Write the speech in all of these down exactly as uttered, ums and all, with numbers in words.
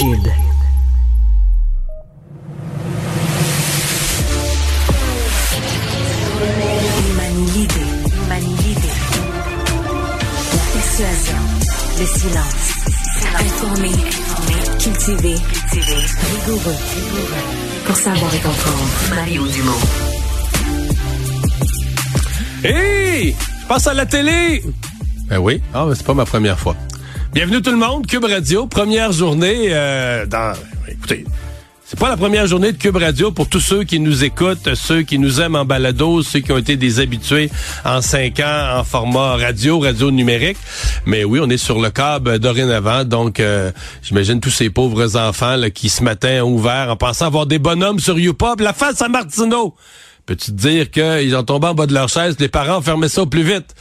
Cube. Il manie l'idée, il manie l'idée. La persuasion, le silence. Informé, informé, cultivé, cultivé, rigoureux, rigoureux. Pour savoir et comprendre. Mario Dumont. Hey! Je passe à la télé! Ben oui, ah, ben c'est pas ma première fois. Bienvenue tout le monde, Cube Radio, première journée euh, dans... Écoutez, c'est pas la première journée de Cube Radio pour tous ceux qui nous écoutent, ceux qui nous aiment en balado, ceux qui ont été des habitués en cinq ans en format radio, radio numérique. Mais oui, on est sur le câble dorénavant, donc euh, j'imagine tous ces pauvres enfants là, qui ce matin ont ouvert en pensant avoir des bonhommes sur YouPop, la face à Martineau. Peux-tu te dire qu'ils ont tombé en bas de leur chaise, les parents fermaient ça au plus vite.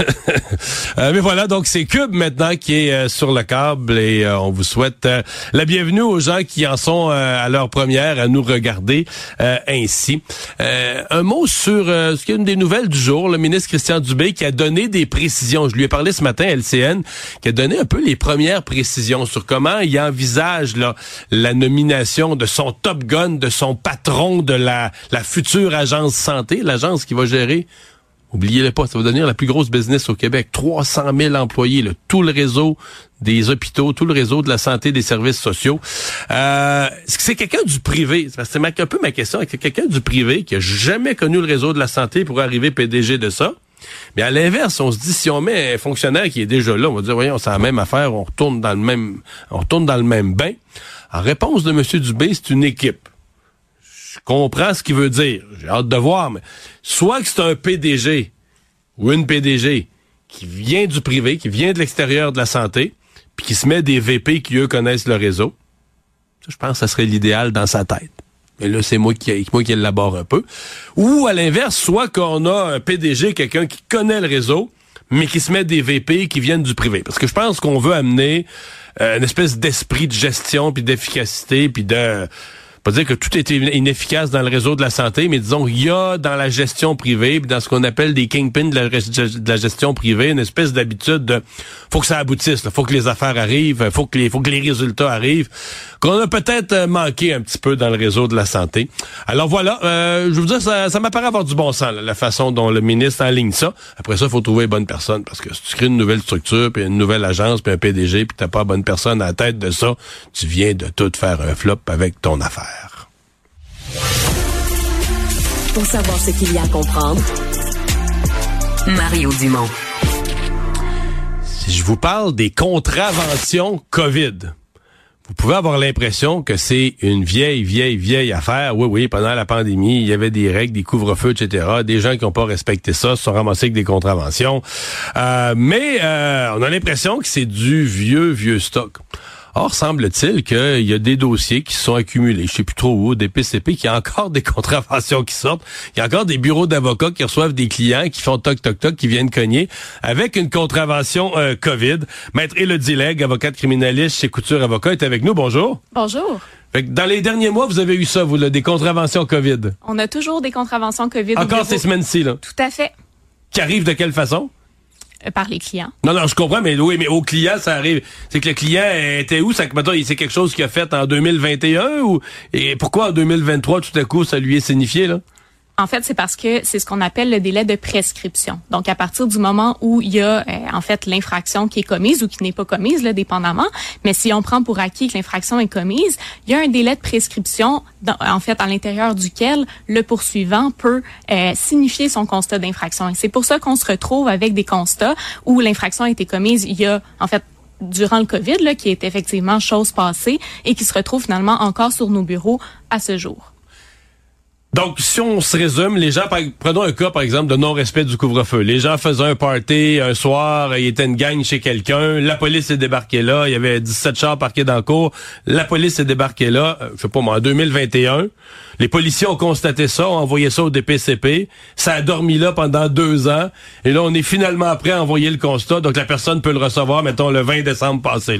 euh, mais voilà, donc c'est Cube maintenant qui est euh, sur le câble et euh, on vous souhaite euh, la bienvenue aux gens qui en sont euh, à leur première à nous regarder euh, ainsi. Euh, un mot sur euh, ce qui est une des nouvelles du jour, le ministre Christian Dubé qui a donné des précisions. Je lui ai parlé ce matin à L C N, qui a donné un peu les premières précisions sur comment il envisage là, la nomination de son top gun, de son patron de la, la future agence Agence santé, l'agence qui va gérer, oubliez-le pas, ça va devenir la plus grosse business au Québec. trois cent mille employés, là, tout le réseau des hôpitaux, tout le réseau de la santé, des services sociaux. Euh, est-ce que c'est quelqu'un du privé? C'est un peu ma question. Est-ce que quelqu'un du privé qui a jamais connu le réseau de la santé pour arriver P D G de ça? Mais à l'inverse, on se dit, si on met un fonctionnaire qui est déjà là, on va dire, voyons, c'est la même affaire, on retourne dans le même, on retourne dans le même bain. En réponse de M. Dubé, c'est une équipe. Je comprends ce qu'il veut dire. J'ai hâte de voir, mais soit que c'est un P D G ou une P D G qui vient du privé, qui vient de l'extérieur de la santé, puis qui se met des V P qui, eux, connaissent le réseau. Ça, je pense que ça serait l'idéal dans sa tête. Mais là, c'est moi qui, moi qui élabore un peu. Ou, à l'inverse, soit qu'on a un P D G, quelqu'un qui connaît le réseau, mais qui se met des V P qui viennent du privé. Parce que je pense qu'on veut amener euh, une espèce d'esprit de gestion, puis d'efficacité, puis de... Pas dire que tout est inefficace dans le réseau de la santé, mais disons qu'il y a dans la gestion privée, dans ce qu'on appelle des kingpins de la, de la gestion privée, une espèce d'habitude de faut que ça aboutisse, là, faut que les affaires arrivent, faut que les faut que les résultats arrivent, qu'on a peut-être manqué un petit peu dans le réseau de la santé. Alors voilà, euh, je vous dis, ça, ça m'apparaît avoir du bon sens, là, la façon dont le ministre enligne ça. Après ça, il faut trouver les bonnes personnes, parce que si tu crées une nouvelle structure, puis une nouvelle agence, puis un P D G, puis t'as pas la bonne personne à la tête de ça, tu viens de tout faire un flop avec ton affaire. Pour savoir ce qu'il y a à comprendre, Mario Dumont. Si je vous parle des contraventions COVID, vous pouvez avoir l'impression que c'est une vieille, vieille, vieille affaire. Oui, oui, pendant la pandémie, il y avait des règles, des couvre-feux, et cetera. Des gens qui n'ont pas respecté ça se sont ramassés avec des contraventions. Euh, mais euh, on a l'impression que c'est du vieux, vieux stock. Or, semble-t-il qu'il y a des dossiers qui se sont accumulés, je sais plus trop où, des P C P, qu'il y a encore des contraventions qui sortent, il y a encore des bureaux d'avocats qui reçoivent des clients, qui font toc, toc, toc, qui viennent cogner, avec une contravention euh, COVID. Maître Élodie Legge, avocate criminaliste chez Couture Avocat, est avec nous. Bonjour. Bonjour. Fait que dans les derniers mois, vous avez eu ça, vous, là, des contraventions COVID. On a toujours des contraventions COVID. Encore ces semaines-ci, là. Tout à fait. Qui arrivent de quelle façon? Par les clients. Non, non, je comprends, mais oui, mais au client, ça arrive. C'est que le client était où? C'est que, maintenant, c'est quelque chose qu'il a fait en deux mille vingt et un ou, et pourquoi en deux mille vingt-trois, tout à coup, ça lui est signifié, là? En fait, c'est parce que c'est ce qu'on appelle le délai de prescription. Donc, à partir du moment où il y a, euh, en fait, l'infraction qui est commise ou qui n'est pas commise, là, dépendamment, mais si on prend pour acquis que l'infraction est commise, il y a un délai de prescription, dans, en fait, à l'intérieur duquel le poursuivant peut euh, signifier son constat d'infraction. Et c'est pour ça qu'on se retrouve avec des constats où l'infraction a été commise, il y a, en fait, durant le COVID, là, qui est effectivement chose passée et qui se retrouve finalement encore sur nos bureaux à ce jour. Donc, si on se résume, les gens, par, prenons un cas, par exemple, de non-respect du couvre-feu. Les gens faisaient un party un soir, il y était une gang chez quelqu'un, la police est débarquée là, il y avait dix-sept chars parqués dans le cours, la police est débarquée là, euh, je sais pas moi, en deux mille vingt et un. Les policiers ont constaté ça, ont envoyé ça au D P C P, ça a dormi là pendant deux ans, et là, on est finalement prêt à envoyer le constat, donc la personne peut le recevoir, mettons, le vingt décembre passé, là.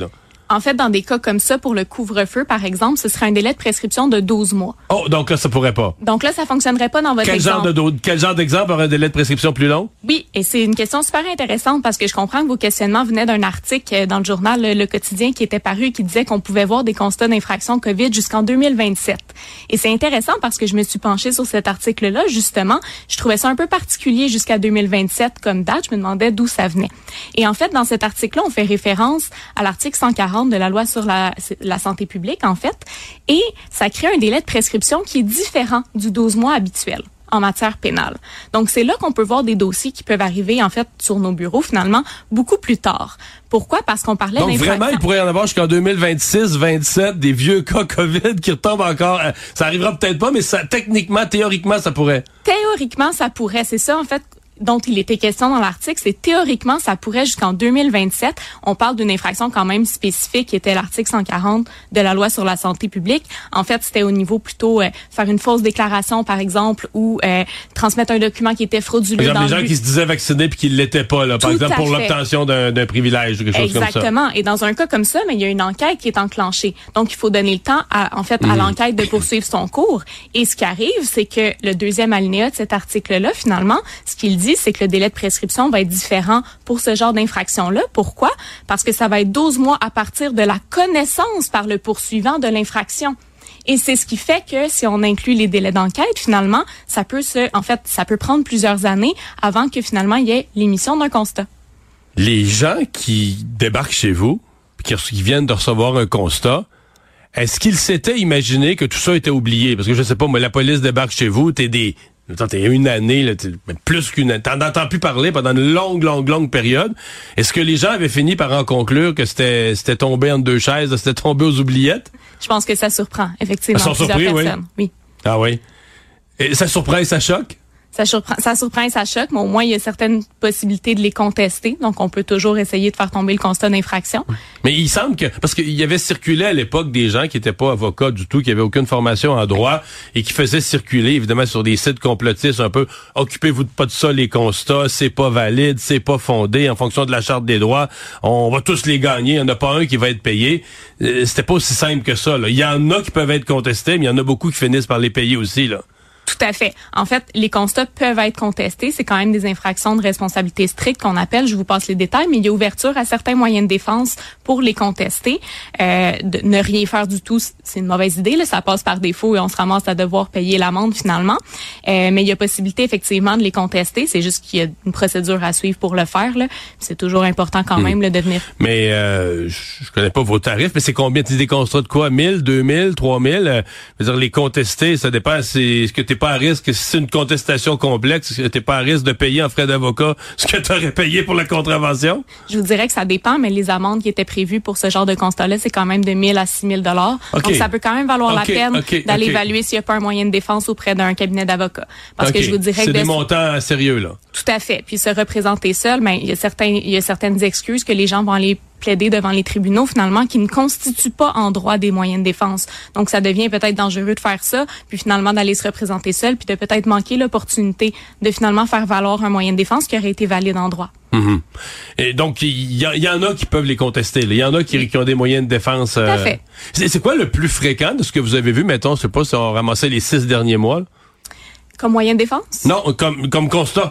En fait, dans des cas comme ça, pour le couvre-feu, par exemple, ce serait un délai de prescription de douze mois. Oh, donc là, ça pourrait pas. Donc là, ça fonctionnerait pas dans votre quel exemple. Genre de, quel genre d'exemple aurait un délai de prescription plus long? Oui, et c'est une question super intéressante parce que je comprends que vos questionnements venaient d'un article dans le journal Le Quotidien qui était paru et qui disait qu'on pouvait voir des constats d'infraction COVID jusqu'en deux mille vingt-sept. Et c'est intéressant parce que je me suis penchée sur cet article-là, justement. Je trouvais ça un peu particulier jusqu'à deux mille vingt-sept comme date. Je me demandais d'où ça venait. Et en fait, dans cet article-là, on fait référence à l'article cent quarante de la loi sur la, la santé publique, en fait, et ça crée un délai de prescription qui est différent du douze mois habituel en matière pénale. Donc, c'est là qu'on peut voir des dossiers qui peuvent arriver, en fait, sur nos bureaux, finalement, beaucoup plus tard. Pourquoi? Parce qu'on parlait d'infraction. Donc, vraiment, il pourrait y en avoir jusqu'en deux mille vingt-six, vingt-sept, des vieux cas COVID qui retombent encore. Ça arrivera peut-être pas, mais ça, techniquement, théoriquement, ça pourrait. Théoriquement, ça pourrait. C'est ça, en fait, dont il était question dans l'article, c'est théoriquement, ça pourrait jusqu'en deux mille vingt-sept. On parle d'une infraction quand même spécifique qui était l'article cent quarante de la loi sur la santé publique. En fait, c'était au niveau plutôt euh, faire une fausse déclaration, par exemple, ou euh, transmettre un document qui était frauduleux. Par exemple, dans les gens but... qui se disaient vaccinés puis qui ne l'étaient pas, là, par Tout exemple, pour l'obtention d'un, d'un privilège ou quelque chose Exactement. comme ça. Exactement. Et dans un cas comme ça, mais il y a une enquête qui est enclenchée. Donc, il faut donner le temps, à, en fait, à mmh. l'enquête de poursuivre son cours. Et ce qui arrive, c'est que le deuxième alinéa de cet article-là, finalement, ce qu'il dit, c'est que le délai de prescription va être différent pour ce genre d'infraction-là. Pourquoi? Parce que ça va être douze mois à partir de la connaissance par le poursuivant de l'infraction. Et c'est ce qui fait que si on inclut les délais d'enquête, finalement, ça peut se, en fait, ça peut prendre plusieurs années avant que finalement il y ait l'émission d'un constat. Les gens qui débarquent chez vous, qui, qui viennent de recevoir un constat, est-ce qu'ils s'étaient imaginé que tout ça était oublié? Parce que je sais pas, moi, la police débarque chez vous, t'es des Attends, t'es une année, là, t'es, plus qu'une année. T'en entends plus parler pendant une longue, longue, longue période. Est-ce que les gens avaient fini par en conclure que c'était, c'était tombé entre deux chaises, c'était tombé aux oubliettes? Je pense que ça surprend, effectivement, Ils sont plusieurs surpris, personnes. Oui. Oui. Ah oui. Et ça surprend et ça choque? Ça surprend, ça surprend et ça choque, mais au moins, il y a certaines possibilités de les contester. Donc, on peut toujours essayer de faire tomber le constat d'infraction. Mais il semble que... Parce qu'il y avait circulé à l'époque des gens qui n'étaient pas avocats du tout, qui n'avaient aucune formation en droit et qui faisaient circuler, évidemment, sur des sites complotistes un peu « Occupez-vous de pas de ça, les constats, c'est pas valide, c'est pas fondé, en fonction de la Charte des droits, on va tous les gagner, il n'y en a pas un qui va être payé. Euh, » C'était pas aussi simple que ça, là. Il y en a qui peuvent être contestés, mais il y en a beaucoup qui finissent par les payer aussi, là. Tout à fait. En fait, les constats peuvent être contestés. C'est quand même des infractions de responsabilité stricte qu'on appelle. Je vous passe les détails, mais il y a ouverture à certains moyens de défense pour les contester. Euh, de ne rien faire du tout, c'est une mauvaise idée. Là. Ça passe par défaut et on se ramasse à devoir payer l'amende finalement. Euh, mais il y a possibilité effectivement de les contester. C'est juste qu'il y a une procédure à suivre pour le faire. Là. C'est toujours important quand même mmh. là, de venir. Mais euh, je connais pas vos tarifs, mais c'est combien? Tu dis des constats de quoi? mille, deux mille, trois mille? Euh, je veux dire, les contester, ça dépend. C'est ce que t'es pas à risque, si c'est une contestation complexe, t'es pas à risque de payer en frais d'avocat ce que t'aurais payé pour la contravention? Je vous dirais que ça dépend, mais les amendes qui étaient prévues pour ce genre de constat-là, c'est quand même de mille à six mille dollars. Okay. Donc, ça peut quand même valoir okay, la peine okay, d'aller okay. évaluer s'il n'y a pas un moyen de défense auprès d'un cabinet d'avocats. Parce okay. que je vous dirais c'est que... C'est des montants sérieux, là. Tout à fait. Puis se représenter seul, ben, il y a certains, il y a certaines excuses que les gens vont aller plaider devant les tribunaux, finalement, qui ne constituent pas en droit des moyens de défense. Donc, ça devient peut-être dangereux de faire ça, puis finalement d'aller se représenter seul, puis de peut-être manquer l'opportunité de finalement faire valoir un moyen de défense qui aurait été valide en droit. Mm-hmm. Et donc, il y, y en a qui peuvent les contester. Il y en a qui, qui ont des moyens de défense. Euh... Tout à fait. C'est, c'est quoi le plus fréquent de ce que vous avez vu, mettons, je sais pas si on ramassait les six derniers mois? Là? Comme moyen de défense? Non, comme, comme constat.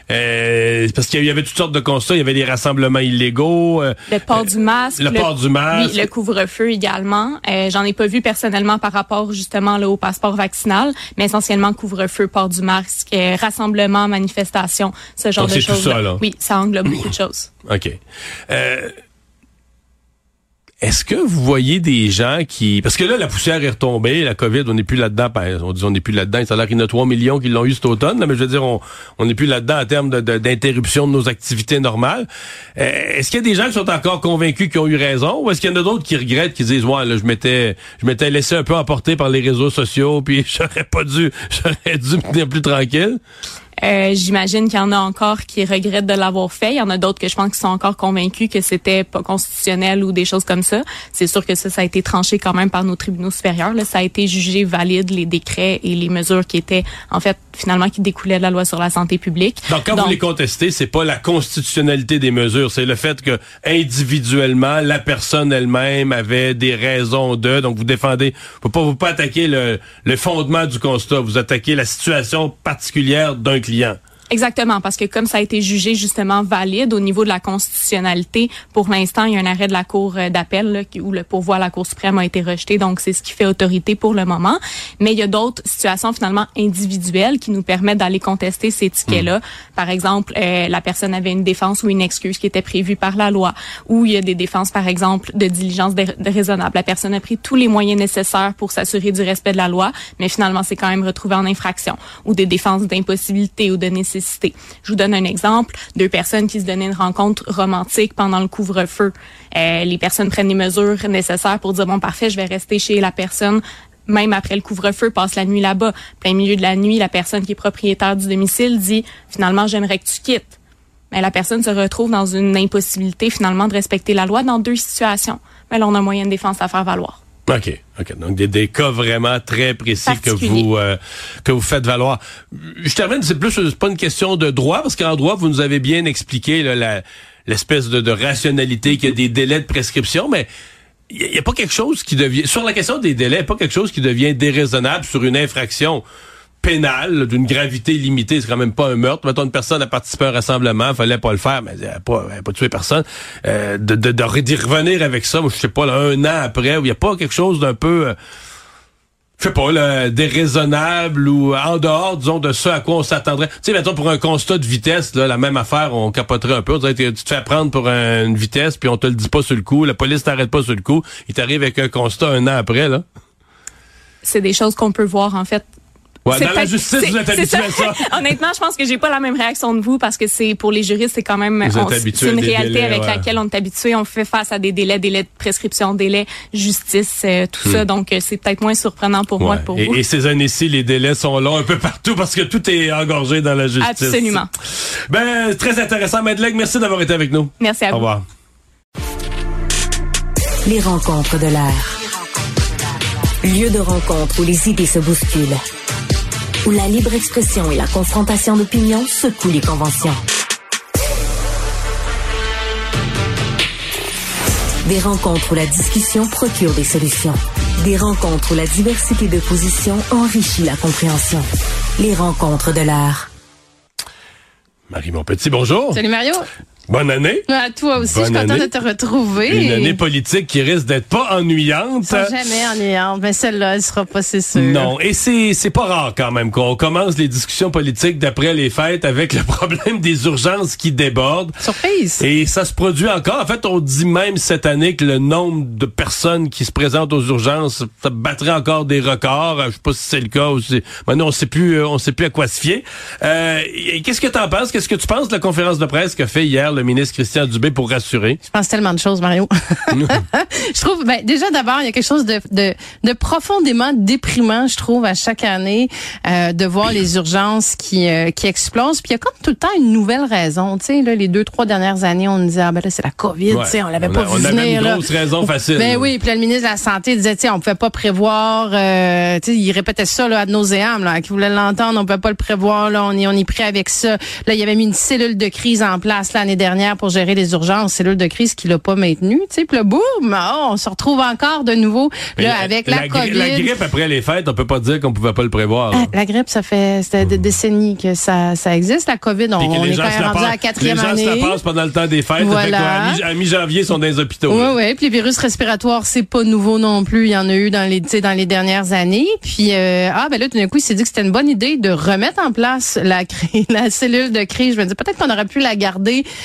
Euh, parce qu'il y avait toutes sortes de constats, il y avait des rassemblements illégaux. Euh, le port du masque. Le, le port du masque. Oui, le couvre-feu également. Euh, j'en ai pas vu personnellement par rapport justement là, au passeport vaccinal, mais essentiellement couvre-feu, port du masque, euh, rassemblement, manifestation, ce genre donc, de c'est choses. Tout ça, là. Oui, ça englobe beaucoup de choses. OK. Euh, Est-ce que vous voyez des gens qui... Parce que là, la poussière est retombée, la COVID, on n'est plus là-dedans. On dit on n'est plus là-dedans. Ça a l'air qu'il y en a trois millions qui l'ont eu cet automne, là, mais je veux dire, on on n'est plus là-dedans en termes de, de, d'interruption de nos activités normales. Euh, est-ce qu'il y a des gens qui sont encore convaincus qu'ils ont eu raison, ou est-ce qu'il y en a d'autres qui regrettent, qui disent, ouais, là, je m'étais je m'étais laissé un peu emporter par les réseaux sociaux, puis j'aurais pas dû, j'aurais dû me tenir plus tranquille? Euh, j'imagine qu'il y en a encore qui regrettent de l'avoir fait. Il y en a d'autres que je pense qui sont encore convaincus que c'était pas constitutionnel ou des choses comme ça. C'est sûr que ça, ça a été tranché quand même par nos tribunaux supérieurs. Là. Ça a été jugé valide, les décrets et les mesures qui étaient, en fait, finalement, qui découlaient de la loi sur la santé publique. Donc, quand Donc, vous les contestez, c'est pas la constitutionnalité des mesures, c'est le fait que, individuellement, la personne elle-même avait des raisons de, donc vous défendez, faut pas, vous pas attaquer le, le fondement du constat, vous attaquez la situation particulière d'un client. Exactement, parce que comme ça a été jugé justement valide au niveau de la constitutionnalité, pour l'instant, il y a un arrêt de la Cour d'appel là, où le pourvoi à la Cour suprême a été rejeté, donc c'est ce qui fait autorité pour le moment. Mais il y a d'autres situations finalement individuelles qui nous permettent d'aller contester ces tickets-là. Mmh. Par exemple, euh, la personne avait une défense ou une excuse qui était prévue par la loi, ou il y a des défenses, par exemple, de diligence dé- de raisonnable. La personne a pris tous les moyens nécessaires pour s'assurer du respect de la loi, mais finalement, c'est quand même retrouvé en infraction, ou des défenses d'impossibilité ou de nécessité. Je vous donne un exemple. Deux personnes qui se donnaient une rencontre romantique pendant le couvre-feu. Euh, les personnes prennent les mesures nécessaires pour dire, bon, parfait, je vais rester chez la personne même après le couvre-feu, passe la nuit là-bas. Plein milieu de la nuit, la personne qui est propriétaire du domicile dit, finalement, j'aimerais que tu quittes. Mais la personne se retrouve dans une impossibilité, finalement, de respecter la loi dans deux situations. Mais là, on a un moyen de défense à faire valoir. OK, OK. Donc, des, des cas vraiment très précis que vous euh, que vous faites valoir. Je termine, c'est plus, c'est pas une question de droit, parce qu'en droit, vous nous avez bien expliqué là, la, l'espèce de, de rationalité, qu'il y a des délais de prescription, mais il n'y a, a pas quelque chose qui devient... Sur la question des délais, il n'y a pas quelque chose qui devient déraisonnable sur une infraction pénale d'une gravité limitée. C'est quand même pas un meurtre. Mettons, une personne a participé à un rassemblement, fallait pas le faire, mais elle n'a pas, elle a pas tué personne. Euh, de, de, de, d'y revenir avec ça, moi, je sais pas, là, un an après, où il n'y a pas quelque chose d'un peu... Euh, je sais pas, là, déraisonnable ou en dehors, disons, de ce à quoi on s'attendrait. Tu sais, mettons, pour un constat de vitesse, là, la même affaire, on capoterait un peu. On dirait que tu te fais prendre pour un, une vitesse, puis on te le dit pas sur le coup, la police t'arrête pas sur le coup, il t'arrive avec un constat un an après, là. C'est des choses qu'on peut voir, en fait. Ouais, dans la justice, vous êtes habitué à ça. Honnêtement, je pense que j'ai pas la même réaction de vous parce que c'est pour les juristes, c'est quand même on, c'est une réalité délais, avec ouais. laquelle on est habitué. On fait face à des délais, délais de prescription, délais justice, euh, tout hmm. ça. Donc, euh, c'est peut-être moins surprenant pour ouais. moi que pour et, vous. Et ces années-ci, les délais sont longs un peu partout parce que tout est engorgé dans la justice. Absolument. Ben, très intéressant, Maître Legge. Merci d'avoir été avec nous. Merci à vous. Au revoir. Les rencontres de l'air. Lieu de rencontre où les idées se bousculent. Où la libre expression et la confrontation d'opinions secouent les conventions. Des rencontres où la discussion procure des solutions. Des rencontres où la diversité de positions enrichit la compréhension. Les rencontres de l'art. Marie Montpetit, bonjour. Salut Mario. Bonne année. À toi aussi, Bonne je suis contente année. de te retrouver. Une année politique qui risque d'être pas ennuyante. Ils sont jamais ennuyantes, mais celle-là, elle sera pas, c'est sûr. Non, et c'est c'est pas rare quand même qu'on commence les discussions politiques d'après les fêtes avec le problème des urgences qui débordent. Surprise. Et ça se produit encore. En fait, on dit même cette année que le nombre de personnes qui se présentent aux urgences, ça battrait encore des records. Je sais pas si c'est le cas ou si... Maintenant, on sait plus, on sait plus à quoi se fier. Euh, qu'est-ce que t'en penses? Qu'est-ce que tu penses de la conférence de presse qu'a fait hier le ministre Christian Dubé pour rassurer? Je pense tellement de choses, Mario. Je trouve, ben, déjà d'abord, il y a quelque chose de, de, de profondément déprimant, je trouve, à chaque année, euh, de voir les urgences qui, euh, qui explosent. Puis il y a comme tout le temps une nouvelle raison. Tu sais, là, les deux, trois dernières années, on nous disait, ah ben là, c'est la COVID, ouais, tu sais, on l'avait on pas a, vu on venir. On avait une là. grosse raison facile. Ben là. oui, puis là, le ministre de la Santé disait, tu sais, on pouvait pas prévoir, euh, tu sais, il répétait ça, là, ad nauseam, là, qui voulait l'entendre, on pouvait pas le prévoir, là, on est, on est prêt avec ça. Là, il y avait mis une cellule de crise en place l'année dernière pour gérer les urgences, cellule de crise qu'il a pas maintenue, tu sais, puis là, boum, oh, on se retrouve encore de nouveau, là, la, avec la, la COVID. La grippe après les fêtes, on peut pas dire qu'on pouvait pas le prévoir. Ah, la grippe, ça fait c'était des décennies que ça, ça existe. La COVID, on, on est quand même rendu à la quatrième année. Les gens se la passent pendant le temps des fêtes. Voilà. À mi-janvier, ils sont dans les hôpitaux. Oui, oui. Puis les virus respiratoires, c'est pas nouveau non plus. Il y en a eu dans les, tu sais, dans les dernières années. Puis euh, ah ben là, tout d'un coup, il s'est dit que c'était une bonne idée de remettre en place la la cellule de crise. Je me dis peut-être qu'on aurait pu la garder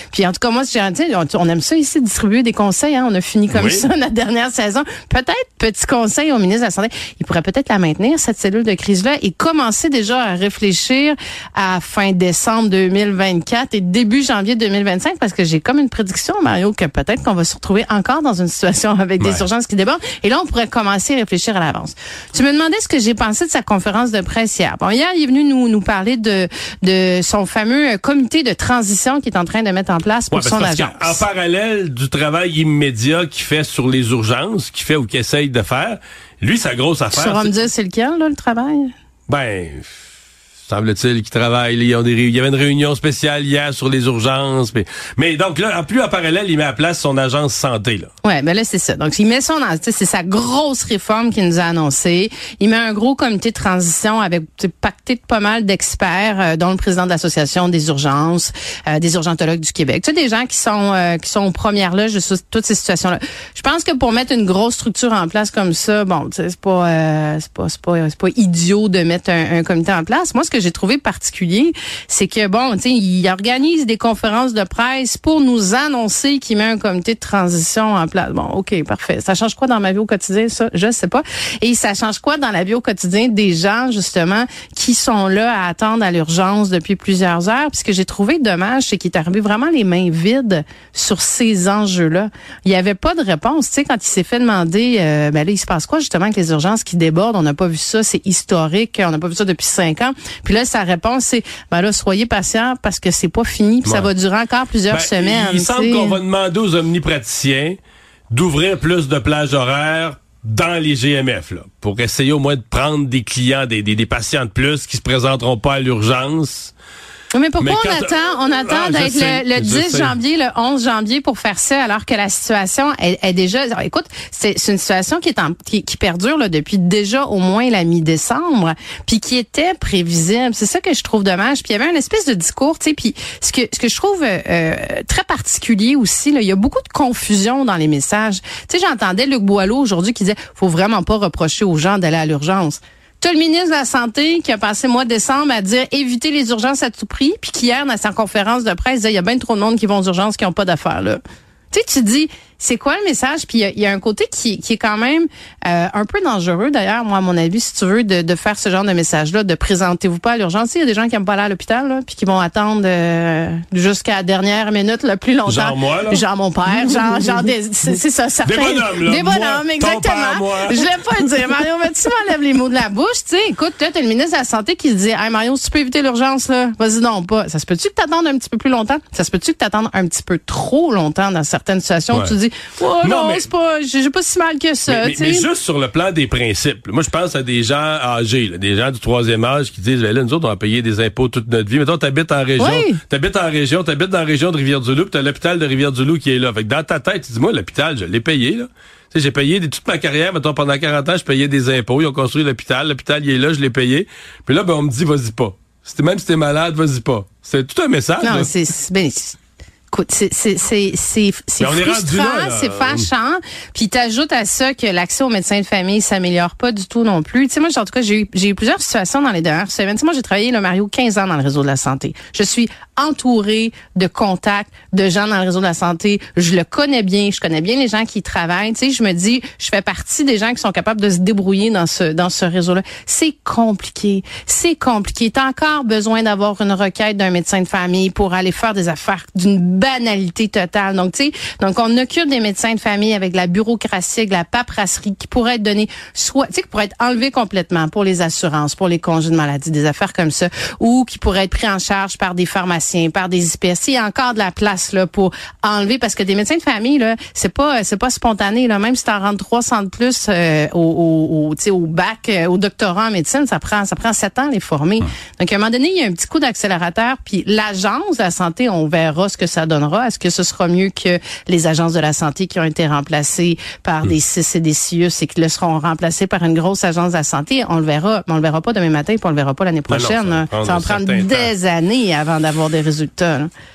Puis en tout cas, moi, j'ai dit, on aime ça ici, distribuer des conseils. Hein. On a fini comme oui. ça notre dernière saison. Peut-être, petit conseil au ministre de la Santé, il pourrait peut-être la maintenir, cette cellule de crise-là, et commencer déjà à réfléchir à fin décembre deux mille vingt-quatre et début janvier deux mille vingt-cinq, parce que j'ai comme une prédiction, Mario, que peut-être qu'on va se retrouver encore dans une situation avec des ouais. urgences qui débordent. Et là, on pourrait commencer à réfléchir à l'avance. Tu me demandais ce que j'ai pensé de sa conférence de presse hier. Bon, hier, il est venu nous, nous parler de, de son fameux comité de transition qu'il est en train de mettre en place pour ouais, son agence. En parallèle du travail immédiat qu'il fait sur les urgences, qu'il fait ou qu'il essaye de faire, lui, sa grosse affaire... Tu sauras me dire c'est lequel, là, le travail? Ben... semble-t-il qu'ils travaillent. Ils ont des, il y avait une réunion spéciale hier sur les urgences. Mais, mais donc là, en plus, en parallèle, il met à place son agence santé. Là. Ouais, ben là, c'est ça. Donc, il met son, c'est sa grosse réforme qu'il nous a annoncée. Il met un gros comité de transition avec pacté de pas mal d'experts, euh, dont le président de l'association des urgences, euh, des urgentologues du Québec. Tu sais, des gens qui sont euh, qui sont aux premières loges de toutes ces situations-là. Je pense que pour mettre une grosse structure en place comme ça, bon, tu sais, c'est pas, euh, c'est pas, c'est pas, c'est pas idiot de mettre un, un comité en place. Moi, ce que j'ai trouvé particulier, c'est que bon, tu sais, il organise des conférences de presse pour nous annoncer qu'il met un comité de transition en place. Bon, ok, parfait. Ça change quoi dans ma vie au quotidien, ça? Je sais pas. Et ça change quoi dans la vie au quotidien des gens, justement, qui sont là à attendre à l'urgence depuis plusieurs heures? Puis ce que j'ai trouvé dommage, c'est qu'il est arrivé vraiment les mains vides sur ces enjeux-là. Il n'y avait pas de réponse. Tu sais, quand il s'est fait demander, euh, ben là, il se passe quoi, justement, avec les urgences qui débordent? On n'a pas vu ça, c'est historique. On n'a pas vu ça depuis cinq ans. Puis là, sa réponse, c'est, ben là, soyez patient parce que c'est pas fini, puis ouais. ça va durer encore plusieurs ben, semaines. Il, il semble qu'on va demander aux omnipraticiens d'ouvrir plus de plages horaires dans les G M F, là, pour essayer au moins de prendre des clients, des, des, des patients de plus qui se présenteront pas à l'urgence. Mais pourquoi mais on attend, on attend ah, d'être sais, le, le dix janvier, le onze janvier pour faire ça, alors que la situation est, est déjà... Alors, écoute, c'est, c'est une situation qui est en, qui, qui perdure là, depuis déjà au moins la mi-décembre, puis qui était prévisible. C'est ça que je trouve dommage. Puis il y avait une espèce de discours, tu sais, puis ce que ce que je trouve euh, très particulier aussi, là, il y a beaucoup de confusion dans les messages. Tu sais, j'entendais Luc Boileau aujourd'hui qui disait, faut vraiment pas reprocher aux gens d'aller à l'urgence. T'as le ministre de la Santé qui a passé le mois de décembre à dire éviter les urgences à tout prix, puis qui hier, dans sa conférence de presse, disait il y a bien trop de monde qui vont aux urgences qui n'ont pas d'affaires là. Tu sais, tu dis, c'est quoi le message? Puis il y, y a un côté qui, qui est quand même euh, un peu dangereux, d'ailleurs, moi, à mon avis, si tu veux, de, de faire ce genre de message-là, de présentez-vous pas à l'urgence. Il y a des gens qui aiment pas aller à l'hôpital, là, puis qui vont attendre euh, jusqu'à la dernière minute le plus longtemps. Genre moi, là? Genre mon père, genre, genre des, c'est, c'est ça, certains. Des bonhommes, là. Des bonhommes, moi, exactement. Père, je voulais pas le dire. Mario, mais tu m'enlèves les mots de la bouche, tu sais. Écoute, là, t'as le ministre de la Santé qui se dit, hey, Mario, si tu peux éviter l'urgence, là, vas-y non, pas. Ça se peut-tu que t'attendes un petit peu plus longtemps? Ça se peut-tu que t'attendes un petit peu trop longtemps dans certaines situations? Ouais. Tu dis, oh, non, non mais, c'est pas, j'ai, j'ai pas si mal que ça. Mais, mais, mais juste sur le plan des principes, moi je pense à des gens âgés, là, des gens du troisième âge qui disent, là, nous autres on va payer des impôts toute notre vie. Mettons, t'habites en région, oui. t'habites en région, t'habites dans la région de Rivière-du-Loup, puis t'as l'hôpital de Rivière-du-Loup qui est là. Fait que dans ta tête, tu dis, moi l'hôpital, je l'ai payé là. Tu sais, j'ai payé des, toute ma carrière, mettons pendant quarante ans, je payais des impôts, ils ont construit l'hôpital, l'hôpital il est là, je l'ai payé. Puis là, ben on me dit, vas-y pas. Si t'es, même si t'es malade, vas-y pas. C'est tout un message. Non, là. c'est, c'est ben, écoute, c'est c'est c'est c'est c'est frustrant, là, là. C'est fâchant. Puis t'ajoutes à ça que l'accès aux médecins de famille s'améliore pas du tout non plus. Tu sais, moi, en tout cas, j'ai eu j'ai eu plusieurs situations dans les dernières semaines. Tu sais, moi, j'ai travaillé, là, Mario, quinze ans dans le réseau de la santé. Je suis entourée de contacts de gens dans le réseau de la santé. Je le connais bien. Je connais bien les gens qui y travaillent. Tu sais, je me dis, je fais partie des gens qui sont capables de se débrouiller dans ce dans ce réseau-là. C'est compliqué. C'est compliqué. T'as encore besoin d'avoir une requête d'un médecin de famille pour aller faire des affaires d'une banalité totale. Donc, tu sais, donc on occupe des médecins de famille avec de la bureaucratie, avec de la paperasserie qui pourrait être donnée, soit, tu sais, qui pourrait être enlevée complètement pour les assurances, pour les congés de maladie, des affaires comme ça, ou qui pourrait être pris en charge par des pharmaciens, par des I P S. Il y a encore de la place là pour enlever, parce que des médecins de famille là, c'est pas, c'est pas spontané là. Même si t'en rentres trois cents de plus euh, au, au, au, tu sais, au bac, euh, au doctorat en médecine, ça prend, ça prend sept ans les former. Hum. Donc à un moment donné, il y a un petit coup d'accélérateur. Puis l'agence de la santé, on verra ce que ça donnera. Est-ce que ce sera mieux que les agences de la santé qui ont été remplacées par mmh. des C I S et des C I U S et qui le seront remplacées par une grosse agence de la santé? On le verra, mais on le verra pas demain matin, puis on le verra pas l'année prochaine. Non, non, ça va prendre des temps. années avant d'avoir des résultats. Là.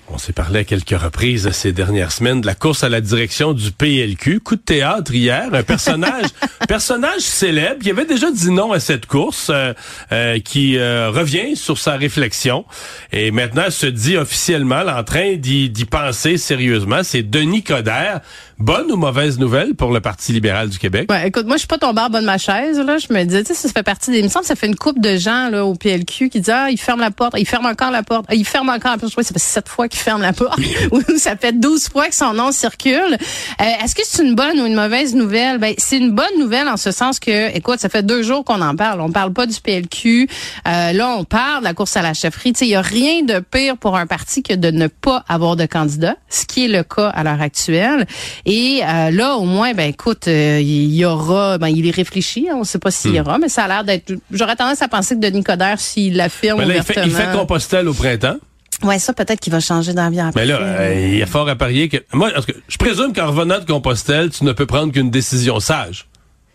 On s'est parlé à quelques reprises ces dernières semaines de la course à la direction du P L Q. Coup de théâtre hier, un personnage personnage célèbre qui avait déjà dit non à cette course, euh, euh, qui euh, revient sur sa réflexion et maintenant se dit officiellement en train d'y, d'y penser sérieusement. C'est Denis Coderre. Bonne ou mauvaise nouvelle pour le Parti libéral du Québec? Ben, écoute, moi, je suis pas tombée en bas de ma chaise, là. Je me disais, tu sais, ça fait partie des, il me semble que ça fait une couple de gens, là, au P L Q qui disent, ah, il ferme la porte, il ferme encore la porte, il ferme encore la porte. Je crois que ça fait sept fois qu'il ferme la porte. Ou ça fait douze fois que son nom circule. Euh, est-ce que c'est une bonne ou une mauvaise nouvelle? Ben, c'est une bonne nouvelle en ce sens que, écoute, ça fait deux jours qu'on en parle. On parle pas du P L Q. Euh, là, on parle de la course à la chefferie. Tu sais, il y a rien de pire pour un parti que de ne pas avoir de candidat, ce qui est le cas à l'heure actuelle. Et, euh, là, au moins, ben écoute, euh, il y aura, ben il est réfléchi, hein, on ne sait pas s'il y aura, mais ça a l'air d'être. J'aurais tendance à penser que Denis Coderre, s'il l'affirme ben là, ouvertement. Il fait, il fait Compostelle au printemps. Ouais, ça peut-être qu'il va changer d'envie après. Mais là, euh, il y a fort à parier que moi, parce que je présume qu'en revenant de Compostelle, tu ne peux prendre qu'une décision sage.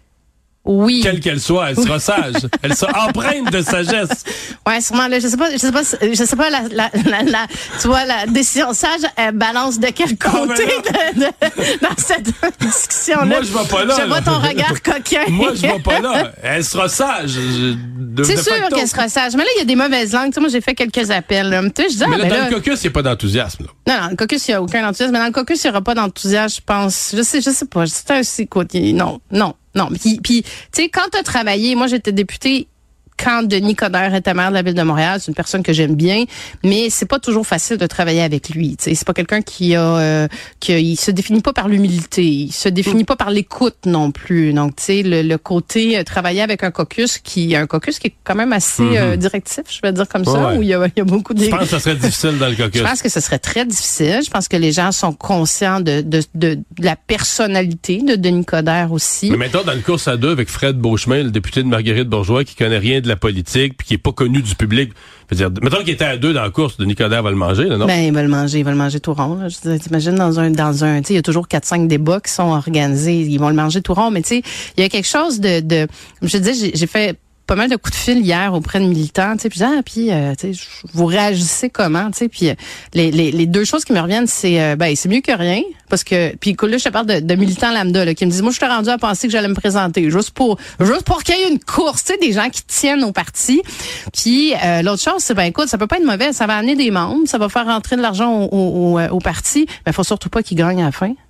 Oui. Quelle qu'elle soit, elle sera sage. Elle sera empreinte de sagesse. Ouais, sûrement. Là, je sais pas, je sais pas, je sais pas la, la, la, la tu vois, la décision sage, elle balance de quel côté de, de, dans cette discussion-là. Moi, je vais pas là. Je vois ton regard coquin. Moi, je vais pas là. Elle sera sage. Je, de, C'est de sûr facto. qu'elle sera sage. Mais là, il y a des mauvaises langues. Tu sais, moi, j'ai fait quelques appels. Là. Tu sais, je dis, mais ah, là, ben dans là, le caucus, il n'y a pas d'enthousiasme. Là. Non, non, le caucus, il n'y a aucun enthousiasme. Mais dans le caucus, il n'y aura pas d'enthousiasme, je pense. Je sais, je sais pas. C'est un écoute, non, non. Non, puis, puis tu sais, quand tu as travaillé, moi j'étais députée quand Denis Coderre était maire de la Ville de Montréal, c'est une personne que j'aime bien, mais c'est pas toujours facile de travailler avec lui. Tu sais, c'est pas quelqu'un qui a, euh, qui a, il se définit pas par l'humilité, il se définit pas par l'écoute non plus. Donc, tu sais, le, le côté euh, travailler avec un caucus qui, un caucus qui est quand même assez mm-hmm. euh, directif, je vais dire comme ça, ouais. où il y a, il y a beaucoup de. Je pense que ça serait difficile dans le caucus. Je pense que ce serait très difficile. Je pense que les gens sont conscients de, de, de, de la personnalité de Denis Coderre aussi. Mais mettons dans le course à deux avec Fred Beauchemin, le député de Marguerite Bourgeois, qui connaît rien de la politique puis qui est pas connu du public. Je veux dire, mettons qu'il était à deux dans la course, Denis Coderre va le manger, là, non? Ben, il va le manger, il va le manger tout rond, là. Je veux dire, t'imagines dans un, dans un, tu sais, il y a toujours quatre, cinq débats qui sont organisés. Ils vont le manger tout rond, mais tu sais, il y a quelque chose de, de, comme je te disais, j'ai, j'ai fait pas mal de coups de fil hier auprès de militants, tu sais, puis ah, puis euh, tu sais, vous réagissez comment, tu sais, puis euh, les, les les deux choses qui me reviennent, c'est euh, ben c'est mieux que rien, parce que puis là je te parle de, de militants lambda là, qui me disent moi je suis rendu à penser que j'allais me présenter juste pour juste pour qu'il y ait une course, tu sais, des gens qui tiennent au parti. Puis euh, l'autre chose, c'est ben écoute, ça peut pas être mauvais, ça va amener des membres, ça va faire rentrer de l'argent au au, au, au parti, mais faut surtout pas qu'ils gagnent à la fin.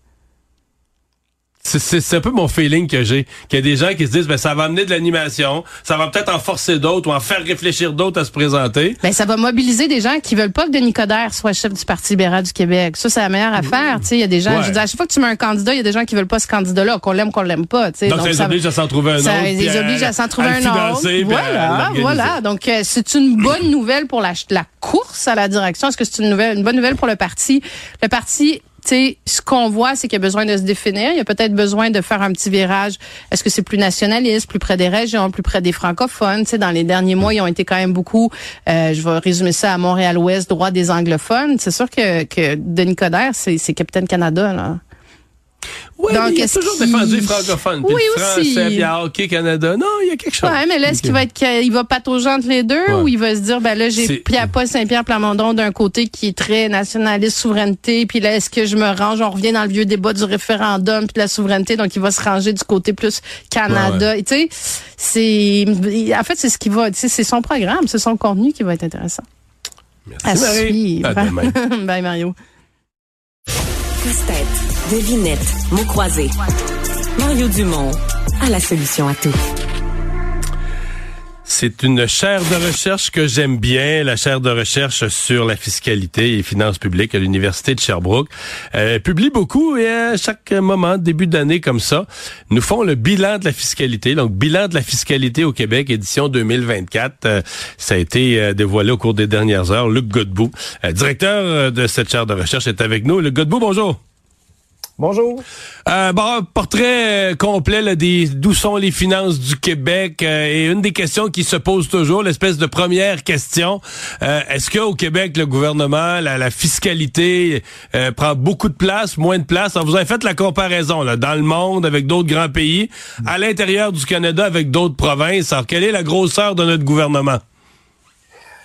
C'est, c'est, c'est un peu mon feeling que j'ai, qu'il y a des gens qui se disent, ben ça va amener de l'animation, ça va peut-être en forcer d'autres ou en faire réfléchir d'autres à se présenter. Ben ça va mobiliser des gens qui veulent pas que Denis Coderre soit chef du Parti libéral du Québec. Ça, c'est la meilleure affaire. Tu sais, il y a des gens, ouais. je veux dire, à chaque fois que tu mets un candidat, il y a des gens qui veulent pas ce candidat-là, qu'on l'aime, qu'on l'aime pas. Tu sais, donc, donc ça les oblige à s'en trouver un autre. Ça les oblige à, à s'en trouver à un autre. Voilà, voilà. Donc euh, c'est une bonne nouvelle pour la, la course à la direction. Est-ce que c'est une nouvelle, une bonne nouvelle pour le parti? Le parti. Tu sais, ce qu'on voit, c'est qu'il y a besoin de se définir. Il y a peut-être besoin de faire un petit virage. Est-ce que c'est plus nationaliste, plus près des régions, plus près des francophones? Tu sais, dans les derniers mois, ils ont été quand même beaucoup, euh, je vais résumer ça à Montréal-Ouest, droit des anglophones. C'est sûr que, que Denis Coderre, c'est, c'est Capitaine Canada, là. Oui, donc, mais il a toujours qui... défendu les francophones. Oui, le aussi. Français, puis le hockey Canada. Non, il y a quelque chose. Ouais, mais là, est-ce okay. qu'il va être, il va patauger entre les deux ouais. ou il va se dire, ben là, j'ai c'est... Pierre-Paul Saint-Pierre Plamondon d'un côté qui est très nationaliste, souveraineté, puis là, est-ce que je me range, on revient dans le vieux débat du référendum puis de la souveraineté, donc il va se ranger du côté plus Canada. Ouais, ouais. Tu sais, c'est, en fait, c'est ce qui va, tu sais, c'est son programme, c'est son contenu qui va être intéressant. Merci, à Marie. Suivre. À demain. Bye, Mario. Casse-tête, devinette, mots croisés. Mario Dumont a la solution à tout. C'est une chaire de recherche que j'aime bien, la chaire de recherche sur la fiscalité et les finances publiques à l'Université de Sherbrooke. Elle publie beaucoup et à chaque moment, début d'année comme ça, nous font le bilan de la fiscalité. Donc, bilan de la fiscalité au Québec, édition deux mille vingt-quatre. Euh, ça a été euh, dévoilé au cours des dernières heures. Luc Godbout, euh, directeur de cette chaire de recherche, est avec nous. Luc Godbout, bonjour. Bonjour. Euh, bon, portrait complet là, des d'où sont les finances du Québec euh, et une des questions qui se pose toujours, l'espèce de première question, euh, est-ce qu'au Québec le gouvernement, la, la fiscalité euh, prend beaucoup de place, moins de place? Alors, vous avez fait la comparaison là, dans le monde avec d'autres grands pays, à l'intérieur du Canada avec d'autres provinces. Alors quelle est la grosseur de notre gouvernement?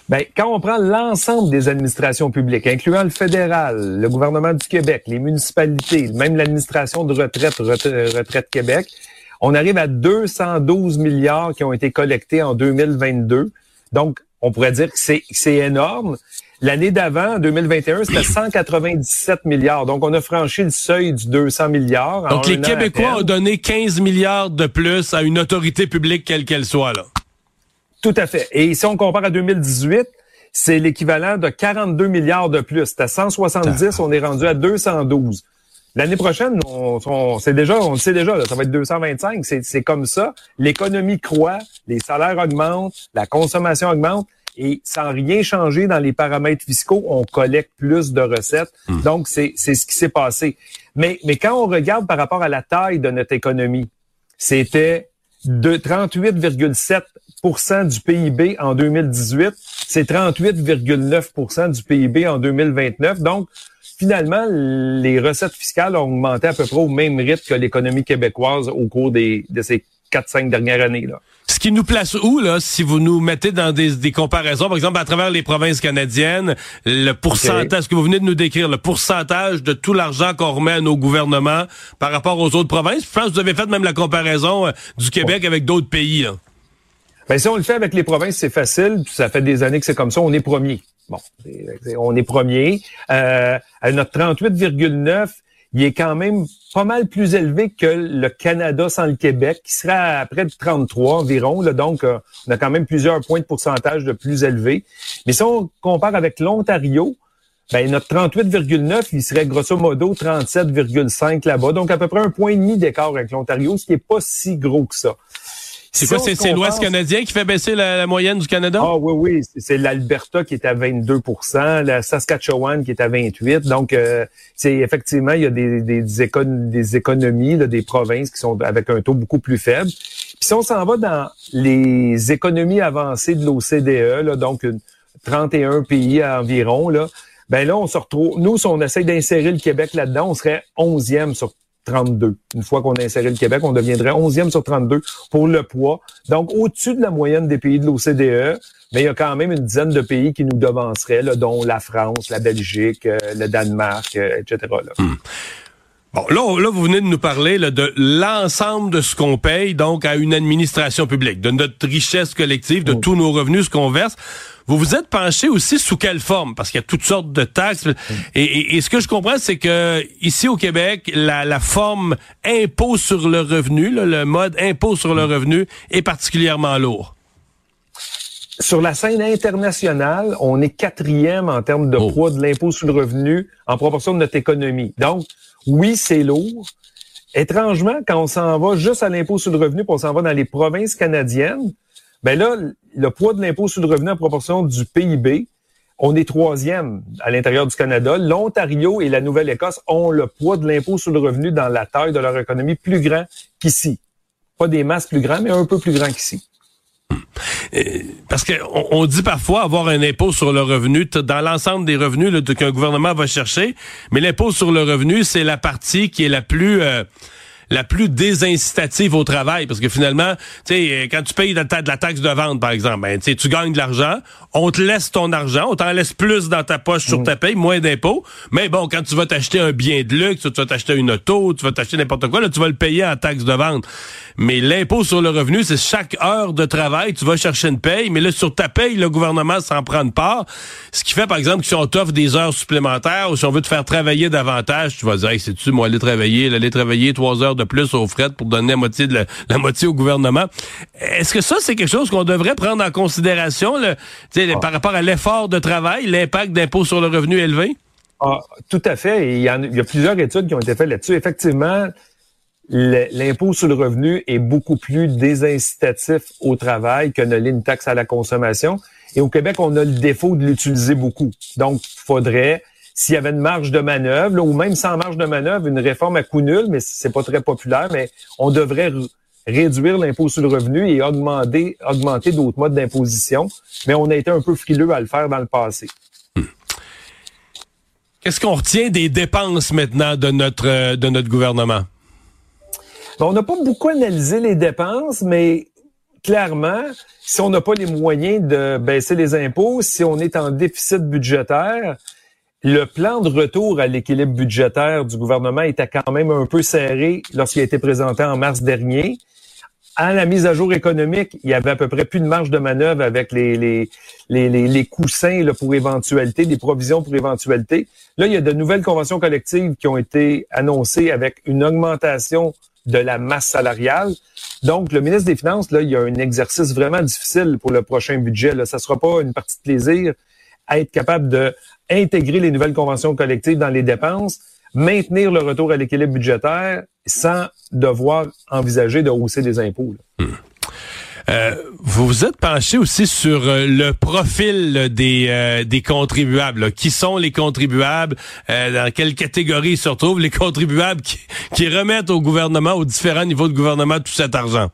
Ben, quand on prend l'ensemble des administrations publiques, incluant le fédéral, le gouvernement du Québec, les municipalités, même l'administration de retraite, retraite, retraite Québec, on arrive à deux cent douze milliards qui ont été collectés en deux mille vingt-deux. Donc, on pourrait dire que c'est, c'est énorme. L'année d'avant, en deux mille vingt et un, c'était cent quatre-vingt-dix-sept milliards. Donc, on a franchi le seuil du deux cents milliards. Donc, les Québécois ont donné quinze milliards de plus à une autorité publique, quelle qu'elle soit, là. Tout à fait. Et si on compare à deux mille dix-huit, c'est l'équivalent de quarante-deux milliards de plus. C'était cent soixante-dix, on est rendu à deux cent douze. L'année prochaine, on, on sait déjà, on le sait déjà, là, ça va être deux cent vingt-cinq. C'est, c'est comme ça. L'économie croît, les salaires augmentent, la consommation augmente. Et sans rien changer dans les paramètres fiscaux, on collecte plus de recettes. Mmh. Donc, c'est, c'est ce qui s'est passé. Mais, mais quand on regarde par rapport à la taille de notre économie, c'était de trente-huit virgule sept pour cent du P I B en deux mille dix-huit, c'est trente-huit virgule neuf pour cent du P I B en deux mille vingt-neuf. Donc, finalement, les recettes fiscales ont augmenté à peu près au même rythme que l'économie québécoise au cours des, de ces quatre cinq dernières années, là. Ce qui nous place où, là, si vous nous mettez dans des, des comparaisons, par exemple, à travers les provinces canadiennes, le pourcentage, okay. ce que vous venez de nous décrire, le pourcentage de tout l'argent qu'on remet à nos gouvernements par rapport aux autres provinces, je pense que vous avez fait même la comparaison euh, du Québec ouais. avec d'autres pays, là. Ben, si on le fait avec les provinces, c'est facile. Ça fait des années que c'est comme ça. On est premier. Bon, c'est, c'est, on est premier. Euh, à notre trente-huit virgule neuf, il est quand même pas mal plus élevé que le Canada sans le Québec, qui serait à près de trente-trois environ. Là, donc, euh, on a quand même plusieurs points de pourcentage de plus élevés. Mais si on compare avec l'Ontario, ben notre trente-huit virgule neuf, il serait grosso modo trente-sept virgule cinq là-bas. Donc, à peu près un point et demi d'écart avec l'Ontario, ce qui est pas si gros que ça. C'est si quoi, c'est, c'est l'Ouest canadien qui fait baisser la, la moyenne du Canada? Ah oui, oui. C'est, c'est l'Alberta qui est à vingt-deux pour cent, la Saskatchewan qui est à vingt-huit. Donc, euh, c'est effectivement, il y a des, des, des, écon- des économies, là, des provinces qui sont avec un taux beaucoup plus faible. Puis si on s'en va dans les économies avancées de l'O C D E, là, donc une, trente et un pays environ, là, ben là, on se retrouve. Nous, si on essaye d'insérer le Québec là-dedans, on serait onzième sur trente-deux. Une fois qu'on a inséré le Québec, on deviendrait onzième sur trente-deux pour le poids. Donc, au-dessus de la moyenne des pays de l'O C D E, mais il y a quand même une dizaine de pays qui nous devanceraient, là, dont la France, la Belgique, euh, le Danemark, euh, et cetera. Là. Hum. Bon, là, là, vous venez de nous parler là, de l'ensemble de ce qu'on paye donc à une administration publique, de notre richesse collective, de mmh. tous nos revenus, ce qu'on verse. Vous vous êtes penché aussi sous quelle forme? Parce qu'il y a toutes sortes de taxes. Mmh. Et, et, et ce que je comprends, c'est que ici au Québec, la, la forme impôt sur le revenu, là, le mode impôt sur le revenu est particulièrement lourd. Sur la scène internationale, on est quatrième en termes de oh. poids de l'impôt sur le revenu en proportion de notre économie. Donc, oui, c'est lourd. Étrangement, quand on s'en va juste à l'impôt sur le revenu, puis on s'en va dans les provinces canadiennes, ben là, le poids de l'impôt sur le revenu en proportion du P I B, on est troisième à l'intérieur du Canada. L'Ontario et la Nouvelle-Écosse ont le poids de l'impôt sur le revenu dans la taille de leur économie plus grand qu'ici. Pas des masses plus grands, mais un peu plus grand qu'ici. Parce que on, on dit parfois avoir un impôt sur le revenu dans l'ensemble des revenus là, qu'un gouvernement va chercher, mais l'impôt sur le revenu, c'est la partie qui est la plus euh, la plus désincitative au travail, parce que finalement, tu sais, quand tu payes de, ta, de la taxe de vente, par exemple, ben, tu sais, tu gagnes de l'argent, on te laisse ton argent, on t'en laisse plus dans ta poche sur mmh. ta paye, moins d'impôts, mais bon, quand tu vas t'acheter un bien de luxe, tu vas t'acheter une auto, tu vas t'acheter n'importe quoi, là, tu vas le payer en taxe de vente. Mais l'impôt sur le revenu, c'est chaque heure de travail, tu vas chercher une paye, mais là, sur ta paye, le gouvernement s'en prend une part. Ce qui fait, par exemple, que si on t'offre des heures supplémentaires ou si on veut te faire travailler davantage, tu vas dire, hey, sais-tu, moi, aller travailler, aller travailler trois heures de plus aux frais pour donner la moitié de la, la moitié au gouvernement. Est-ce que ça, c'est quelque chose qu'on devrait prendre en considération, le, ah. par rapport à l'effort de travail, l'impact d'impôt sur le revenu élevé? Ah, tout à fait. Il y, en, il y a plusieurs études qui ont été faites là-dessus. Effectivement, le, l'impôt sur le revenu est beaucoup plus désincitatif au travail que ne l'est une taxe à la consommation. Et au Québec, on a le défaut de l'utiliser beaucoup. Donc, il faudrait, s'il y avait une marge de manœuvre, là, ou même sans marge de manœuvre, une réforme à coût nul, mais c'est pas très populaire, mais on devrait r- réduire l'impôt sur le revenu et augmenter, augmenter d'autres modes d'imposition. Mais on a été un peu frileux à le faire dans le passé. Hmm. Qu'est-ce qu'on retient des dépenses maintenant de notre, de notre gouvernement? Bon, on n'a pas beaucoup analysé les dépenses, mais clairement, si on n'a pas les moyens de baisser les impôts, si on est en déficit budgétaire, le plan de retour à l'équilibre budgétaire du gouvernement était quand même un peu serré lorsqu'il a été présenté en mars dernier. À la mise à jour économique, il y avait à peu près plus de marge de manœuvre avec les les les les, les coussins là, pour éventualité, des provisions pour éventualité. Là, il y a de nouvelles conventions collectives qui ont été annoncées avec une augmentation de la masse salariale. Donc, le ministre des Finances, là, il y a un exercice vraiment difficile pour le prochain budget. Là, ça sera pas une partie de plaisir à être capable de intégrer les nouvelles conventions collectives dans les dépenses, maintenir le retour à l'équilibre budgétaire sans devoir envisager de hausser les impôts. Là. Hum. Euh, vous vous êtes penché aussi sur euh, le profil des euh, des contribuables. Là. Qui sont les contribuables? Euh, dans quelle catégorie se retrouvent les contribuables qui, qui remettent au gouvernement, aux différents niveaux de gouvernement, tout cet argent?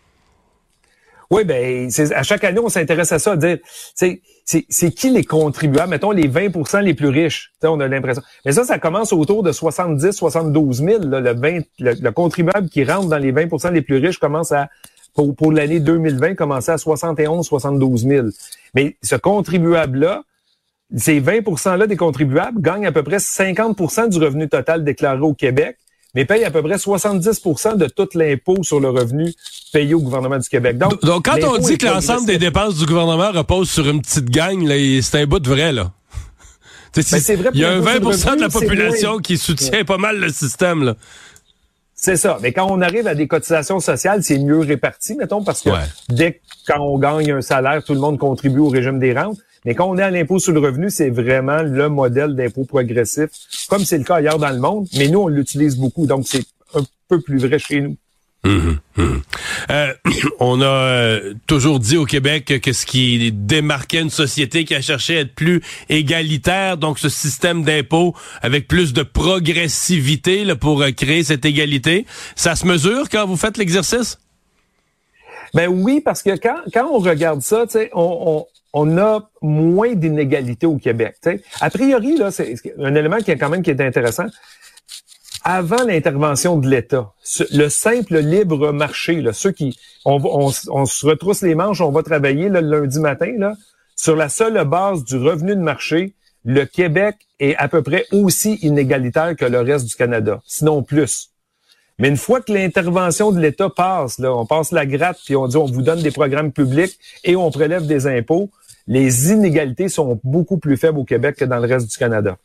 Oui, ben c'est, à chaque année, on s'intéresse à ça, à dire, c'est, c'est, c'est qui les contribuables? Mettons les vingt pour cent les plus riches. T'sais, on a l'impression. Mais ça, ça commence autour de soixante-dix, soixante-douze mille. Là, le, vingt, le, le contribuable qui rentre dans les vingt pour cent les plus riches commence à, pour, pour l'année deux mille vingt, commencer à soixante et onze, soixante-douze mille. Mais ce contribuable-là, ces vingt pour cent-là des contribuables gagnent à peu près cinquante pour cent du revenu total déclaré au Québec, mais payent à peu près soixante-dix pour cent de tout l'impôt sur le revenu payé au gouvernement du Québec. Donc, Donc quand on dit que l'ensemble des dépenses du gouvernement repose sur une petite gang, là, c'est un bout de vrai, là. Ben, c'est vrai, il y a un vingt pour cent revenu, de la population qui soutient pas mal le système, là. C'est ça. Mais quand on arrive à des cotisations sociales, c'est mieux réparti, mettons, parce que ouais. dès que quand on gagne un salaire, tout le monde contribue au régime des rentes. Mais quand on est à l'impôt sur le revenu, c'est vraiment le modèle d'impôt progressif, comme c'est le cas ailleurs dans le monde. Mais nous, on l'utilise beaucoup, donc c'est un peu plus vrai chez nous. Mmh, mmh. Euh, on a euh, toujours dit au Québec que ce qui démarquait une société qui a cherché à être plus égalitaire, donc ce système d'impôt avec plus de progressivité là, pour euh, créer cette égalité, ça se mesure quand vous faites l'exercice? Ben oui, parce que quand quand on regarde ça, tu sais, on, on on a moins d'inégalités au Québec. T'sais. A priori, là, c'est un élément qui est quand même qui est intéressant. Avant l'intervention de l'État, le simple libre marché, là, ceux qui on, on, on se retrousse les manches, on va travailler là, le lundi matin, là, sur la seule base du revenu de marché, le Québec est à peu près aussi inégalitaire que le reste du Canada, sinon plus. Mais une fois que l'intervention de l'État passe, là, on passe la gratte, puis on dit on vous donne des programmes publics et on prélève des impôts, les inégalités sont beaucoup plus faibles au Québec que dans le reste du Canada.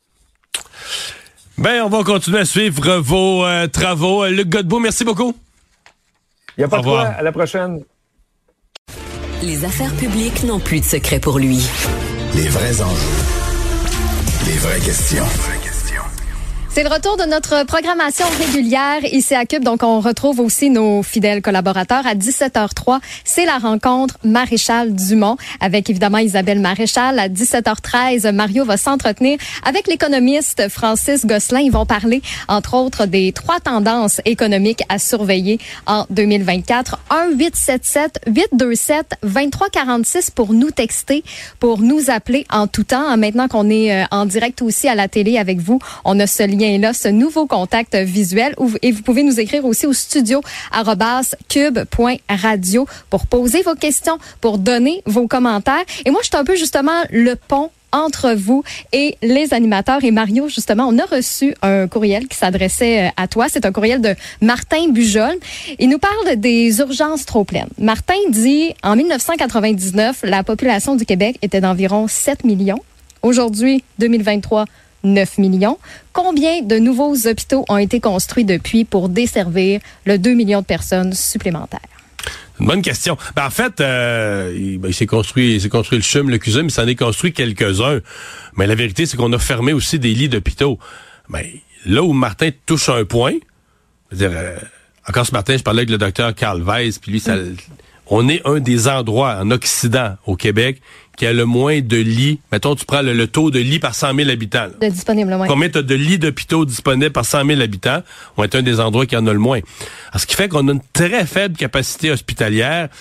Ben, on va continuer à suivre vos euh, travaux. Luc Godbout, merci beaucoup. Il n'y a pas de quoi. À la prochaine. Les affaires publiques n'ont plus de secret pour lui. Les vrais enjeux. Les vraies questions. C'est le retour de notre programmation régulière ici à Cube. Donc, on retrouve aussi nos fidèles collaborateurs à dix-sept heures zéro trois. C'est la rencontre Maréchal Dumont avec évidemment Isabelle Maréchal. À dix-sept heures treize, Mario va s'entretenir avec l'économiste Francis Gosselin. Ils vont parler, entre autres, des trois tendances économiques à surveiller en deux mille vingt-quatre. un huit sept sept huit deux sept deux trois quatre six pour nous texter, pour nous appeler en tout temps. Maintenant qu'on est en direct aussi à la télé avec vous, on a ce lien là, ce nouveau contact visuel. Et vous pouvez nous écrire aussi au studio arobase cube point radio pour poser vos questions, pour donner vos commentaires. Et moi, je suis un peu justement le pont entre vous et les animateurs. Et Mario, justement, on a reçu un courriel qui s'adressait à toi. C'est un courriel de Martin Bujol. Il nous parle des urgences trop pleines. Martin dit, en dix-neuf cent quatre-vingt-dix-neuf, la population du Québec était d'environ sept millions. Aujourd'hui, deux mille vingt-trois, neuf millions. Combien de nouveaux hôpitaux ont été construits depuis pour desservir le deux millions de personnes supplémentaires? Une bonne question. Ben, en fait, euh, il, ben, il s'est construit, il s'est construit le C H U M, le C U S U M, il s'en est construit quelques-uns. Mais la vérité, c'est qu'on a fermé aussi des lits d'hôpitaux. Ben, là où Martin touche un point, je veux dire, euh, encore ce matin, je parlais avec le docteur Carl Weiss, puis lui, ça, mm. on est un des endroits en Occident, au Québec, qui a le moins de lits. Mettons, tu prends le, le taux de lits par cent mille habitants. De disponibles, oui. Combien tu as de lits d'hôpitaux disponibles par cent mille habitants? On est un des endroits qui en a le moins. Alors, ce qui fait qu'on a une très faible capacité hospitalière.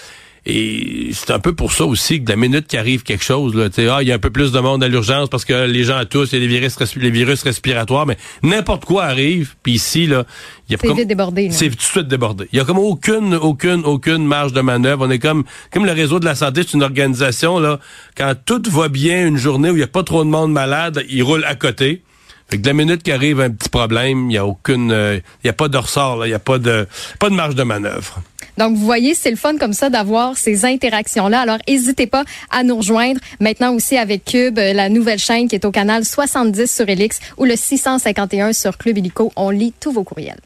Et c'est un peu pour ça aussi que de la minute qu'arrive quelque chose, là, tu sais, ah, il y a un peu plus de monde à l'urgence parce que les gens tous, il y a des virus, respi- les virus respiratoires, mais n'importe quoi arrive, puis ici, là, il y a c'est comme, vite débordé. Là. C'est tout de suite débordé. Il y a comme aucune, aucune, aucune marge de manœuvre. On est comme, comme le réseau de la santé, c'est une organisation, là, quand tout va bien une journée où il y a pas trop de monde malade, il roule à côté. Fait que de la minute qu'arrive un petit problème, il y a aucune, euh, il y a pas de ressort, il y a pas de, pas de marge de manœuvre. Donc, vous voyez, c'est le fun comme ça d'avoir ces interactions-là. Alors, n'hésitez pas à nous rejoindre. Maintenant aussi avec Cube, la nouvelle chaîne qui est au canal soixante-dix sur Elix ou le six cent cinquante et un sur Club Illico. On lit tous vos courriels.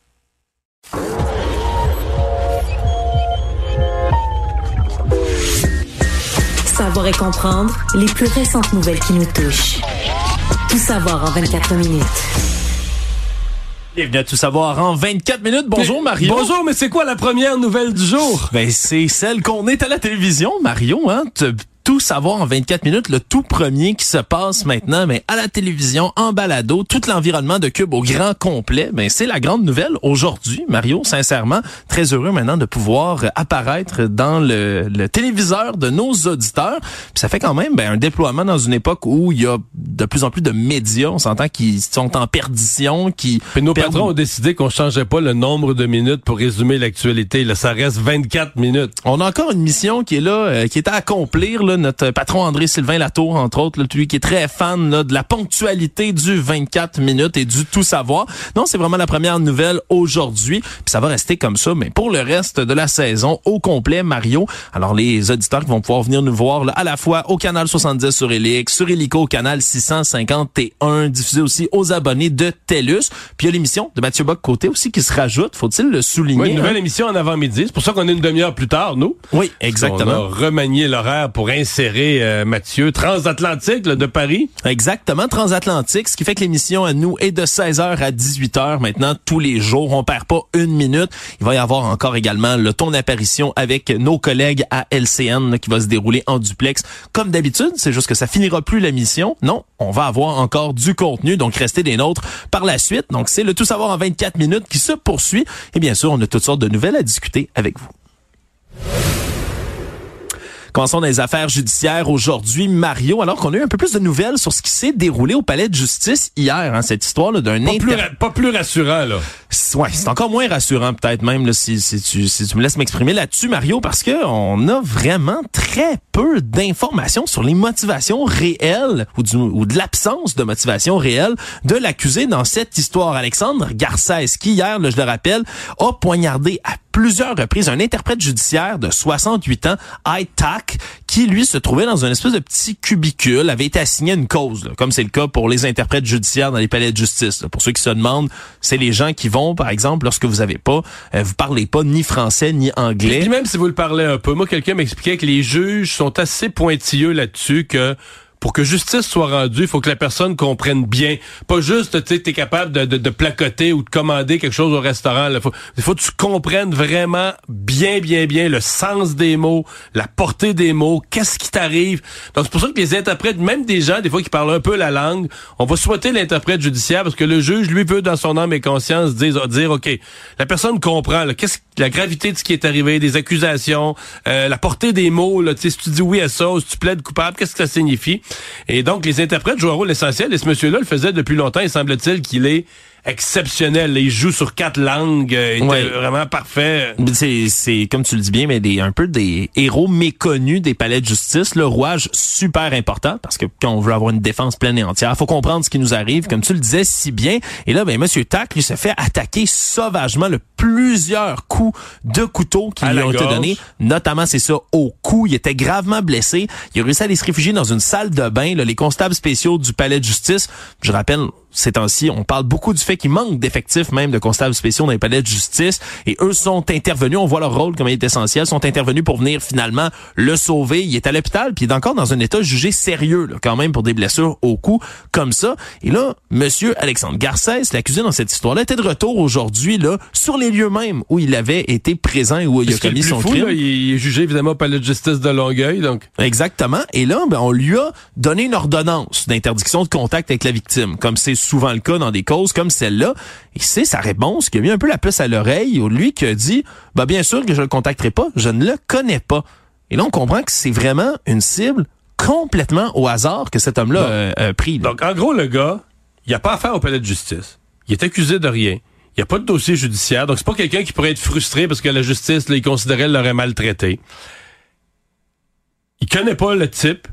Savoir et comprendre les plus récentes nouvelles qui nous touchent. Tout savoir en vingt-quatre minutes. Bienvenue à Tout savoir en vingt-quatre minutes. Bonjour Mario. Bonjour, mais c'est quoi la première nouvelle du jour? Ben c'est celle qu'on est à la télévision, Mario, hein. Te- Tout savoir en vingt-quatre minutes, le tout premier qui se passe maintenant, mais à la télévision, en balado, tout l'environnement de Cube au grand complet. Ben c'est la grande nouvelle aujourd'hui, Mario. Sincèrement, très heureux maintenant de pouvoir apparaître dans le, le téléviseur de nos auditeurs. Puis ça fait quand même ben, un déploiement dans une époque où il y a de plus en plus de médias. On s'entend qui sont en perdition, qui. Puis nos perdent... patrons ont décidé qu'on changeait pas le nombre de minutes pour résumer l'actualité. Là, ça reste vingt-quatre minutes. On a encore une mission qui est là, euh, qui est à accomplir. Là, notre patron André-Sylvain Latour, entre autres, là, lui qui est très fan là, de la ponctualité du vingt-quatre minutes et du tout savoir. Non, c'est vraiment la première nouvelle aujourd'hui. Puis ça va rester comme ça, mais pour le reste de la saison au complet, Mario. Alors les auditeurs qui vont pouvoir venir nous voir là, à la fois au canal soixante-dix sur Elix, sur Illico au canal six cent cinquante et un, diffusé aussi aux abonnés de TELUS. Puis il y a l'émission de Mathieu Bock-Côté aussi qui se rajoute, faut-il le souligner. Oui, une nouvelle hein? émission en avant-midi. C'est pour ça qu'on est une demi-heure plus tard, nous. Oui, exactement. On a remanié l'horaire pour insérer euh, Mathieu transatlantique là, de Paris. Exactement, transatlantique, ce qui fait que l'émission à nous est de seize heures à dix-huit heures maintenant tous les jours. On perd pas une minute. Il va y avoir encore également le ton d'apparition avec nos collègues à L C N là, qui va se dérouler en duplex comme d'habitude. C'est juste que ça finira plus l'émission. Non, on va avoir encore du contenu, donc restez des nôtres par la suite. Donc c'est le Tout savoir en vingt-quatre minutes qui se poursuit. Et bien sûr, on a toutes sortes de nouvelles à discuter avec vous. Commençons dans les affaires judiciaires aujourd'hui, Mario, alors qu'on a eu un peu plus de nouvelles sur ce qui s'est déroulé au palais de justice hier, hein, cette histoire là d'un pas, inter... plus ra- pas plus rassurant, là. Ouais, c'est encore moins rassurant peut-être même là, si, si, tu, si tu me laisses m'exprimer là-dessus, Mario, parce que on a vraiment très peu d'informations sur les motivations réelles ou, du, ou de l'absence de motivation réelle de l'accusé dans cette histoire. Alexandre Garcès, qui hier, là, je le rappelle, a poignardé à plusieurs reprises un interprète judiciaire de soixante-huit ans, Aitac, qui lui se trouvait dans une espèce de petit cubicule, avait été assigné une cause, là, comme c'est le cas pour les interprètes judiciaires dans les palais de justice. Là. Pour ceux qui se demandent, c'est les gens qui vont, par exemple, lorsque vous avez pas, euh, vous parlez pas ni français ni anglais. Puis même si vous le parlez un peu, moi quelqu'un m'expliquait que les juges sont assez pointilleux là-dessus que pour que justice soit rendue, il faut que la personne comprenne bien. Pas juste, tu sais, t'es capable de, de, de placoter ou de commander quelque chose au restaurant. Il faut, faut que tu comprennes vraiment bien, bien, bien le sens des mots, la portée des mots, qu'est-ce qui t'arrive. Donc, c'est pour ça que les interprètes, même des gens, des fois, qui parlent un peu la langue, on va souhaiter l'interprète judiciaire parce que le juge, lui, veut, dans son âme et conscience, dire, dire OK, la personne comprend, là, qu'est-ce la gravité de ce qui est arrivé, des accusations, euh, la portée des mots, là, tu sais, si tu dis oui à ça ou si tu plaides coupable, qu'est-ce que ça signifie? Et donc, les interprètes jouent un rôle essentiel et ce monsieur-là le faisait depuis longtemps. Il semble-t-il qu'il est exceptionnel. Il joue sur quatre langues, euh, il ouais. était vraiment parfait. C'est, c'est, comme tu le dis bien, mais des, un peu des héros méconnus des palais de justice. Le rouage super important, parce que quand on veut avoir une défense pleine et entière, faut comprendre ce qui nous arrive, comme tu le disais si bien. Et là, ben, Monsieur Tac, lui, se fait attaquer sauvagement le plusieurs coups de couteau qui à lui ont gorge. été donnés. Notamment, c'est ça, au cou. Il était gravement blessé. Il a réussi à aller se réfugier dans une salle de bain. Là, les constables spéciaux du palais de justice, je rappelle, ces temps-ci, on parle beaucoup du fait qu'il manque d'effectifs même de constables spéciaux dans les palais de justice et eux sont intervenus, on voit leur rôle comme il est essentiel, sont intervenus pour venir finalement le sauver. Il est à l'hôpital puis il est encore dans un état jugé sérieux là, quand même pour des blessures au cou comme ça. Et là, monsieur Alexandre Garcès, l'accusé dans cette histoire-là, était de retour aujourd'hui là sur les lieux mêmes où il avait été présent et où il a commis son fou, crime. Là, il est jugé évidemment au palais de justice de Longueuil. Donc. Exactement. Et là, ben, on lui a donné une ordonnance d'interdiction de contact avec la victime, comme c'est souvent le cas dans des causes comme celle-là. Et c'est sa réponse qui a mis un peu la puce à l'oreille, ou lui qui a dit, bah bien sûr que je le contacterai pas, je ne le connais pas. Et là, on comprend que c'est vraiment une cible complètement au hasard que cet homme-là euh, a pris. Là. Donc, en gros, le gars, il n'a pas affaire au palais de justice. Il est accusé de rien. Il n'y a pas de dossier judiciaire. Donc, c'est pas quelqu'un qui pourrait être frustré parce que la justice, là, il considérait l'aurait maltraité. Il connaît pas le type.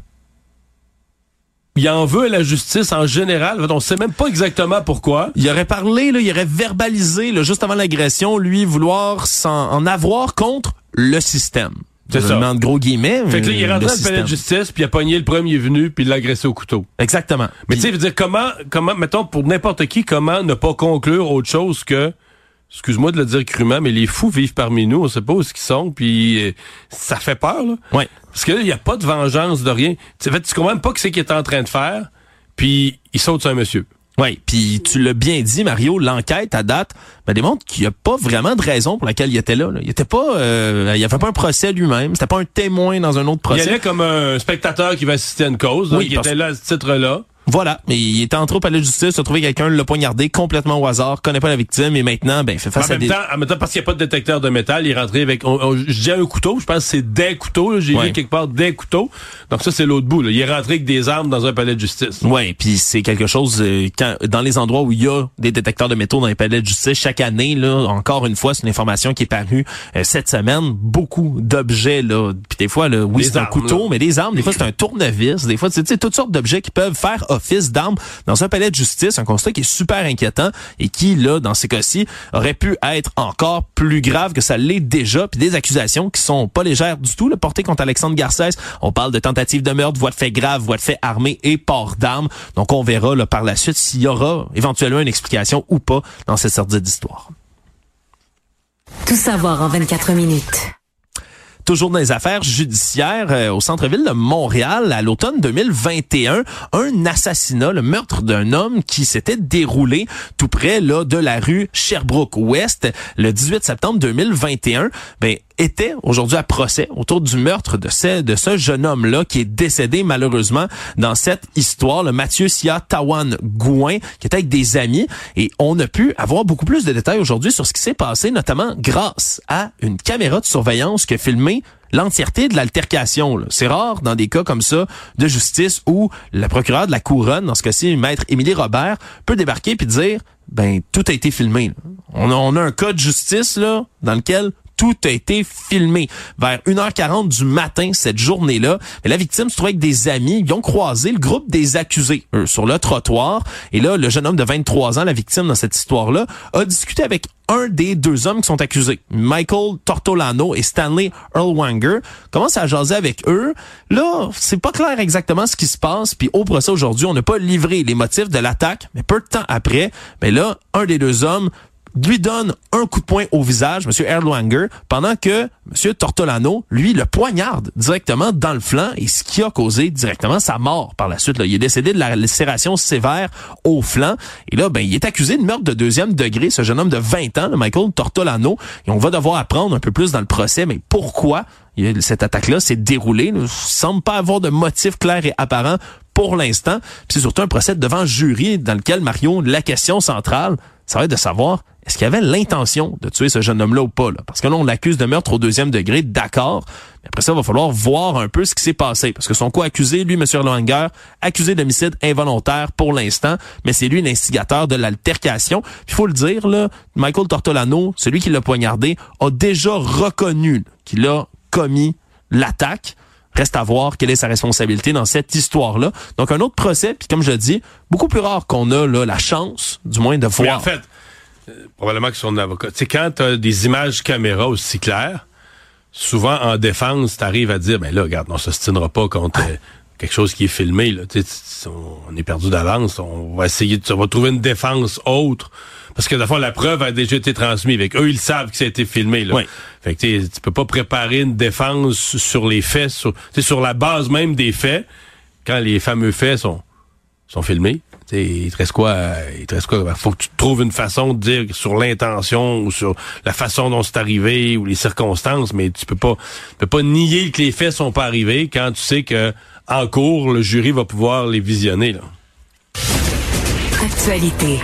Il en veut à la justice en général. On sait même pas exactement pourquoi. Il aurait parlé, là, il aurait verbalisé, là, juste avant l'agression, lui, vouloir s'en en avoir contre le système. C'est je ça. demande gros guillemets. Fait que là, il est rentré dans le palais de justice, puis il a pogné le premier venu, puis il l'a agressé au couteau. Exactement. Mais tu sais, je veux dire, comment, comment, mettons, pour n'importe qui, comment ne pas conclure autre chose que, excuse-moi de le dire crûment, mais les fous vivent parmi nous, on sait pas où ils sont, puis euh, ça fait peur, là. Ouais. Parce que là, il n'y a pas de vengeance de rien. Tu sais, tu comprends même pas ce qu'il est en train de faire, puis il saute sur un monsieur. Oui, puis tu l'as bien dit, Mario, l'enquête à date ben, démontre qu'il n'y a pas vraiment de raison pour laquelle il était là. là. Il était pas, euh, il avait pas un procès lui-même, c'était pas un témoin dans un autre procès. Il y avait comme un spectateur qui va assister à une cause, donc oui, il était là à ce titre-là. Voilà, mais il était entré au palais de justice, a trouvé quelqu'un, l'a poignardé complètement au hasard, connaît pas la victime et maintenant, ben, fait face en à même des... temps, en même temps, parce qu'il n'y a pas de détecteur de métal, il est rentré avec, on, on, je dis un couteau, je pense que c'est des couteaux, là, j'ai ouais. vu quelque part des couteaux. Donc ça, c'est l'autre bout, là. Il est rentré avec des armes dans un palais de justice. Ouais, puis c'est quelque chose, euh, quand, dans les endroits où il y a des détecteurs de métaux dans les palais de justice, chaque année, là, encore une fois, c'est une information qui est parue euh, cette semaine, beaucoup d'objets, là, puis des fois, là, oui, des c'est armes, un couteau, là. mais des armes, des fois, c'est un tournevis, des fois, tu sais, toutes sortes d'objets qui peuvent faire office d'armes dans un palais de justice, un constat qui est super inquiétant et qui, là, dans ces cas-ci, aurait pu être encore plus grave que ça l'est déjà, puis des accusations qui sont pas légères du tout, là, portées contre Alexandre Garcès. On parle de tentative de meurtre, voie de fait grave, voie de fait armé et port d'armes. Donc, on verra là, par la suite s'il y aura éventuellement une explication ou pas dans cette sorte d'histoire. Tout savoir en vingt-quatre minutes. Toujours dans les affaires judiciaires, euh, au centre-ville de Montréal, à l'automne deux mille vingt et un, un assassinat, le meurtre d'un homme qui s'était déroulé tout près là de la rue Sherbrooke-Ouest le dix-huit septembre deux mille vingt et un. Ben, était aujourd'hui à procès autour du meurtre de ce, de ce jeune homme-là qui est décédé malheureusement dans cette histoire, le Mathieu Sia Tawan Gouin, qui était avec des amis. Et on a pu avoir beaucoup plus de détails aujourd'hui sur ce qui s'est passé, notamment grâce à une caméra de surveillance qui a filmé l'entièreté de l'altercation. Là. C'est rare dans des cas comme ça de justice où le procureur de la couronne, dans ce cas-ci, maître Émilie Robert, peut débarquer puis dire, ben tout a été filmé. Là. On a, on a un cas de justice là dans lequel tout a été filmé. Vers une heure quarante du matin, cette journée-là, mais la victime se trouvait avec des amis. Ils ont croisé le groupe des accusés eux, sur le trottoir. Et là, le jeune homme de vingt-trois ans, la victime dans cette histoire-là, a discuté avec un des deux hommes qui sont accusés, Michael Tortolano et Stanley Erlwanger, commence à jaser avec eux. Là, c'est pas clair exactement ce qui se passe. Puis au procès aujourd'hui, on n'a pas livré les motifs de l'attaque. Mais peu de temps après, ben là, un des deux hommes lui donne un coup de poing au visage, M. Erlwanger, pendant que M. Tortolano, lui, le poignarde directement dans le flanc, et ce qui a causé directement sa mort par la suite. Là. Il est décédé de la lacération sévère au flanc. Et là, ben, il est accusé de meurtre de deuxième degré, ce jeune homme de vingt ans, le Michael Tortolano. Et on va devoir apprendre un peu plus dans le procès, mais pourquoi cette attaque-là s'est déroulée. Il ne semble pas avoir de motif clair et apparent pour l'instant. Puis c'est surtout un procès devant jury dans lequel, Mario, la question centrale, ça va être de savoir est-ce qu'il y avait l'intention de tuer ce jeune homme-là ou pas? Là? Parce que là, on l'accuse de meurtre au deuxième degré, d'accord. Mais après ça, il va falloir voir un peu ce qui s'est passé. Parce que son co-accusé, lui, M. Erlanger, accusé d'homicide involontaire pour l'instant, mais c'est lui l'instigateur de l'altercation. Puis il faut le dire, là, Michael Tortolano, celui qui l'a poignardé, a déjà reconnu là, qu'il a commis l'attaque. Reste à voir quelle est sa responsabilité dans cette histoire-là. Donc, un autre procès, puis comme je le dis, beaucoup plus rare qu'on a là, la chance, du moins, de voir. Mais en fait, euh, probablement que son avocat... Tu sais, quand tu as des images caméra aussi claires, souvent, en défense, tu arrives à dire, ben là, regarde, on s'ostinera pas contre euh, quelque chose qui est filmé. Là. Tu sais, on est perdu d'avance. On va essayer, de, on va trouver une défense autre. Parce que, de fois, la preuve a déjà été transmise. Avec eux, ils savent que ça a été filmé. Là. Oui. Fait que tu peux pas préparer une défense sur les faits, sur, sur la base même des faits, quand les fameux faits sont, sont filmés. T'sais, il te reste quoi? Il te reste quoi? Faut que tu trouves une façon de dire sur l'intention ou sur la façon dont c'est arrivé ou les circonstances, mais tu peux pas, tu peux pas nier que les faits sont pas arrivés quand tu sais que en cours, le jury va pouvoir les visionner, là. Actualité.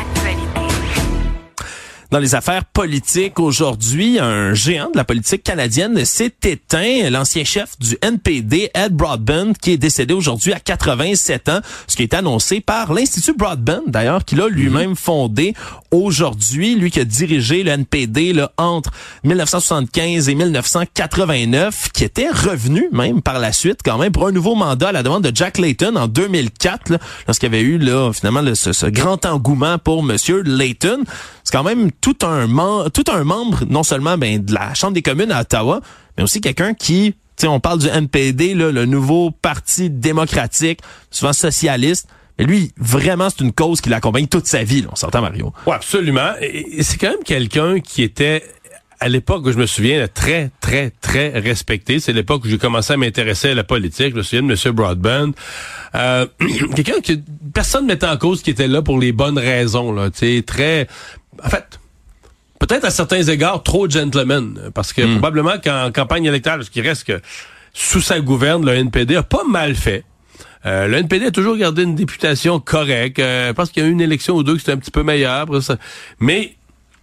Dans les affaires politiques aujourd'hui, un géant de la politique canadienne s'est éteint, l'ancien chef du N P D, Ed Broadbent, qui est décédé aujourd'hui à quatre-vingt-sept ans, ce qui est annoncé par l'Institut Broadbent, d'ailleurs, qu'il a lui-même fondé aujourd'hui, lui qui a dirigé le N P D là, entre dix-neuf cent soixante-quinze et dix-neuf cent quatre-vingt-neuf, qui était revenu même par la suite quand même pour un nouveau mandat à la demande de Jack Layton en deux mille quatre, là, lorsqu'il y avait eu là finalement là, ce, ce grand engouement pour Monsieur Layton. C'est quand même tout un mem- tout un membre non seulement ben de la Chambre des communes à Ottawa, mais aussi quelqu'un qui, tu sais, on parle du N P D là, le nouveau parti démocratique, souvent socialiste. Mais lui, vraiment, c'est une cause qui l'accompagne toute sa vie, là, on s'entend, Mario. Oui, absolument. Et c'est quand même quelqu'un qui était, à l'époque où je me souviens, très, très, très respecté. C'est l'époque où j'ai commencé à m'intéresser à la politique. Je me souviens de M. Broadbent. Euh, quelqu'un que personne ne mettait en cause, qui était là pour les bonnes raisons, là. Tu sais, très... En fait, peut-être à certains égards, trop gentleman. Parce que mm. probablement qu'en campagne électorale, parce qu'il reste que sous sa gouverne, le N P D a pas mal fait. Euh, le N P D a toujours gardé une députation correcte. Euh, je pense qu'il y a eu une élection ou deux qui c'était un petit peu meilleure. Ça. Mais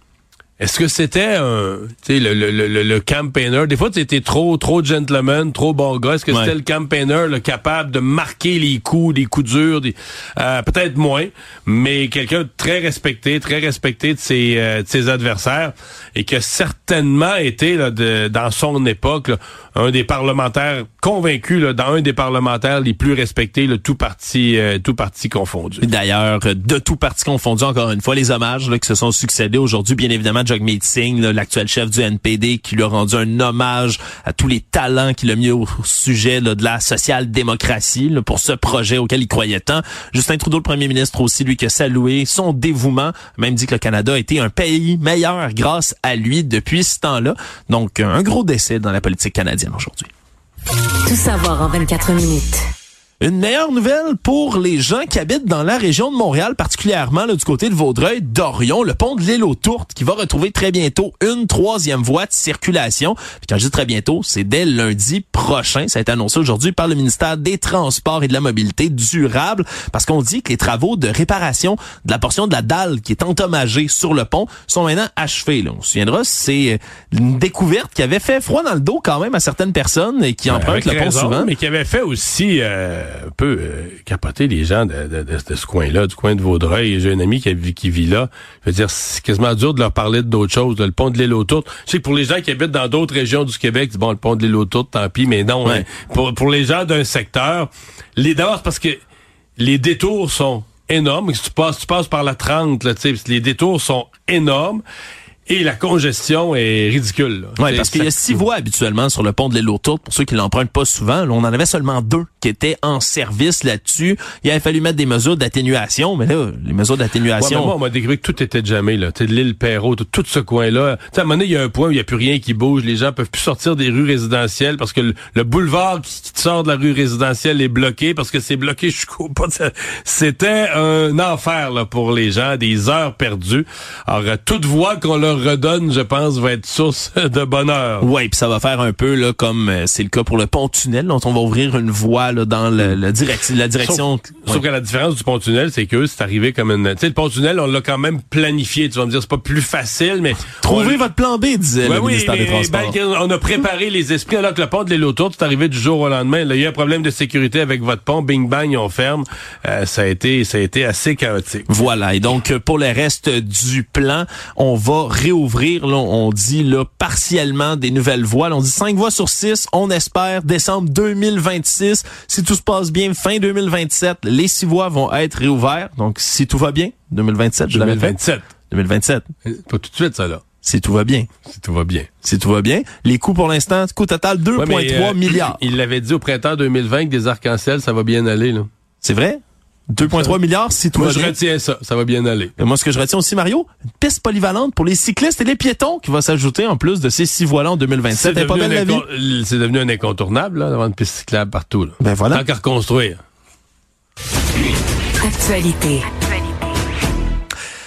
est-ce que c'était un, tu sais, le, le, le, le campaigner? Des fois, tu étais trop, trop gentleman, trop bon gars. Est-ce que ouais. c'était le campaigner, là, capable de marquer les coups, des coups durs, des, euh, peut-être moins, mais quelqu'un de très respecté, très respecté de ses, euh, de ses adversaires, et qui a certainement été, là, de, dans son époque, là, un des parlementaires convaincus, là, dans un des parlementaires les plus respectés, là, tout parti, euh, tout parti confondu. D'ailleurs, de tout parti confondu, encore une fois, les hommages là, qui se sont succédés aujourd'hui, bien évidemment, Jagmeet Singh, là, l'actuel chef du N P D, qui lui a rendu un hommage à tous les talents qu'il a mis au sujet là, de la social-démocratie là, pour ce projet auquel il croyait tant. Justin Trudeau, le premier ministre aussi, lui, qui a salué son dévouement, même dit que le Canada a été un pays meilleur grâce à lui depuis ce temps-là. Donc, un gros décès dans la politique canadienne aujourd'hui. Tout savoir en vingt-quatre minutes. Une meilleure nouvelle pour les gens qui habitent dans la région de Montréal, particulièrement là, du côté de Vaudreuil, d'Orion, le pont de l'île aux Tourtes, qui va retrouver très bientôt une troisième voie de circulation. Puis quand je dis très bientôt, c'est dès lundi prochain. Ça a été annoncé aujourd'hui par le ministère des Transports et de la Mobilité durable, parce qu'on dit que les travaux de réparation de la portion de la dalle qui est endommagée sur le pont sont maintenant achevés. Là. On se souviendra, c'est une découverte qui avait fait froid dans le dos quand même à certaines personnes et qui empruntent le pont raison, souvent. Mais qui avait fait aussi... Euh... un peu euh, capoter les gens de, de, de, de ce coin-là, du coin de Vaudreuil. J'ai un ami qui, qui vit là. Je veux dire, c'est quasiment dur de leur parler d'autres choses. Là, le pont de l'île aux Tourtes. Je sais que pour les gens qui habitent dans d'autres régions du Québec, bon, le pont de l'île aux Tourtes, tant pis, mais non. Ouais. Hein, pour, pour les gens d'un secteur, les d'abord, c'est parce que les détours sont énormes. Si tu passes, tu passes par la trente, là, tu sais, les détours sont énormes. Et la congestion est ridicule. Oui, parce qu'il y a six voies habituellement sur le pont de l'île aux Tourtes. Pour ceux qui l'empruntent pas souvent, là, on en avait seulement deux qui étaient en service là-dessus. Il avait fallu mettre des mesures d'atténuation, mais là, les mesures d'atténuation... Ouais, moi, on m'a découvert que tout était jamais là. Tu sais, de l'île Perrault, tout, tout ce coin-là. Tu sais, à un moment donné, il y a un point où il n'y a plus rien qui bouge. Les gens peuvent plus sortir des rues résidentielles parce que le, le boulevard qui, qui sort de la rue résidentielle est bloqué parce que c'est bloqué jusqu'au pas. C'était un enfer là pour les gens, des heures perdues. Alors, toute voie qu'on leur redonne, je pense, va être source de bonheur. Oui, puis ça va faire un peu là comme euh, c'est le cas pour le pont-tunnel, dont on va ouvrir une voie là, dans le, le direct, la direction... Sauf, ouais. sauf que la différence du pont-tunnel, c'est que c'est arrivé comme une... Tu sais, le pont-tunnel, on l'a quand même planifié. Tu vas me dire, c'est pas plus facile, mais... Trouvez on... votre plan B, disait ouais, le oui, ministère mais, des Transports. Ben, on a préparé les esprits, alors que le pont de l'île aux Tourtes, c'est arrivé du jour au lendemain. Là, il y a un problème de sécurité avec votre pont, bing bang, on ferme. Euh, ça a été ça a été assez chaotique. Voilà, et donc pour le reste du plan, on va réouvrir, là, on dit là partiellement des nouvelles voies. Là, on dit cinq voies sur six, on espère décembre deux mille vingt-six. Si tout se passe bien, fin deux mille vingt-sept, les six voies vont être réouvertes. Donc si tout va bien, deux mille vingt-sept, je l'avais fait. deux mille vingt-sept. deux mille vingt-sept. Pas tout de suite, ça, là. Si tout va bien. Si tout va bien. Si tout va bien. Les coûts pour l'instant, coût total deux virgule trois ouais, euh, milliards. Il l'avait dit au printemps deux mille vingt que des arcs-en-ciel, ça va bien aller, là. C'est vrai? deux virgule trois milliards si tout moi, va bien. Moi, je retiens ça. Ça va bien aller. Et moi, ce que je retiens aussi, Mario, une piste polyvalente pour les cyclistes et les piétons qui va s'ajouter en plus de ces six voies-là en deux mille vingt-sept. C'est, pas belle la incon- vie? C'est devenu un incontournable, là, d'avoir une piste cyclable partout, là. Ben voilà. Tant qu'à reconstruire. Actualité.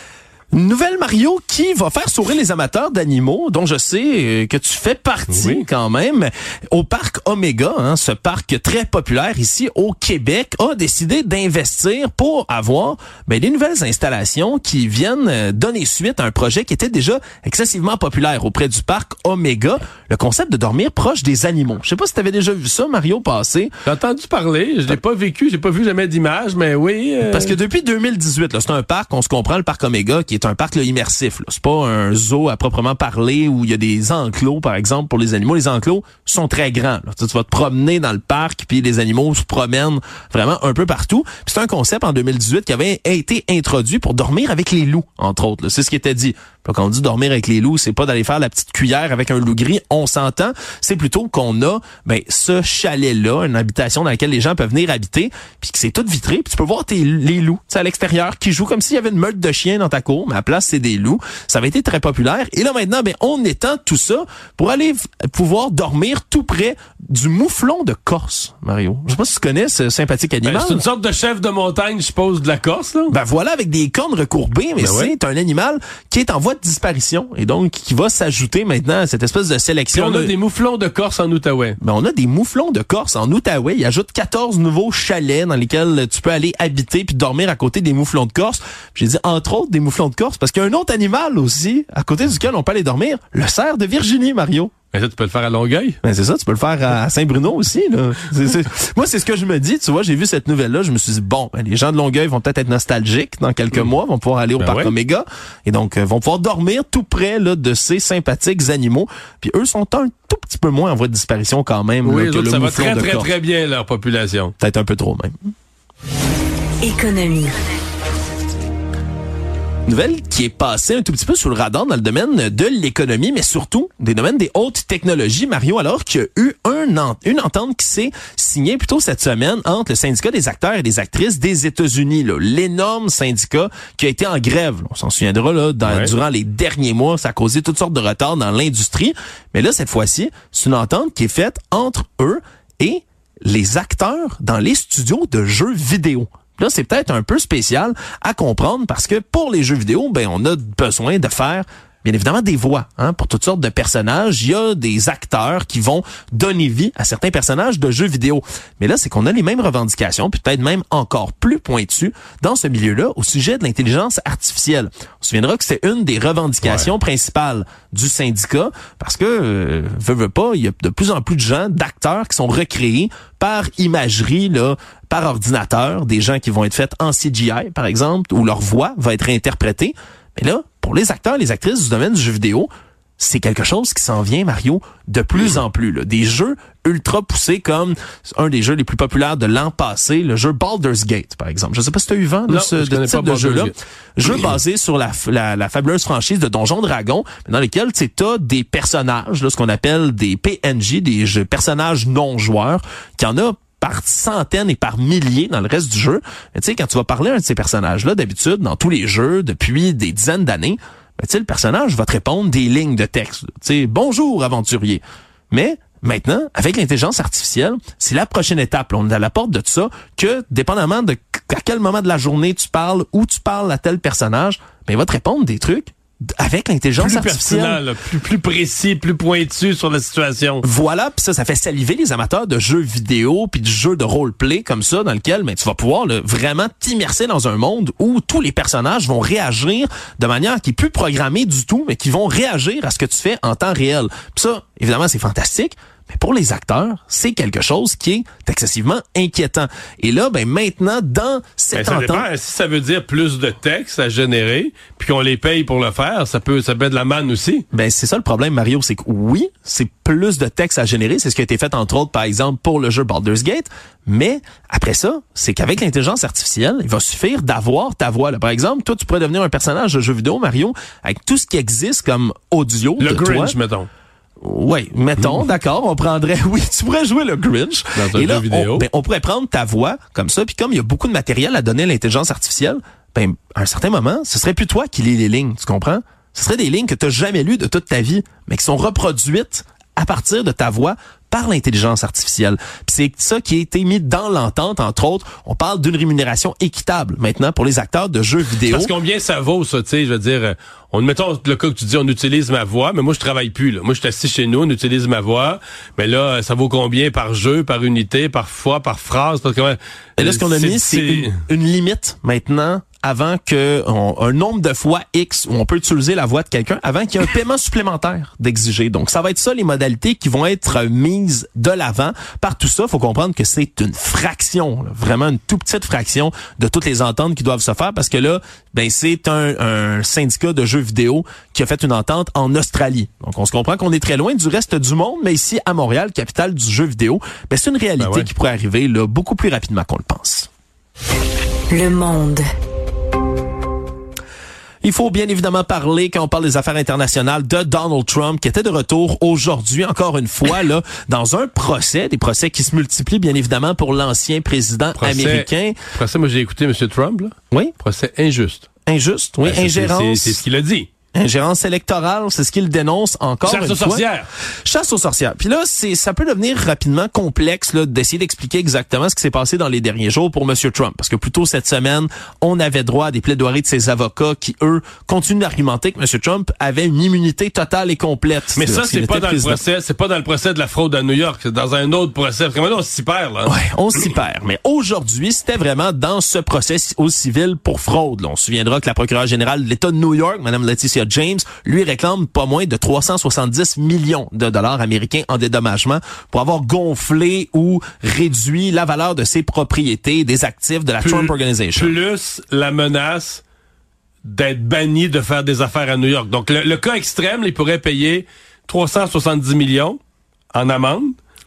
Une nouvelle, Mario, qui va faire sourire les amateurs d'animaux, dont je sais euh, que tu fais partie oui. quand même. Au parc Omega, hein, ce parc très populaire ici au Québec, a décidé d'investir pour avoir ben, des nouvelles installations qui viennent donner suite à un projet qui était déjà excessivement populaire auprès du parc Omega, le concept de dormir proche des animaux. Je sais pas si tu avais déjà vu ça, Mario, passer. J'ai entendu parler, je l'ai pas vécu, j'ai pas vu jamais d'image, mais oui. Euh... Parce que depuis deux mille dix-huit, là, c'est un parc, on se comprend, le parc Omega, qui est un parc là, immersif. Là. C'est pas un zoo à proprement parler où il y a des enclos, par exemple, pour les animaux. Les enclos sont très grands. Là. Tu, tu vas te promener dans le parc, puis les animaux se promènent vraiment un peu partout. Puis c'est un concept en deux mille dix-huit qui avait été introduit pour dormir avec les loups, entre autres. Là. C'est ce qui était dit. Puis quand on dit dormir avec les loups, c'est pas d'aller faire la petite cuillère avec un loup gris, on s'entend. C'est plutôt qu'on a ben ce chalet-là, une habitation dans laquelle les gens peuvent venir habiter, puis que c'est tout vitré, puis tu peux voir tes, les loups à l'extérieur qui jouent comme s'il y avait une meute de chiens dans ta cour, mais à la place, c'est des loups. Ça avait été très populaire. Et là, maintenant, ben on étend tout ça pour aller f- pouvoir dormir tout près du mouflon de Corse, Mario. Je sais pas si tu connais ce sympathique animal. Ben, c'est une sorte de chef de montagne, je suppose, de la Corse, là. Ben voilà, avec des cornes recourbées, mais ben c'est ouais. un animal qui est en voie de disparition et donc qui va s'ajouter maintenant à cette espèce de sélection. Puis on a de... des mouflons de Corse en Outaouais. Ben on a des mouflons de Corse en Outaouais. Il ajoute quatorze nouveaux chalets dans lesquels tu peux aller habiter puis dormir à côté des mouflons de Corse. J'ai dit entre autres des mouflons de Corse parce qu'il y a un autre animal aussi à côté duquel on peut aller dormir, le cerf de Virginie, Mario. Mais ça, tu peux le faire à Longueuil. Ben c'est ça, tu peux le faire à Saint-Bruno aussi. Là. C'est, c'est... Moi, c'est ce que je me dis. Tu vois, j'ai vu cette nouvelle-là, je me suis dit, bon, ben, les gens de Longueuil vont peut-être être nostalgiques dans quelques mmh. mois, vont pouvoir aller au ben parc ouais. Omega, et donc euh, vont pouvoir dormir tout près là, de ces sympathiques animaux. Puis eux sont un tout petit peu moins en voie de disparition quand même oui, là, que autres, le ça mouflon va très, de très, Corse. très bien, leur population. Peut-être un peu trop, même. Économie. Nouvelle qui est passée un tout petit peu sous le radar dans le domaine de l'économie, mais surtout des domaines des hautes technologies, Mario, alors qu'il y a eu un ent- une entente qui s'est signée plutôt cette semaine entre le syndicat des acteurs et des actrices des États-Unis, là, l'énorme syndicat qui a été en grève. On s'en souviendra là, dans, ouais. durant les derniers mois, ça a causé toutes sortes de retards dans l'industrie. Mais là, cette fois-ci, c'est une entente qui est faite entre eux et les acteurs dans les studios de jeux vidéo. Là, c'est peut-être un peu spécial à comprendre parce que pour les jeux vidéo, ben on a besoin de faire bien évidemment des voix hein, pour toutes sortes de personnages. Il y a des acteurs qui vont donner vie à certains personnages de jeux vidéo. Mais là, c'est qu'on a les mêmes revendications, puis peut-être même encore plus pointues dans ce milieu-là au sujet de l'intelligence artificielle. On se souviendra que c'est une des revendications ouais. principales du syndicat parce que, euh, veut, veut pas, il y a de plus en plus de gens, d'acteurs qui sont recréés par imagerie, là, par ordinateur, des gens qui vont être faits en C G I, par exemple, où leur voix va être réinterprétée. Mais là, pour les acteurs et les actrices du domaine du jeu vidéo, c'est quelque chose qui s'en vient, Mario, de plus en plus. Là. Des jeux ultra poussés comme un des jeux les plus populaires de l'an passé, le jeu Baldur's Gate, par exemple. Je sais pas si tu as eu vent de non, ce de type de jeu-là. Jeu basé sur la, la, la fabuleuse franchise de Donjons Dragons, dans lequel tu as des personnages, là, ce qu'on appelle des P N J, des jeux, personnages non-joueurs, qui en a par centaines et par milliers dans le reste du jeu. Mais tu sais, quand tu vas parler à un de ces personnages-là, d'habitude, dans tous les jeux, depuis des dizaines d'années, ben, tu sais, le personnage va te répondre des lignes de texte. Tu sais, bonjour, aventurier. Mais maintenant, avec l'intelligence artificielle, c'est la prochaine étape. Là, on est à la porte de ça, que dépendamment de à quel moment de la journée tu parles, où tu parles à tel personnage, ben, il va te répondre des trucs avec l'intelligence plus artificielle. Personnel, plus, plus précis, plus pointu sur la situation. Voilà, puis ça, ça fait saliver les amateurs de jeux vidéo puis de jeux de roleplay comme ça, dans lequel ben, tu vas pouvoir là, vraiment t'immerser dans un monde où tous les personnages vont réagir de manière qui est plus programmée du tout, mais qui vont réagir à ce que tu fais en temps réel. Puis ça, évidemment, c'est fantastique. Mais pour les acteurs, c'est quelque chose qui est excessivement inquiétant. Et là, ben maintenant, dans cette ben, ça entente... dépend. Si ça veut dire plus de textes à générer, puis qu'on les paye pour le faire, ça peut ça peut être de la manne aussi. Ben c'est ça le problème, Mario, c'est que oui, c'est plus de textes à générer. C'est ce qui a été fait, entre autres, par exemple, pour le jeu Baldur's Gate. Mais après ça, c'est qu'avec l'intelligence artificielle, il va suffire d'avoir ta voix. Là. Par exemple, toi, tu pourrais devenir un personnage de jeu vidéo, Mario, avec tout ce qui existe comme audio le de Grinch, toi. mettons. Oui, mettons, mmh. d'accord, on prendrait, oui, tu pourrais jouer le Grinch. Dans un et là, jeu vidéo. On, ben, on pourrait prendre ta voix comme ça, puis comme il y a beaucoup de matériel à donner à l'intelligence artificielle, ben, à un certain moment, ce serait plus toi qui lis les lignes, tu comprends? Ce serait des lignes que tu n'as jamais lues de toute ta vie, mais qui sont reproduites à partir de ta voix par l'intelligence artificielle. Puis c'est ça qui a été mis dans l'entente, entre autres. On parle d'une rémunération équitable maintenant pour les acteurs de jeux vidéo. Parce combien ça vaut, ça, tu sais, je veux dire, on mettons le cas que tu dis, on utilise ma voix, mais moi je travaille plus, là. Moi je suis assis chez nous, on utilise ma voix, mais là, ça vaut combien par jeu, par unité, par fois, par phrase? Parce que, Et là, ce qu'on a mis, c'est une, une limite maintenant avant que on, un nombre de fois X où on peut utiliser la voix de quelqu'un, avant qu'il y ait un paiement supplémentaire d'exiger. Donc, ça va être ça les modalités qui vont être mises de l'avant. Par tout ça, il faut comprendre que c'est une fraction, là, vraiment une toute petite fraction de toutes les ententes qui doivent se faire parce que là, ben c'est un, un syndicat de jeux vidéo qui a fait une entente en Australie. Donc, on se comprend qu'on est très loin du reste du monde, mais ici à Montréal, capitale du jeu vidéo, ben c'est une réalité ben ouais. qui pourrait arriver là beaucoup plus rapidement qu'on le pense. Le Monde. Il faut bien évidemment parler, quand on parle des affaires internationales, de Donald Trump, qui était de retour aujourd'hui, encore une fois, là, dans un procès, des procès qui se multiplient, bien évidemment, pour l'ancien président procès, américain. Procès, moi, j'ai écouté M. Trump, là. Oui. Procès injuste. Injuste, oui. Ben, ingérence. C'est, c'est, c'est ce qu'il a dit. Ingérence électorale, c'est ce qu'il dénonce encore Chasse une aux fois. sorcières. Chasse aux sorcières. Puis là, c'est ça peut devenir rapidement complexe là d'essayer d'expliquer exactement ce qui s'est passé dans les derniers jours pour M. Trump. Parce que plus tôt cette semaine, on avait droit à des plaidoiries de ses avocats qui, eux, continuent d'argumenter que M. Trump avait une immunité totale et complète. Mais ça, c'est pas dans président. le procès, c'est pas dans le procès de la fraude à New York, c'est dans un autre procès. Parce que maintenant, on s'y perd, là. Ouais, on s'y perd. Mais aujourd'hui, c'était vraiment dans ce procès au civil pour fraude. Là, on se souviendra que la procureure générale de l'État de New York, Mme Letitia James, lui réclame pas moins de trois cent soixante-dix millions de dollars américains en dédommagement pour avoir gonflé ou réduit la valeur de ses propriétés, des actifs de la plus, Trump Organization. Plus la menace d'être banni de faire des affaires à New York. Donc, le, le cas extrême, il pourrait payer trois cent soixante-dix millions en amende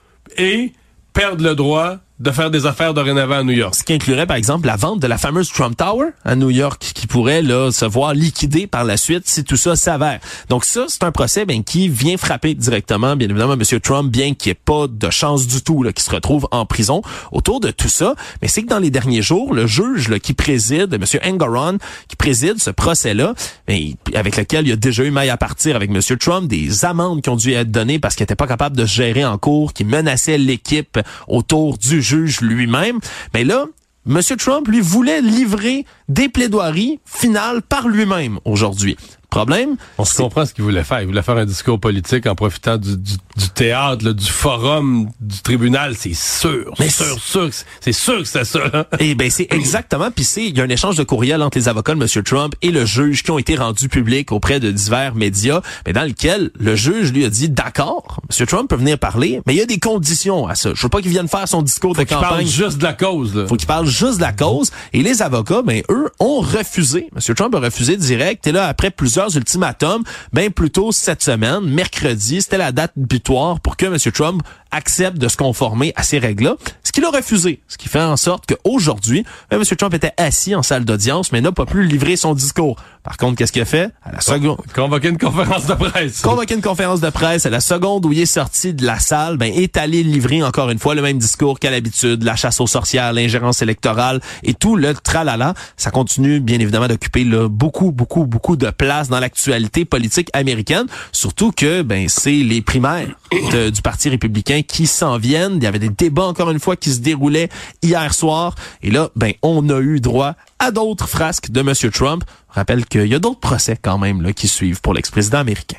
et perdre le droit de faire des affaires dorénavant à New York. Ce qui inclurait, par exemple, la vente de la fameuse Trump Tower à New York, qui pourrait là se voir liquidée par la suite si tout ça s'avère. Donc ça, c'est un procès ben, qui vient frapper directement, bien évidemment, M. Trump, bien qu'il n'y ait pas de chance du tout là, qu'il se retrouve en prison autour de tout ça. Mais c'est que dans les derniers jours, le juge là, qui préside, M. Engoron, qui préside ce procès-là, ben, avec lequel il y a déjà eu maille à partir avec M. Trump, des amendes qui ont dû être données parce qu'il n'était pas capable de se gérer en cours, qui menaçait l'équipe autour du juge lui-même. Mais là, M. Trump, lui, voulait livrer des plaidoiries finales par lui-même aujourd'hui. Problème, on se comprend ce qu'il voulait faire. Il voulait faire un discours politique en profitant du, du, du théâtre, là, du forum, du tribunal. C'est sûr, mais sûr, sûr, c'est sûr que c'est ça. Là. Eh ben c'est exactement. Puis c'est, il y a un échange de courriel entre les avocats de M. Trump et le juge qui ont été rendus publics auprès de divers médias, mais dans lequel le juge lui a dit d'accord, M. Trump peut venir parler, mais il y a des conditions à ça. Je veux pas qu'il vienne faire son discours Faut de qu'il campagne. Parle juste de la cause. Là. Faut qu'il parle juste de la cause. Et les avocats, ben eux, ont refusé. M. Trump a refusé direct. Et là, après plusieurs ultimatums, ben plus tôt cette semaine, mercredi, c'était la date butoir pour que M. Trump accepte de se conformer à ces règles-là, ce qu'il a refusé. Ce qui fait en sorte qu'aujourd'hui, ben, M. Trump était assis en salle d'audience, mais n'a pas pu livrer son discours. Par contre, qu'est-ce qu'il a fait? À la seconde... Convoquer une conférence de presse. Convoquer une conférence de presse. À la seconde où il est sorti de la salle, ben, est allé livrer encore une fois le même discours qu'à l'habitude, la chasse aux sorcières, l'ingérence électorale et tout le tralala. Ça continue, bien évidemment, d'occuper là, beaucoup, beaucoup, beaucoup de place dans l'actualité politique américaine. Surtout que, ben, c'est les primaires de, du Parti républicain qui s'en viennent. Il y avait des débats, encore une fois, qui se déroulaient hier soir. Et là, ben, on a eu droit à d'autres frasques de M. Trump. Je rappelle qu'il y a d'autres procès, quand même, là, qui suivent pour l'ex-président américain.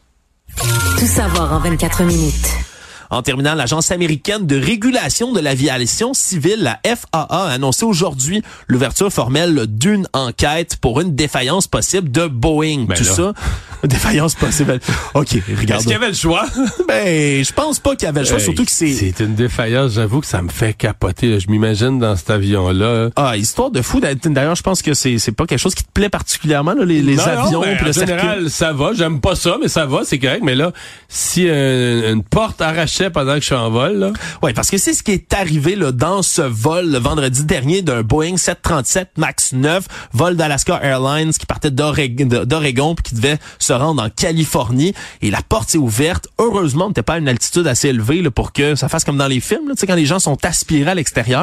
Tout savoir en vingt-quatre minutes. En terminant, l'Agence américaine de régulation de l'aviation civile, la F A A, a annoncé aujourd'hui l'ouverture formelle d'une enquête pour une défaillance possible de Boeing. Ben Tout là. ça, défaillance possible. OK, regarde. Est-ce qu'il y avait le choix? Ben, je pense pas qu'il y avait le choix, hey, surtout que c'est... C'est une défaillance, j'avoue que ça me fait capoter. Je m'imagine dans cet avion-là. Ah, histoire de fou. D'ailleurs, je pense que c'est c'est pas quelque chose qui te plaît particulièrement, là, les, les non, avions. Non, puis en le général, circuit. ça va. J'aime pas ça, mais ça va, c'est correct. Mais là, si euh, une porte arrachait pendant que je suis en vol, là... Oui, parce que c'est ce qui est arrivé là dans ce vol le vendredi dernier d'un Boeing sept cent trente-sept max neuf, vol d'Alaska Airlines qui partait d'Oregon, d'Oregon puis qui devait se rendre en Californie. Et la porte s'est ouverte. Heureusement, on n'était pas à une altitude assez élevée là, pour que ça fasse comme dans les films, là, tu sais, quand les gens sont aspirés à l'extérieur.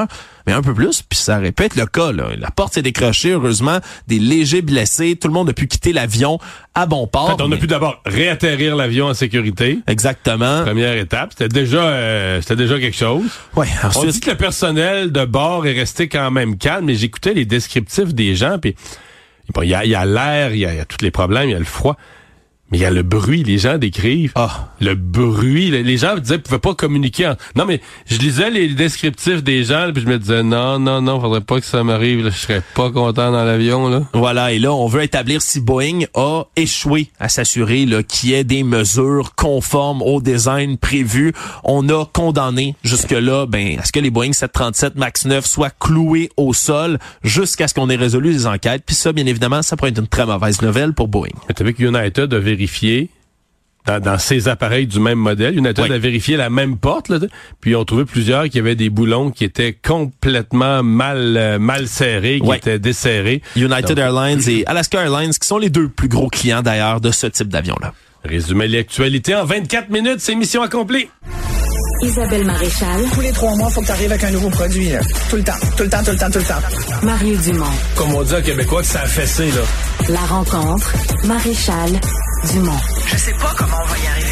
mais un peu plus, puis ça aurait pu être le cas, là. La porte s'est décrochée, heureusement, des légers blessés, tout le monde a pu quitter l'avion à bon port. En fait, on mais... a pu d'abord réatterrir l'avion en sécurité. Exactement. Première étape. C'était déjà, euh, c'était déjà quelque chose. Ouais, ensuite... On dit que le personnel de bord est resté quand même calme, mais j'écoutais les descriptifs des gens, puis bon, il y a, y a l'air, il y a, y a tous les problèmes, il y a le froid. Mais il y a le bruit, les gens décrivent. Ah. Le bruit, les gens disaient qu'ils pouvaient pas communiquer. En... Non, mais je lisais les descriptifs des gens, puis je me disais, non, non, non, faudrait pas que ça m'arrive, là. Je serais pas content dans l'avion, là. Voilà, et là, on veut établir si Boeing a échoué à s'assurer là, qu'il y ait des mesures conformes au design prévu. On a condamné jusque-là, ben, à ce que les Boeing sept trente-sept MAX neuf soient cloués au sol jusqu'à ce qu'on ait résolu les enquêtes. Puis ça, bien évidemment, ça pourrait être une très mauvaise nouvelle pour Boeing. Tu vu que United a vérifié dans, dans ces appareils du même modèle. United oui. a vérifié la même porte, là, puis ils ont trouvé plusieurs qui avaient des boulons qui étaient complètement mal euh, mal serrés, qui oui. étaient desserrés. United Donc, Airlines et Alaska Airlines, qui sont les deux plus gros clients d'ailleurs de ce type d'avion-là. Résumé l'actualité en vingt-quatre minutes, c'est mission accomplie. Isabelle Maréchal. Tous les trois mois, il faut que tu arrives avec un nouveau produit. Là. Tout le temps, tout le temps, tout le temps, tout le temps. Mario Dumont. Comme on dit en québécois, que ça a fessé, là. La rencontre, Maréchal Dumont. Je sais pas comment on va y arriver.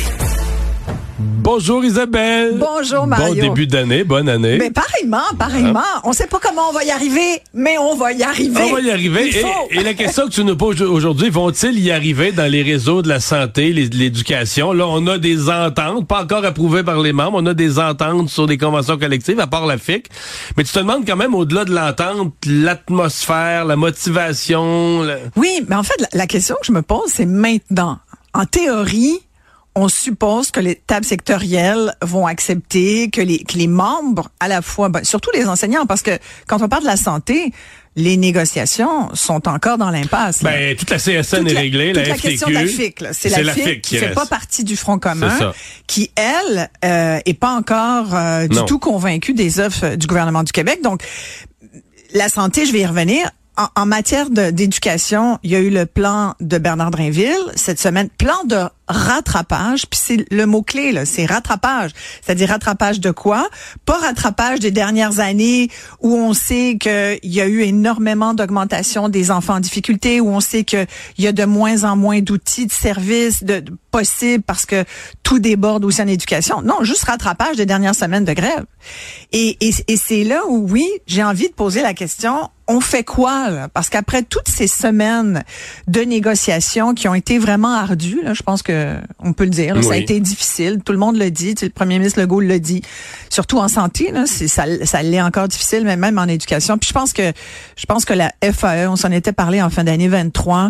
Bonjour Isabelle. Bonjour Mario. Bon début d'année, bonne année. Mais pareillement, pareillement. Hein? On sait pas comment on va y arriver, mais on va y arriver. On va y arriver. Et, et la question que tu nous poses aujourd'hui, vont-ils y arriver dans les réseaux de la santé, les, l'éducation? Là, on a des ententes, pas encore approuvées par les membres, on a des ententes sur des conventions collectives, à part la F I C. Mais tu te demandes quand même, au-delà de l'entente, l'atmosphère, la motivation. La... Oui, mais en fait, la, la question que je me pose, c'est maintenant. En théorie, on suppose que les tables sectorielles vont accepter que les, que les membres, à la fois, ben, surtout les enseignants, parce que quand on parle de la santé, les négociations sont encore dans l'impasse. Là. Ben, toute la C S N toute est réglée, la, la F T Q. Toute la question de la F I C, là. C'est, c'est la, la F I C, F I C qui, qui fait pas partie du Front commun, qui, elle, euh, est pas encore euh, du non. tout convaincue des offres du gouvernement du Québec. Donc, la santé, je vais y revenir. En, en matière de, d'éducation, il y a eu le plan de Bernard Drinville cette semaine, plan de rattrapage, puis c'est le mot-clé, là, c'est rattrapage. C'est-à-dire rattrapage de quoi? Pas rattrapage des dernières années où on sait qu'il y a eu énormément d'augmentation des enfants en difficulté, où on sait qu'il y a de moins en moins d'outils, de services de, de possibles parce que tout déborde aussi en éducation. Non, juste rattrapage des dernières semaines de grève. Et, et, et c'est là où, oui, j'ai envie de poser la question, on fait quoi, là? Parce qu'après toutes ces semaines de négociations qui ont été vraiment ardues, là, je pense que on peut le dire, là, oui. ça a été difficile. Tout le monde le dit. Le premier ministre Legault le dit. Surtout en santé, là, c'est, ça, ça l'est encore difficile, mais même en éducation. Puis je pense que, je pense que la F A E, on s'en était parlé en fin d'année vingt-trois.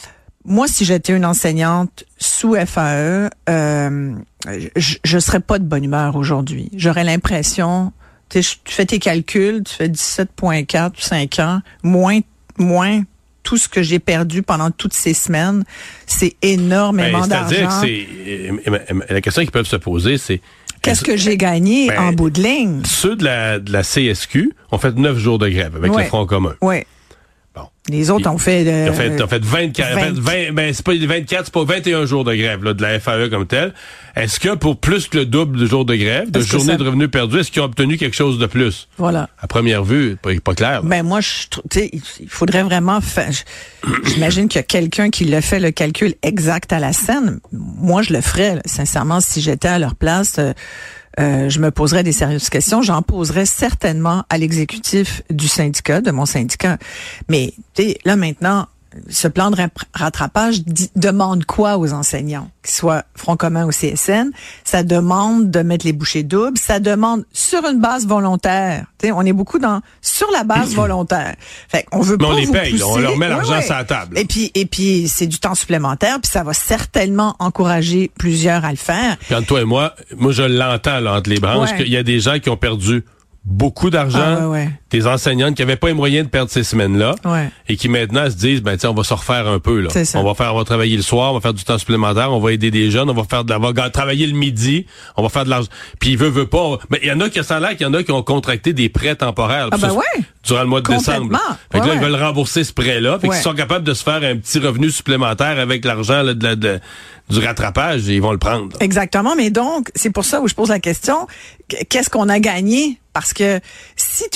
Moi, si j'étais une enseignante sous F A E, euh, je, je serais pas de bonne humeur aujourd'hui. J'aurais l'impression, tu sais, tu fais tes calculs, tu fais dix-sept virgule quatre ou cinq ans, moins, moins. Tout ce que j'ai perdu pendant toutes ces semaines, c'est énormément ben, c'est-à-dire d'argent. Que c'est, la question qu'ils peuvent se poser, c'est... Qu'est-ce que j'ai gagné ben, en bout de ligne? Ceux de la, de la C S Q ont fait neuf jours de grève avec ouais. le Front commun. Oui. Bon. Les autres ils, ont fait... Euh, ils ont fait, ils ont fait vingt-quatre, vingt, vingt, ben c'est pas vingt-quatre, c'est pas vingt et un jours de grève là, de la F A E comme telle. Est-ce que pour plus que le double de jours de grève, de journées ça... de revenus perdus, est-ce qu'ils ont obtenu quelque chose de plus? Voilà. À première vue, pas, pas clair. Là. Ben moi, je tu sais, il faudrait vraiment faire... J'imagine qu'il y a quelqu'un qui le fait le calcul exact à la scène. Moi, je le ferais, là, sincèrement, si j'étais à leur place... Euh, Euh, je me poserais des sérieuses questions. J'en poserais certainement à l'exécutif du syndicat, de mon syndicat. Mais tu sais, là maintenant, ce plan de rattrapage dit, demande quoi aux enseignants, qu'ils soient Front commun ou C S N? Ça demande de mettre les bouchées doubles. Ça demande sur une base volontaire. Tu sais, on est beaucoup dans sur la base volontaire. Fait qu'on veut Mais pas on les vous paye, pousser. On leur met ouais, l'argent ouais. sur la table. Et puis, et puis, c'est du temps supplémentaire. Puis ça va certainement encourager plusieurs à le faire. Puis entre toi et moi, moi je l'entends là, entre les branches, ouais. qu'il y a des gens qui ont perdu beaucoup d'argent, ah, ouais, ouais. des enseignantes qui n'avaient pas les moyens de perdre ces semaines-là, ouais. et qui maintenant se disent, ben tiens, on va se refaire un peu là. On va faire, on va travailler le soir, on va faire du temps supplémentaire, on va aider des jeunes, on va faire de la, on va travailler le midi, on va faire de l'argent. Puis il veut, veut pas. Mais il y en a qui ça a l'air qu'il y en a qui ont contracté des prêts temporaires. Ah ben ça, ouais. Durant le mois de décembre. Fait que ouais, là, ils ouais. veulent rembourser ce prêt-là. Fait ouais. qu'ils sont capables de se faire un petit revenu supplémentaire avec l'argent là, de, la, de, du rattrapage et ils vont le prendre. Exactement. Mais donc, c'est pour ça où je pose la question, qu'est-ce qu'on a gagné? Parce que si tu es obligé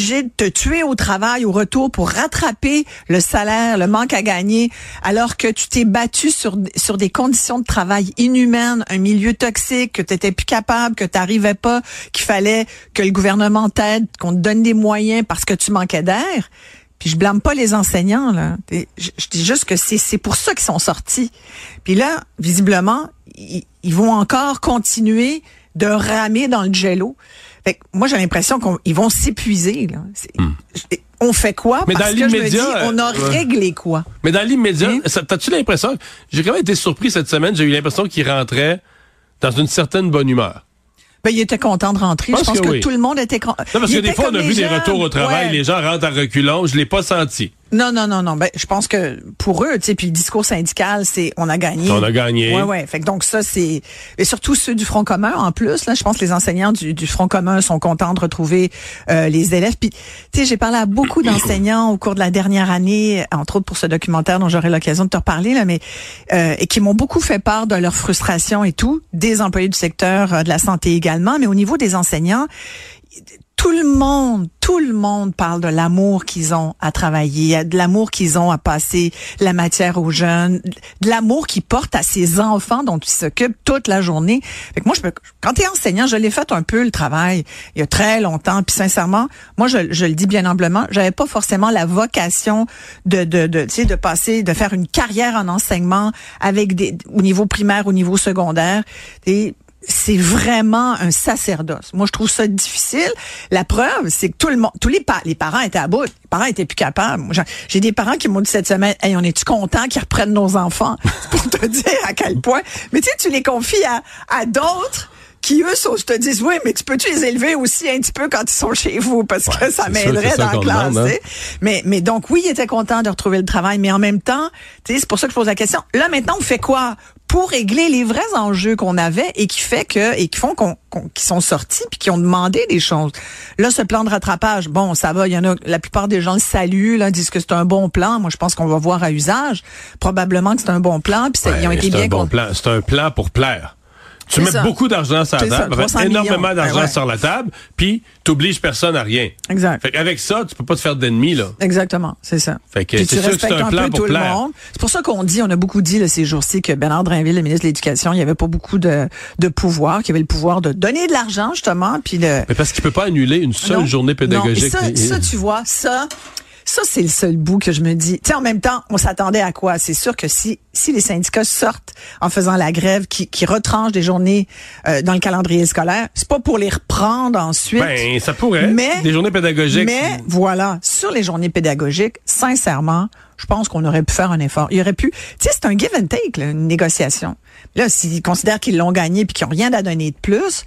obligé de te tuer au travail au retour pour rattraper le salaire, le manque à gagner, alors que tu t'es battu sur sur des conditions de travail inhumaines, un milieu toxique, que tu étais plus capable, que tu n'arrivais pas, qu'il fallait que le gouvernement t'aide, qu'on te donne des moyens parce que tu manquais d'air. Puis je blâme pas les enseignants, là. Je, je dis juste que c'est c'est pour ça qu'ils sont sortis. Puis là, visiblement, ils, ils vont encore continuer de ramer dans le jello. Fait que moi, j'ai l'impression qu'ils vont s'épuiser, là. Hmm. On fait quoi? Mais Parce dans que je me dis, euh, on a ouais. réglé quoi? Mais dans l'immédiat, hein? ça, t'as-tu l'impression... J'ai quand même été surpris cette semaine. J'ai eu l'impression qu'ils rentraient dans une certaine bonne humeur. Ben, il était content de rentrer. Je pense que, que oui. tout le monde était content. Non, parce il que des fois, on a vu gens, des retours au travail, ouais. les gens rentrent à reculons. Je l'ai pas senti. Non, non, non, non. Ben, je pense que pour eux, tu sais, puis le discours syndical, c'est on a gagné. On a gagné. Ouais, ouais. Fait que donc ça, c'est et surtout ceux du Front commun en plus. Là, je pense que les enseignants du, du Front commun sont contents de retrouver euh, les élèves. Puis, tu sais, j'ai parlé à beaucoup d'enseignants au cours de la dernière année, entre autres pour ce documentaire dont j'aurai l'occasion de te reparler là, mais euh, et qui m'ont beaucoup fait part de leur frustration et tout, des employés du secteur euh, de la santé également, mais au niveau des enseignants. Tout le monde, tout le monde parle de l'amour qu'ils ont à travailler, de l'amour qu'ils ont à passer la matière aux jeunes, de l'amour qu'ils portent à ces enfants dont ils s'occupent toute la journée. Fait que moi, je peux, quand t'es enseignant, je l'ai fait un peu le travail il y a très longtemps. Puis sincèrement, moi, je, je le dis bien humblement, j'avais pas forcément la vocation de, de, de, tu sais, de passer, de faire une carrière en enseignement avec des, au niveau primaire, au niveau secondaire. Et c'est vraiment un sacerdoce. Moi, je trouve ça difficile. La preuve, c'est que tout le monde, tous les, pa- les parents étaient à bout. Les parents étaient plus capables. Moi, j'ai des parents qui m'ont dit cette semaine, hey, on est-tu contents qu'ils reprennent nos enfants? C'est pour te dire à quel point. Mais tu sais, tu les confies à, à d'autres qui, eux, sont, je te dis, oui, mais tu peux-tu les élever aussi un petit peu quand ils sont chez vous? Parce ouais, que ça m'aiderait dans la classe, demande, hein? Mais, mais donc, oui, ils étaient contents de retrouver le travail. Mais en même temps, tu sais, c'est pour ça que je pose la question. Là, maintenant, on fait quoi? Pour régler les vrais enjeux qu'on avait et qui fait que et qui font qu'on, qu'on qui sont sortis puis qui ont demandé des choses. Là, ce plan de rattrapage, bon, ça va, il y en a, la plupart des gens le saluent, là, disent que c'est un bon plan. Moi, je pense qu'on va voir à usage. Probablement que c'est un bon plan. Puis ouais, ils ont été c'est bien. Un bon plan. C'est un plan pour plaire. Tu mets ça. beaucoup d'argent sur la table, ça, énormément d'argent ouais, ouais. sur la table, puis t'obliges personne à rien. Exact. Fait qu'avec ça, tu peux pas te faire d'ennemis, là. Exactement, c'est ça. Fait que c'est sûr que c'est un, un plan pour plaire. C'est pour ça qu'on dit, on a beaucoup dit là, ces jours-ci que Bernard Drinville, le ministre de l'Éducation, il y avait pas beaucoup de, de pouvoir, qu'il avait le pouvoir de donner de l'argent, justement, puis de... Mais parce qu'il peut pas annuler une seule non, journée pédagogique. Non, et ça, ça, tu vois, ça... Ça, c'est le seul bout que je me dis. Tu sais, en même temps, on s'attendait à quoi? C'est sûr que si si les syndicats sortent en faisant la grève, qui, qui retranchent des journées euh, dans le calendrier scolaire, c'est pas pour les reprendre ensuite. Ben, ça pourrait. Mais, des journées pédagogiques. Mais, voilà, sur les journées pédagogiques, sincèrement, je pense qu'on aurait pu faire un effort. Il y aurait pu... Tu sais, c'est un give and take, là, une négociation. Là, s'ils considèrent qu'ils l'ont gagné puis qu'ils n'ont rien à donner de plus...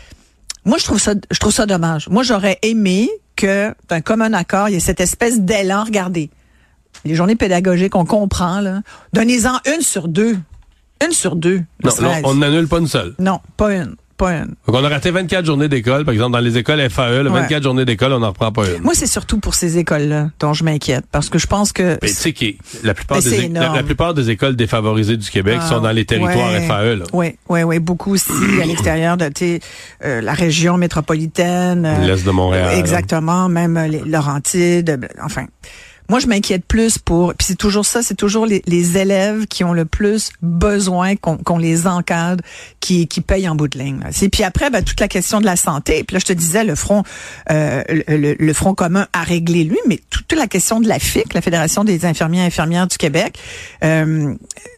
Moi, je trouve ça, je trouve ça dommage. Moi, j'aurais aimé que, d'un commun accord, il y ait cette espèce d'élan. Regardez, les journées pédagogiques, on comprend, là. Donnez-en une sur deux. Une sur deux. Non, non on n'annule pas une seule. Non, pas une. Pas une. Donc, on a raté vingt-quatre journées d'école. Par exemple, dans les écoles F A E, là, ouais. vingt-quatre journées d'école, on n'en reprend pas une. Moi, c'est surtout pour ces écoles-là dont je m'inquiète. Parce que je pense que... Mais tu sais que la plupart, des, la, la plupart des écoles défavorisées du Québec ah, sont dans les territoires ouais, F A E. Là. Oui, oui, oui. Beaucoup aussi à l'extérieur de euh, la région métropolitaine. Euh, L'Est de Montréal. Exactement. Là. Même les Laurentides. Enfin... Moi, je m'inquiète plus pour... Puis c'est toujours ça, c'est toujours les, les élèves qui ont le plus besoin qu'on, qu'on les encadre, qui, qui payent en bout de ligne. C'est, puis après, ben, toute la question de la santé. Puis là, je te disais, le Front euh, le, le Front commun a réglé, lui, mais toute la question de la F I C, la Fédération des infirmiers et infirmières du Québec, euh,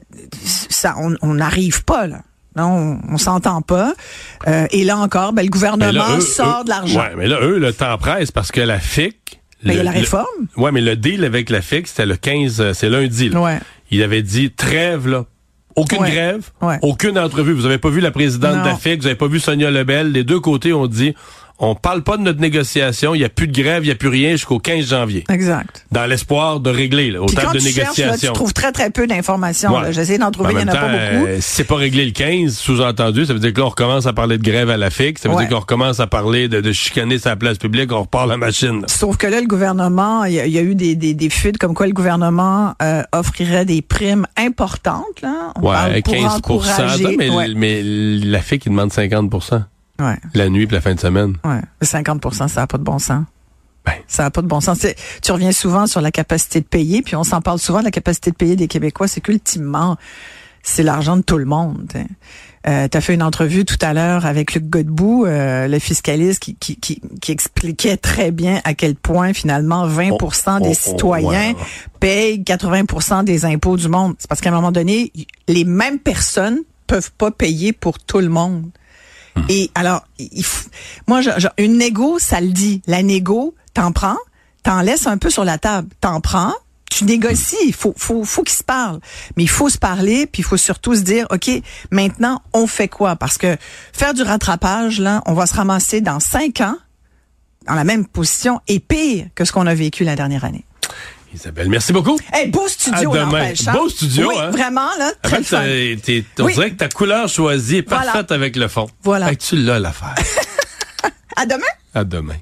ça, on n'arrive pas, là. Non, on, on s'entend pas. Euh, et là encore, ben, le gouvernement là, eux, sort eux, de l'argent. Ouais, mais là, eux, le temps presse parce que la F I C... Ben, il y a la réforme. Le, ouais, mais le deal avec la F I C, c'était le quinze, c'est lundi. Là. Ouais. Il avait dit trêve, là. Aucune ouais. grève, ouais. aucune entrevue. Vous avez pas vu la présidente non. de la F I C, vous avez pas vu Sonia Lebel. Les deux côtés ont dit, on parle pas de notre négociation, il y a plus de grève, il y a plus rien jusqu'au quinze janvier. Exact. Dans l'espoir de régler, là, au terme de tu négociation. Cherches, là, tu trouves très, très peu d'informations. Ouais. J'essaie d'en trouver, il y en a temps, pas beaucoup. Euh, si c'est pas réglé le quinze, sous-entendu, ça veut dire que là, on recommence à parler de grève à la F I C, ça veut ouais. dire qu'on recommence à parler de, de chicaner sa place publique, on repart la machine. Là. Sauf que là, le gouvernement, il y, y a eu des, des, des fuites comme quoi le gouvernement euh, offrirait des primes importantes. Là. On ouais, pour quinze pour cent, encourager. mais, ouais. mais la F I C, il demande cinquante pour cent. Ouais. La nuit et la fin de semaine. Ouais. cinquante pour cent, ça n'a pas de bon sens. Ben. Ça n'a pas de bon sens. C'est, tu reviens souvent sur la capacité de payer, puis on s'en parle souvent de la capacité de payer des Québécois. C'est qu'ultimement, c'est l'argent de tout le monde. Euh, tu as fait une entrevue tout à l'heure avec Luc Godbout, euh, le fiscaliste, qui, qui, qui, qui expliquait très bien à quel point, finalement, vingt pour cent des oh, oh, citoyens oh, ouais. payent quatre-vingts pour cent des impôts du monde. C'est parce qu'à un moment donné, les mêmes personnes peuvent pas payer pour tout le monde. Hum. Et alors, il faut, moi, je, je, une négo, ça le dit. La négo, t'en prends, t'en laisses un peu sur la table. T'en prends, tu négocies, il faut, faut, faut qu'ils se parlent. Mais il faut se parler, puis il faut surtout se dire, OK, maintenant, on fait quoi? Parce que faire du rattrapage, là, on va se ramasser dans cinq ans dans la même position et pire que ce qu'on a vécu la dernière année. Isabelle, merci beaucoup. Hey, beau studio, n'empêche. Beau studio, oui, hein? Vraiment, là, très en fait, fun. T'es, on oui. dirait que ta couleur choisie est parfaite voilà. avec le fond. Voilà. Fait que tu l'as, l'affaire. À demain. À demain.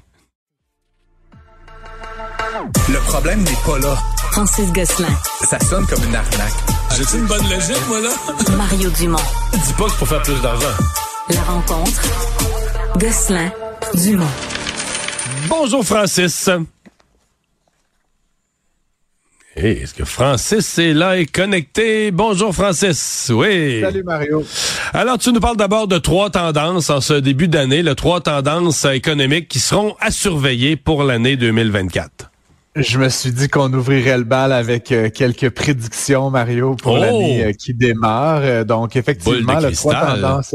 Le problème n'est pas là. Francis Gosselin. Ça sonne comme une arnaque. J'ai-tu une bonne logique, moi, là? Mario Dumont. Dis pas que c'est pour faire plus d'argent. La rencontre. Gosselin. Dumont. Bonjour, Francis. Hey, est-ce que Francis est là et connecté? Bonjour, Francis. Oui. Salut, Mario. Alors, tu nous parles d'abord de trois tendances en ce début d'année, les trois tendances économiques qui seront à surveiller pour l'année deux mille vingt-quatre. Je me suis dit qu'on ouvrirait le bal avec euh, quelques prédictions, Mario, pour oh! l'année euh, qui démarre. Euh, donc, effectivement, le trois tendances.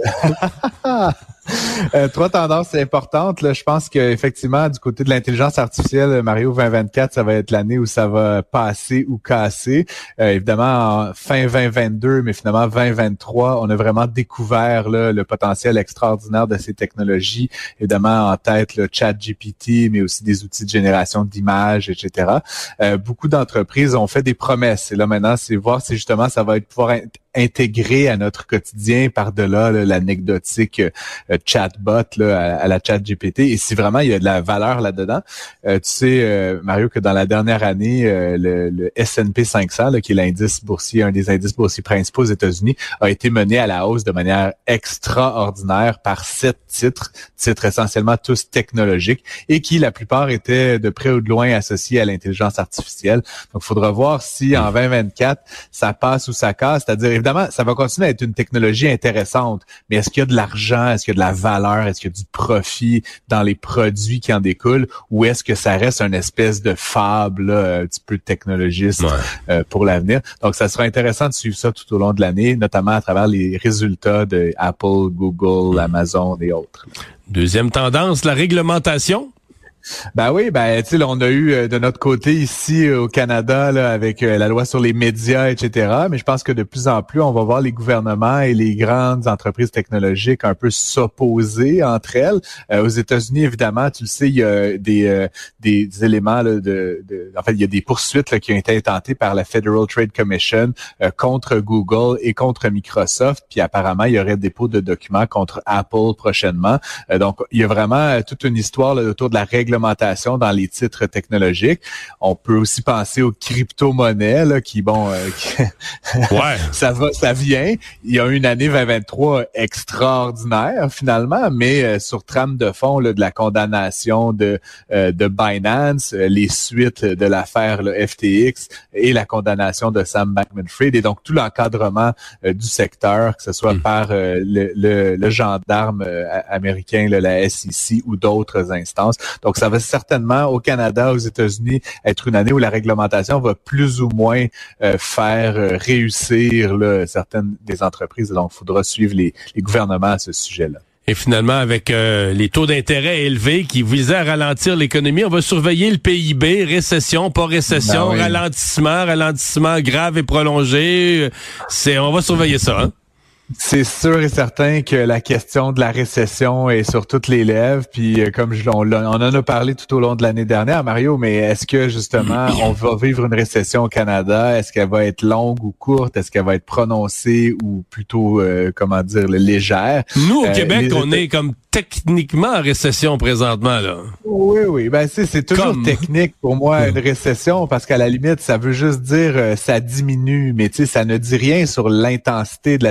Euh, trois tendances importantes. Là, je pense qu'effectivement, du côté de l'intelligence artificielle, Mario, vingt vingt-quatre, ça va être l'année où ça va passer ou casser. Euh, évidemment, en fin vingt vingt-deux, mais finalement vingt vingt-trois, on a vraiment découvert là, le potentiel extraordinaire de ces technologies. Évidemment, en tête, le ChatGPT, mais aussi des outils de génération d'images, et cetera. Euh, beaucoup d'entreprises ont fait des promesses. Et là, maintenant, c'est voir si justement ça va être pouvoir être intégré à notre quotidien par-delà là, l'anecdotique euh, chatbot là, à, à la ChatGPT. Et si vraiment il y a de la valeur là-dedans, euh, tu sais, euh, Mario, que dans la dernière année, euh, le, le S and P cinq cents, là, qui est l'indice boursier, un des indices boursiers principaux aux États-Unis, a été mené à la hausse de manière extraordinaire par sept titres, titres essentiellement tous technologiques, et qui, la plupart, étaient de près ou de loin associés à l'intelligence artificielle. Donc, il faudra voir si en vingt vingt-quatre, ça passe ou ça casse, c'est-à-dire évidemment, ça va continuer à être une technologie intéressante, mais est-ce qu'il y a de l'argent, est-ce qu'il y a de la valeur, est-ce qu'il y a du profit dans les produits qui en découlent, ou est-ce que ça reste une espèce de fable, là, un petit peu technologiste ouais. euh, pour l'avenir? Donc, ça sera intéressant de suivre ça tout au long de l'année, notamment à travers les résultats de Apple, Google, Amazon et autres. Deuxième tendance, la réglementation. Ben oui, ben tu sais, on a eu euh, de notre côté ici euh, au Canada là, avec euh, la loi sur les médias, et cetera. Mais je pense que de plus en plus, on va voir les gouvernements et les grandes entreprises technologiques un peu s'opposer entre elles. Euh, aux États-Unis, évidemment, tu le sais, il y a des euh, des, des éléments là, de, de, en fait, il y a des poursuites là, qui ont été intentées par la Federal Trade Commission euh, contre Google et contre Microsoft. Puis apparemment, il y aurait dépôt de documents contre Apple prochainement. Euh, donc, il y a vraiment euh, toute une histoire là, autour de la règlementation dans les titres technologiques. On peut aussi penser aux crypto-monnaies là, qui, bon, euh, qui ouais. ça va, ça vient. Il y a eu une année vingt vingt-trois extraordinaire finalement, mais euh, sur trame de fond là, de la condamnation de euh, de Binance, euh, les suites de l'affaire là, F T X et la condamnation de Sam Bankman-Fried et donc tout l'encadrement euh, du secteur, que ce soit mm. par euh, le, le, le gendarme euh, américain, là, la S E C ou d'autres instances. Donc, ça va certainement, au Canada, aux États-Unis, être une année où la réglementation va plus ou moins euh, faire euh, réussir là, certaines des entreprises. Donc, il faudra suivre les, les gouvernements à ce sujet-là. Et finalement, avec euh, les taux d'intérêt élevés qui visaient à ralentir l'économie, on va surveiller le P I B, récession, pas récession, ben oui. ralentissement, ralentissement grave et prolongé. C'est, on va surveiller ça, hein? C'est sûr et certain que la question de la récession est sur toutes les lèvres. Puis euh, comme je, on, on en a parlé tout au long de l'année dernière, Mario, mais est-ce que justement on va vivre une récession au Canada? Est-ce qu'elle va être longue ou courte? Est-ce qu'elle va être prononcée ou plutôt, euh, comment dire, légère? Nous, au euh, Québec, on États... est comme techniquement en récession présentement, là. Oui, oui. Ben, c'est, c'est toujours comme... technique pour moi, une récession, parce qu'à la limite, ça veut juste dire euh, ça diminue, mais tu sais, ça ne dit rien sur l'intensité de la diminution.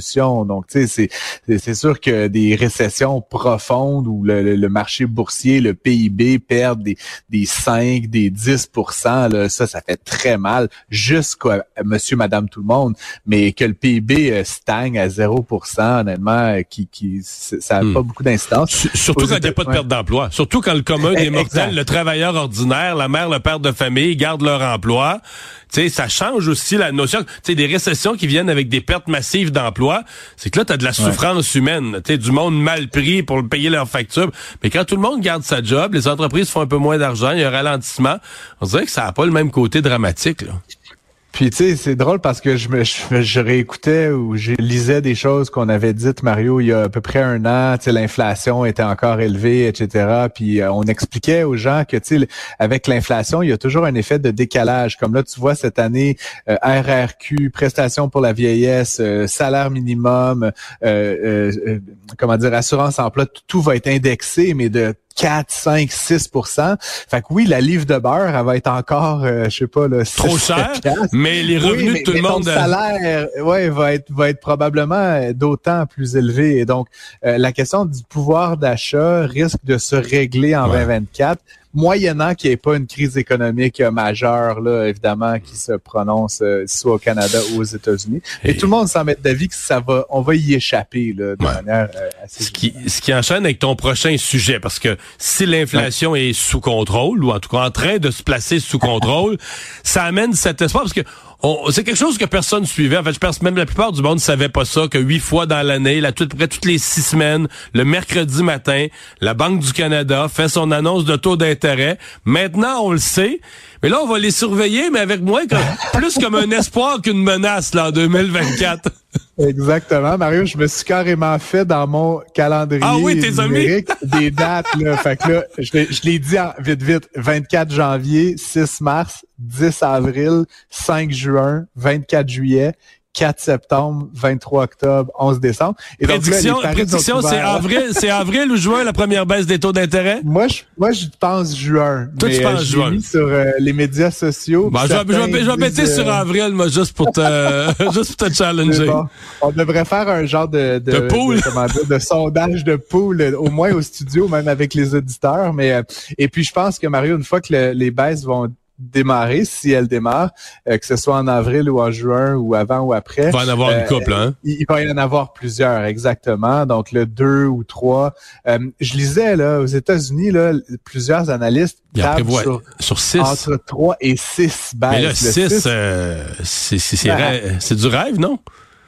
solution. Donc, tu sais, c'est, c'est sûr que des récessions profondes où le, le, le marché boursier, le P I B perdent des, des cinq, des dix pour cent, là, ça, ça fait très mal jusqu'à monsieur, madame, tout le monde. Mais que le P I B euh, stagne à zéro pour cent, honnêtement, euh, qui, qui, ça n'a hmm. pas beaucoup d'incidence. Surtout Aux quand il n'y a pas de perte d'emploi. Surtout quand le commun des mortels, le travailleur ordinaire, la mère, le père de famille gardent leur emploi. Tu sais, ça change aussi la notion. Tu sais, des récessions qui viennent avec des pertes massives d'emploi, c'est que là, t'as de la souffrance ouais. humaine. Tu sais, du monde mal pris pour payer leurs factures. Mais quand tout le monde garde sa job, les entreprises font un peu moins d'argent, il y a un ralentissement. On dirait que ça n'a pas le même côté dramatique, là. Puis tu sais, c'est drôle parce que je me je, je réécoutais ou je lisais des choses qu'on avait dites, Mario, il y a à peu près un an, tu sais, l'inflation était encore élevée, et cetera. Puis euh, on expliquait aux gens que tu sais, avec l'inflation, il y a toujours un effet de décalage. Comme là, tu vois cette année, euh, R R Q, prestations pour la vieillesse, euh, salaire minimum, euh, euh, euh, comment dire, assurance emploi, tout, tout va être indexé, mais de quatre, cinq, six pour cent. Fait que oui, la livre de beurre, elle va être encore, euh, je sais pas, là, trop cher, mais les revenus oui, mais, de tout le monde... Le salaire, ouais, va être, va être probablement d'autant plus élevé. Et donc, euh, la question du pouvoir d'achat risque de se régler en ouais. vingt vingt-quatre. Moyennant qu'il n'y ait pas une crise économique majeure, là, évidemment, qui se prononce euh, soit au Canada ou aux États-Unis. Et, Et tout le monde s'en met d'avis que ça va, on va y échapper là, de ouais. manière euh, assez. Ce qui, ce qui enchaîne avec ton prochain sujet, parce que si l'inflation ouais. est sous contrôle, ou en tout cas en train de se placer sous contrôle, ça amène cet espoir, parce que On, c'est quelque chose que personne suivait. En fait, je pense même la plupart du monde ne savait pas ça, que huit fois dans l'année, là, tout, près toutes les six semaines, le mercredi matin, la Banque du Canada fait son annonce de taux d'intérêt. Maintenant, on le sait. Mais là, on va les surveiller, mais avec moins comme, plus comme un espoir qu'une menace, là, en deux mille vingt-quatre. Exactement, Mario. Je me suis carrément fait dans mon calendrier ah oui, tes numérique amis? des dates, là. Fait que là, je l'ai, je l'ai dit en, vite, vite. vingt-quatre janvier, six mars, dix avril, cinq juin, vingt-quatre juillet, quatre septembre, vingt-trois octobre, onze décembre. Et prédiction, donc là, prédiction c'est avril, c'est avril ou juin la première baisse des taux d'intérêt? Moi, je, moi, je pense juin. Toi, mais, tu penses euh, juin? Mis sur euh, les médias sociaux. Bon, je vais, je vais, je vais péter euh... sur avril, moi, juste pour te, juste pour te challenger. Bon. On devrait faire un genre de, de, de pool, de, comment dire, de sondage de pool, au moins au studio, même avec les auditeurs. Mais euh, et puis, je pense que Mario, une fois que le, les baisses vont démarrer, si elle démarre, euh, que ce soit en avril ou en juin ou avant ou après. Il va en avoir euh, une couple, hein? Il, il va y en avoir plusieurs, exactement. Donc, le deux ou trois. Euh, je lisais, là, aux États-Unis, là, plusieurs analystes tablent sur, sur six. Entre trois et six baisses. Mais là, six, euh, c'est, c'est, c'est, ben, rêve, c'est du rêve, non?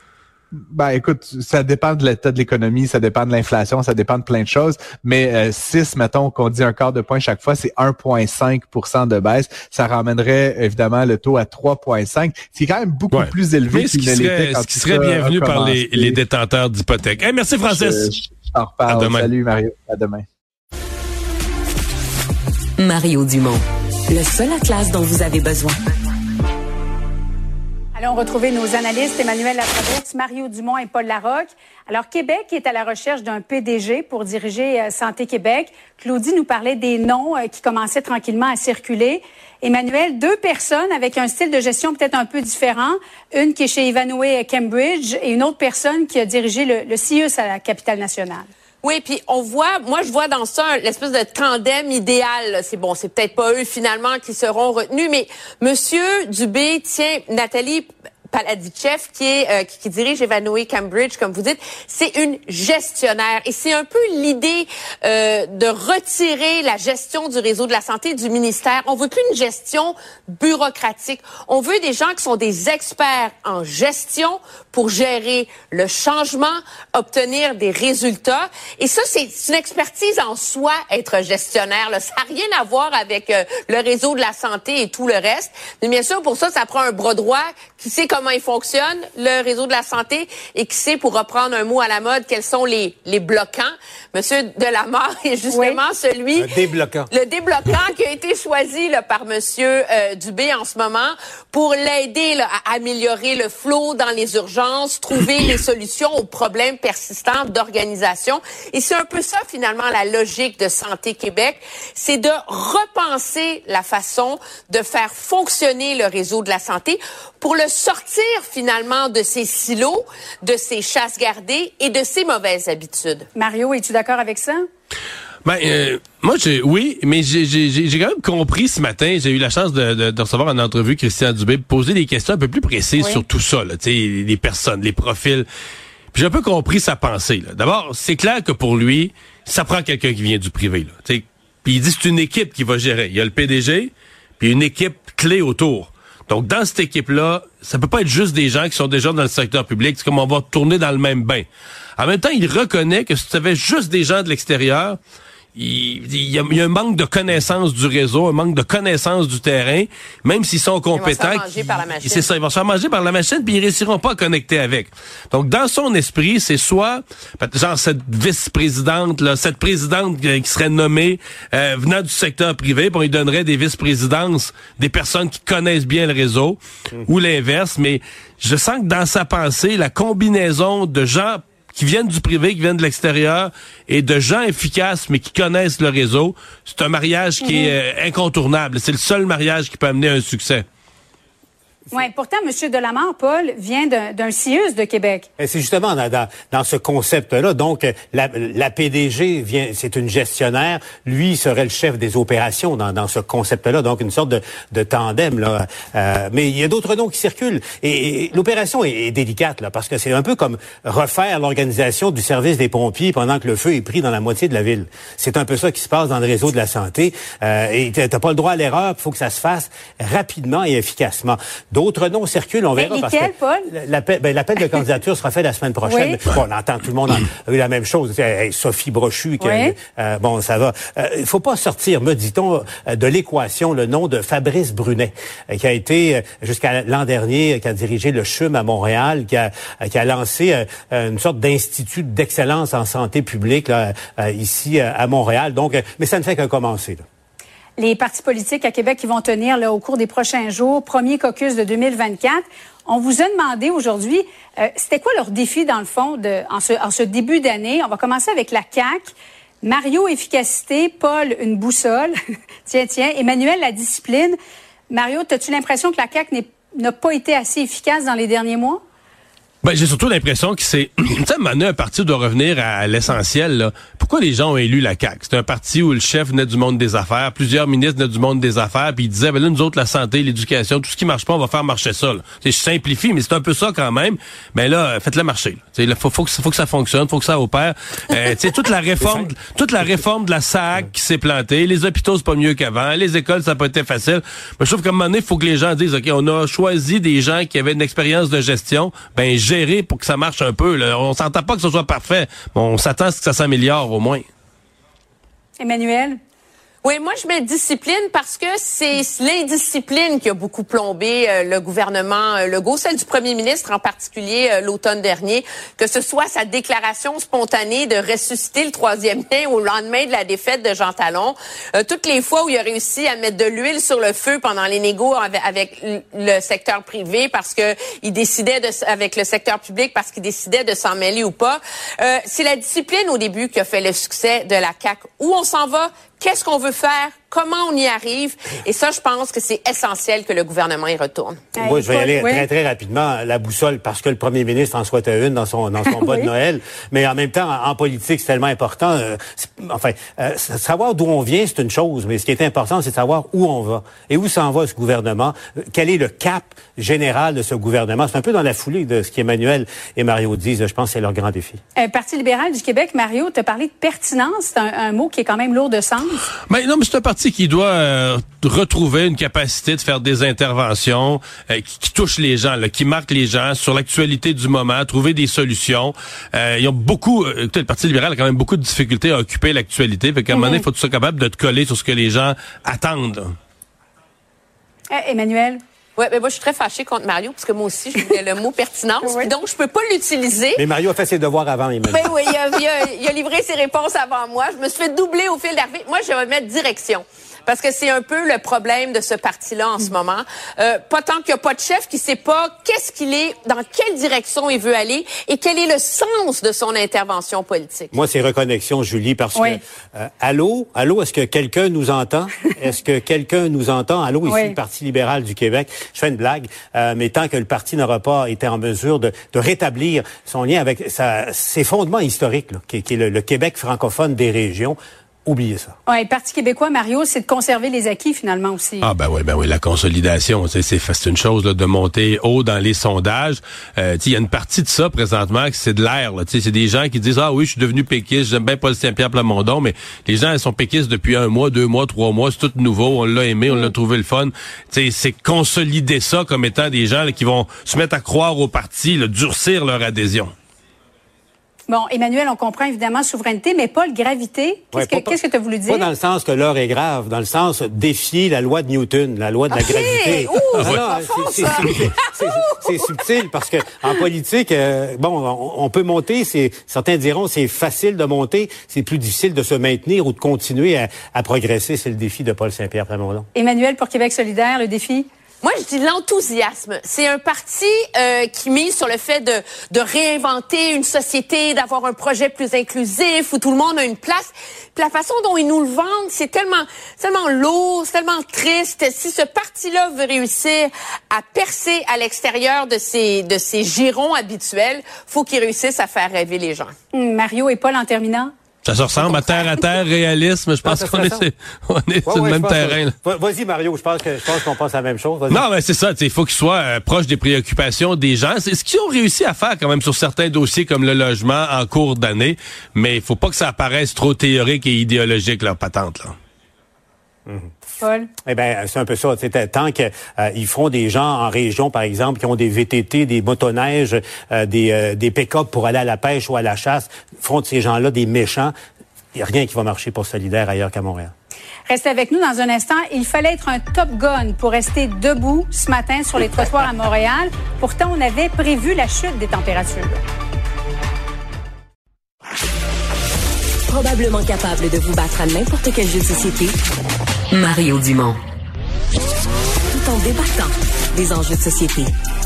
Ben écoute, ça dépend de l'état de l'économie, ça dépend de l'inflation, ça dépend de plein de choses, mais euh, six, mettons qu'on dit un quart de point chaque fois, c'est un virgule cinq pour cent de baisse. Ça ramènerait évidemment le taux à trois virgule cinq. C'est quand même beaucoup ouais. plus élevé qu'il ne l'était quand ce qui serait bienvenu par les, les détenteurs d'hypothèques. Hey, merci Francis. Je, je t'en reparle. À demain. Salut Mario. À demain. Mario Dumont, le seul atlas dont vous avez besoin. Allons retrouver nos analystes Emmanuel Latraverse, Mario Dumont et Paul Larocque. Alors, Québec est à la recherche d'un P D G pour diriger euh, Santé Québec. Claudie nous parlait des noms euh, qui commençaient tranquillement à circuler. Emmanuel, deux personnes avec un style de gestion peut-être un peu différent. Une qui est chez Ivanhoé Cambridge et une autre personne qui a dirigé le, le C I U S à la capitale nationale. Oui, puis on voit, moi je vois dans ça l'espèce de tandem idéal. C'est bon, c'est peut-être pas eux finalement qui seront retenus, mais Monsieur Dubé tient Nathalie Paladichev, qui est euh, qui, qui dirige Ivanhoé Cambridge, comme vous dites, c'est une gestionnaire. Et c'est un peu l'idée euh, de retirer la gestion du réseau de la santé du ministère. On veut plus une gestion bureaucratique. On veut des gens qui sont des experts en gestion pour gérer le changement, obtenir des résultats. Et ça, c'est une expertise en soi, être gestionnaire. Là. Ça n'a rien à voir avec euh, le réseau de la santé et tout le reste. Mais bien sûr, pour ça, ça prend un bras droit qui sait comment il fonctionne, le réseau de la santé, et qui sait, pour reprendre un mot à la mode, quels sont les, les bloquants. Monsieur Delamarre est justement oui. celui... Le débloquant. Le débloquant qui a été choisi là, par Monsieur euh, Dubé en ce moment pour l'aider là, à améliorer le flow dans les urgences, trouver les solutions aux problèmes persistants d'organisation. Et c'est un peu ça, finalement, la logique de Santé Québec. C'est de repenser la façon de faire fonctionner le réseau de la santé pour le sortir finalement de ses silos, de ses chasses gardées et de ses mauvaises habitudes. Mario, es-tu d'accord avec ça? Ben, euh, moi, j'ai, oui, mais j'ai, j'ai, j'ai quand même compris ce matin, j'ai eu la chance de, de, de recevoir en entrevue Christian Dubé, poser des questions un peu plus précises oui. sur tout ça, là, tu sais, les personnes, les profils. Puis j'ai un peu compris sa pensée, là. D'abord, c'est clair que pour lui, ça prend quelqu'un qui vient du privé, là, tu sais. Puis il dit c'est une équipe qui va gérer. Il y a le P D G, puis une équipe clé autour. Donc, dans cette équipe-là, ça peut pas être juste des gens qui sont déjà dans le secteur public. C'est comme on va tourner dans le même bain. En même temps, il reconnaît que si tu avais juste des gens de l'extérieur, il, il, y a, il y a un manque de connaissance du réseau, un manque de connaissance du terrain, même s'ils sont compétents. Ils vont se faire manger par la machine. C'est ça, ils vont se faire manger par la machine, puis ils réussiront pas à connecter avec. Donc, dans son esprit, c'est soit, genre, cette vice-présidente, là, cette présidente qui serait nommée euh, venant du secteur privé, puis on lui donnerait des vice-présidences, des personnes qui connaissent bien le réseau, mmh. ou l'inverse, mais je sens que dans sa pensée, la combinaison de gens qui viennent du privé, qui viennent de l'extérieur, et de gens efficaces, mais qui connaissent le réseau, c'est un mariage qui mm-hmm. est euh, incontournable. C'est le seul mariage qui peut amener à un succès. Oui, pourtant, M. Delamare, Paul, vient d'un, d'un C I U S de Québec. Et c'est justement dans, dans, dans ce concept-là. Donc, la, la P D G vient, c'est une gestionnaire. Lui serait le chef des opérations dans, dans ce concept-là. Donc, une sorte de, de tandem, là. Euh, mais il y a d'autres noms qui circulent. Et, et l'opération est, est délicate, là, parce que c'est un peu comme refaire l'organisation du service des pompiers pendant que le feu est pris dans la moitié de la ville. C'est un peu ça qui se passe dans le réseau de la santé. Euh, et t'as pas le droit à l'erreur. Il faut que ça se fasse rapidement et efficacement. D'autres noms circulent, on verra. Et parce lesquels, que Paul? L'appel, ben, l'appel de candidature sera fait la semaine prochaine. Oui. Bon, on entend, tout le monde a eu la même chose. Hey, Sophie Brochu, qui, oui. euh, bon, ça va. Il euh, faut pas sortir, me dit-on, de l'équation le nom de Fabrice Brunet, euh, qui a été, euh, jusqu'à l'an dernier, euh, qui a dirigé le C H U M à Montréal, qui a, euh, qui a lancé euh, une sorte d'institut d'excellence en santé publique, là, euh, ici, euh, à Montréal. Donc, euh, mais ça ne fait que commencer, là. Les partis politiques à Québec qui vont tenir là, au cours des prochains jours, premier caucus de deux mille vingt-quatre. On vous a demandé aujourd'hui, euh, c'était quoi leur défi dans le fond de, en, ce, en ce début d'année? On va commencer avec la C A Q. Mario, efficacité. Paul, une boussole. tiens, tiens. Emmanuel, la discipline. Mario, as-tu l'impression que la C A Q n'est, n'a pas été assez efficace dans les derniers mois? Ben, j'ai surtout l'impression que c'est, tu sais, maintenant, un parti doit revenir à l'essentiel, là. Pourquoi les gens ont élu la C A Q? C'est un parti où le chef venait du monde des affaires, plusieurs ministres venaient du monde des affaires, puis ils disaient, ben là, nous autres, la santé, l'éducation, tout ce qui marche pas, on va faire marcher ça, là. Je simplifie, mais c'est un peu ça quand même. Ben là, faites-le marcher, là. Il faut, faut, que, faut que ça fonctionne, faut que ça opère. Euh, tu sais, toute la réforme, toute la réforme de la S A C qui s'est plantée, les hôpitaux, c'est pas mieux qu'avant, les écoles, ça n'a pas été facile. Mais je trouve qu'à un moment donné, il faut que les gens disent, OK, on a choisi des gens qui avaient une expérience de gestion, ben, gérer pour que ça marche un peu, là. On s'entend pas que ce soit parfait, mais on s'attend à ce que ça s'améliore au moins. Emmanuel? Oui, moi je mets discipline parce que c'est l'indiscipline qui a beaucoup plombé euh, le gouvernement euh, Legault, celle du premier ministre en particulier euh, l'automne dernier, que ce soit sa déclaration spontanée de ressusciter le troisième lien au lendemain de la défaite de Jean Talon, euh, toutes les fois où il a réussi à mettre de l'huile sur le feu pendant les négos avec, avec le secteur privé parce que il décidait de avec le secteur public parce qu'il décidait de s'en mêler ou pas. Euh, c'est la discipline au début qui a fait le succès de la C A Q. Où on s'en va? Qu'est-ce qu'on veut faire? Comment on y arrive? Et ça, je pense que c'est essentiel que le gouvernement y retourne. Moi, je vais y aller oui. très, très rapidement. La boussole, parce que le premier ministre en souhaitait une dans son, dans son bas oui. de Noël. Mais en même temps, en, en politique, c'est tellement important. Euh, enfin, euh, savoir d'où on vient, c'est une chose. Mais ce qui est important, c'est de savoir où on va. Et où s'en va ce gouvernement? Quel est le cap général de ce gouvernement? C'est un peu dans la foulée de ce qu'Emmanuel et Mario disent. Je pense que c'est leur grand défi. Euh, Parti libéral du Québec, Mario, tu as parlé de pertinence. C'est un, un mot qui est quand même lourd de sens. Mais non, mais c'est un parti qui doit euh, retrouver une capacité de faire des interventions euh, qui, qui touchent les gens, là, qui marquent les gens sur l'actualité du moment, trouver des solutions. Euh, ils ont beaucoup, euh, le Parti libéral a quand même beaucoup de difficultés à occuper l'actualité. Fait qu'à un moment donné, il faut que tu sois capable de te coller sur ce que les gens attendent. Euh, Emmanuel? Oui, mais moi, je suis très fâchée contre Mario, parce que moi aussi, je voulais le mot pertinence, oui. donc je peux pas l'utiliser. Mais Mario a fait ses devoirs avant, Emmanuel. Ben oui, il a, il, a, il a livré ses réponses avant moi. Je me suis fait doubler au fil d'arrivée. Moi, je vais mettre direction. Parce que c'est un peu le problème de ce parti-là en ce moment. Euh, pas tant qu'il n'y a pas de chef qui sait pas qu'est-ce qu'il est, dans quelle direction il veut aller et quel est le sens de son intervention politique. Moi, c'est reconnexion, Julie, parce oui. que, euh, allô, allô, est-ce que quelqu'un nous entend? Est-ce que quelqu'un nous entend? Allô, ici, oui. le Parti libéral du Québec. Je fais une blague, euh, mais tant que le parti n'aura pas été en mesure de, de rétablir son lien avec sa, ses fondements historiques, là, qui, qui est le, le Québec francophone des régions, oubliez ça. Ouais, le Parti québécois, Mario, c'est de conserver les acquis finalement aussi. Ah ben oui, ben oui, la consolidation, c'est c'est, c'est une chose là, de monter haut dans les sondages. Euh, il y a une partie de ça présentement que c'est de l'air. C'est des gens qui disent ah oui, je suis devenu péquiste, j'aime bien Paul Saint-Pierre Plamondon, mais les gens ils sont péquistes depuis un mois, deux mois, trois mois, c'est tout nouveau, on l'a aimé, on l'a trouvé le fun. T'sais, c'est consolider ça comme étant des gens là, qui vont se mettre à croire au parti, là, durcir leur adhésion. Bon, Emmanuel, on comprend évidemment souveraineté, mais Paul, gravité, qu'est-ce ouais, que qu'est-ce que tu as voulu dire? Pas dans le sens que l'heure est grave, dans le sens défier la loi de Newton, la loi de okay. la gravité. Ouh, ah, non, c'est, c'est, c'est, c'est, c'est subtil parce que en politique, euh, bon, on, on peut monter, c'est certains diront c'est facile de monter, c'est plus difficile de se maintenir ou de continuer à, à progresser. C'est le défi de Paul Saint-Pierre Plamondon. Emmanuel, pour Québec solidaire, le défi? Moi, je dis l'enthousiasme. C'est un parti euh, qui mise sur le fait de, de réinventer une société, d'avoir un projet plus inclusif où tout le monde a une place. Puis la façon dont ils nous le vendent, c'est tellement, tellement lourd, c'est tellement triste. Si ce parti-là veut réussir à percer à l'extérieur de ses, de ses girons habituels, faut qu'il réussisse à faire rêver les gens. Mmh, Mario et Paul, en terminant? Ça se ressemble à terre à terre, réalisme. Je pense non, qu'on est, c'est, on est ouais, sur ouais, le même terrain. Que, vas-y, Mario, je pense que je pense qu'on pense à la même chose. Vas-y. Non, mais c'est ça. Il faut qu'ils soient euh, proches des préoccupations des gens. C'est ce qu'ils ont réussi à faire quand même sur certains dossiers comme le logement en cours d'année. Mais il faut pas que ça apparaisse trop théorique et idéologique, leur patente, là. Mm-hmm. Paul? Eh ben, c'est un peu ça. T'sais, tant qu'ils euh, font des gens en région, par exemple, qui ont des V T T, des motoneiges, euh, des, euh, des pick-up pour aller à la pêche ou à la chasse, font de ces gens-là des méchants. Il n'y a rien qui va marcher pour Solidaire ailleurs qu'à Montréal. Restez avec nous dans un instant. Il fallait être un top gun pour rester debout ce matin sur les trottoirs à Montréal. Pourtant, on avait prévu la chute des températures. Probablement capable de vous battre à n'importe quel jeu de société, Mario Dumont. Tout en débattant des enjeux de société.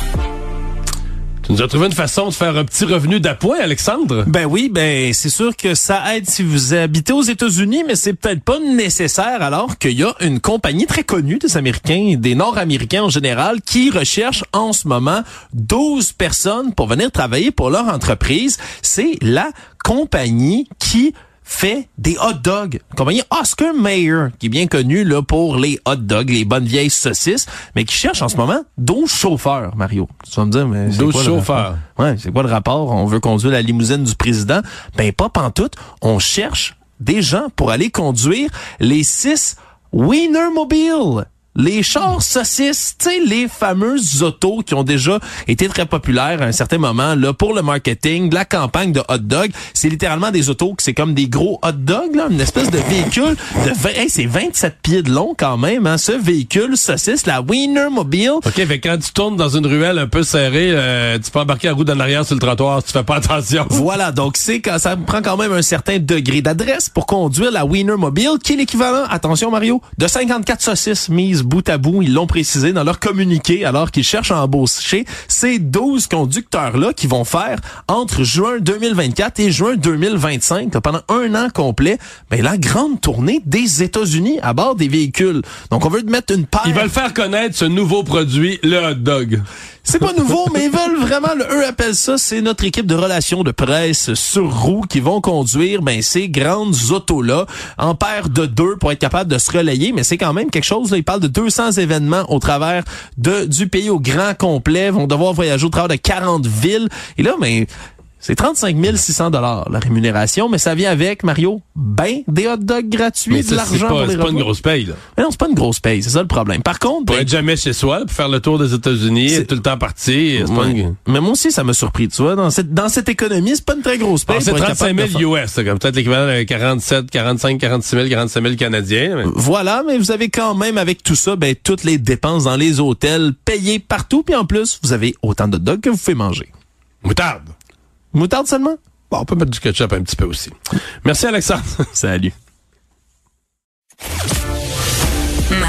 Tu nous as trouvé une façon de faire un petit revenu d'appoint, Alexandre? Ben oui, ben c'est sûr que ça aide si vous habitez aux États-Unis, mais c'est peut-être pas nécessaire alors qu'il y a une compagnie très connue des Américains, des Nord-Américains en général, qui recherche en ce moment douze personnes pour venir travailler pour leur entreprise. C'est la compagnie qui fait des hot dogs. La compagnie Oscar Mayer, qui est bien connue là pour les hot dogs, les bonnes vieilles saucisses, mais qui cherche en ce moment douze chauffeurs, Mario. Tu vas me dire, mais c'est douze quoi chauffeurs. Ouais, c'est quoi le rapport? On veut conduire la limousine du président. Ben, pas pantoute. On cherche des gens pour aller conduire les six Wienermobile. Les chars saucisses, tu sais, les fameuses autos qui ont déjà été très populaires à un certain moment là pour le marketing, de la campagne de hot dog. C'est littéralement des autos que c'est comme des gros hot dogs, là, une espèce de véhicule de vingt, hey, c'est vingt-sept pieds de long quand même, hein, ce véhicule saucisse, la Wienermobile. OK, fait quand tu tournes dans une ruelle un peu serrée, euh, tu peux embarquer la roue d'en arrière sur le trottoir si tu fais pas attention. Voilà, donc c'est quand ça prend quand même un certain degré d'adresse pour conduire la Wienermobile, qui est l'équivalent, attention Mario, de cinquante-quatre saucisses mises bout à bout, ils l'ont précisé dans leur communiqué alors qu'ils cherchent à embaucher ces douze conducteurs-là qui vont faire entre juin deux mille vingt-quatre et juin deux mille vingt-cinq, là, pendant un an complet, ben, la grande tournée des États-Unis à bord des véhicules. Donc, on veut mettre une paire. Ils veulent faire connaître ce nouveau produit, le hot dog. C'est pas nouveau, mais ils veulent vraiment, le, eux appellent ça, c'est notre équipe de relations de presse sur roue qui vont conduire, ben, ces grandes autos-là en paire de deux pour être capable de se relayer, mais c'est quand même quelque chose, là, ils parlent de deux cents événements au travers de, du pays au grand complet, vont devoir voyager au travers de quarante villes, et là, ben, c'est trente-cinq mille six cents dollars la rémunération, mais ça vient avec, Mario, ben des hot dogs gratuits, mais de l'argent pour les c'est pas une grosse paye, là. Mais non, c'est pas une grosse paye, c'est ça le problème. Par contre... Pour ben, être jamais chez soi, pour faire le tour des États-Unis, c'est tout le temps parti. C'est ouais. pas une... Mais moi aussi, ça m'a surpris, tu vois. Dans cette, dans cette économie, c'est pas une très grosse paye. Alors, c'est trente-cinq mille U S, comme peut-être l'équivalent de quarante-sept, quarante-cinq, quarante-six mille, quarante-cinq mille Canadiens. Mais... Voilà, mais vous avez quand même, avec tout ça, ben toutes les dépenses dans les hôtels payées partout, puis en plus, vous avez autant de hot dogs que vous pouvez manger. Moutarde. Moutarde seulement? Bon, on peut mettre du ketchup un petit peu aussi. Merci, Alexandre. Salut.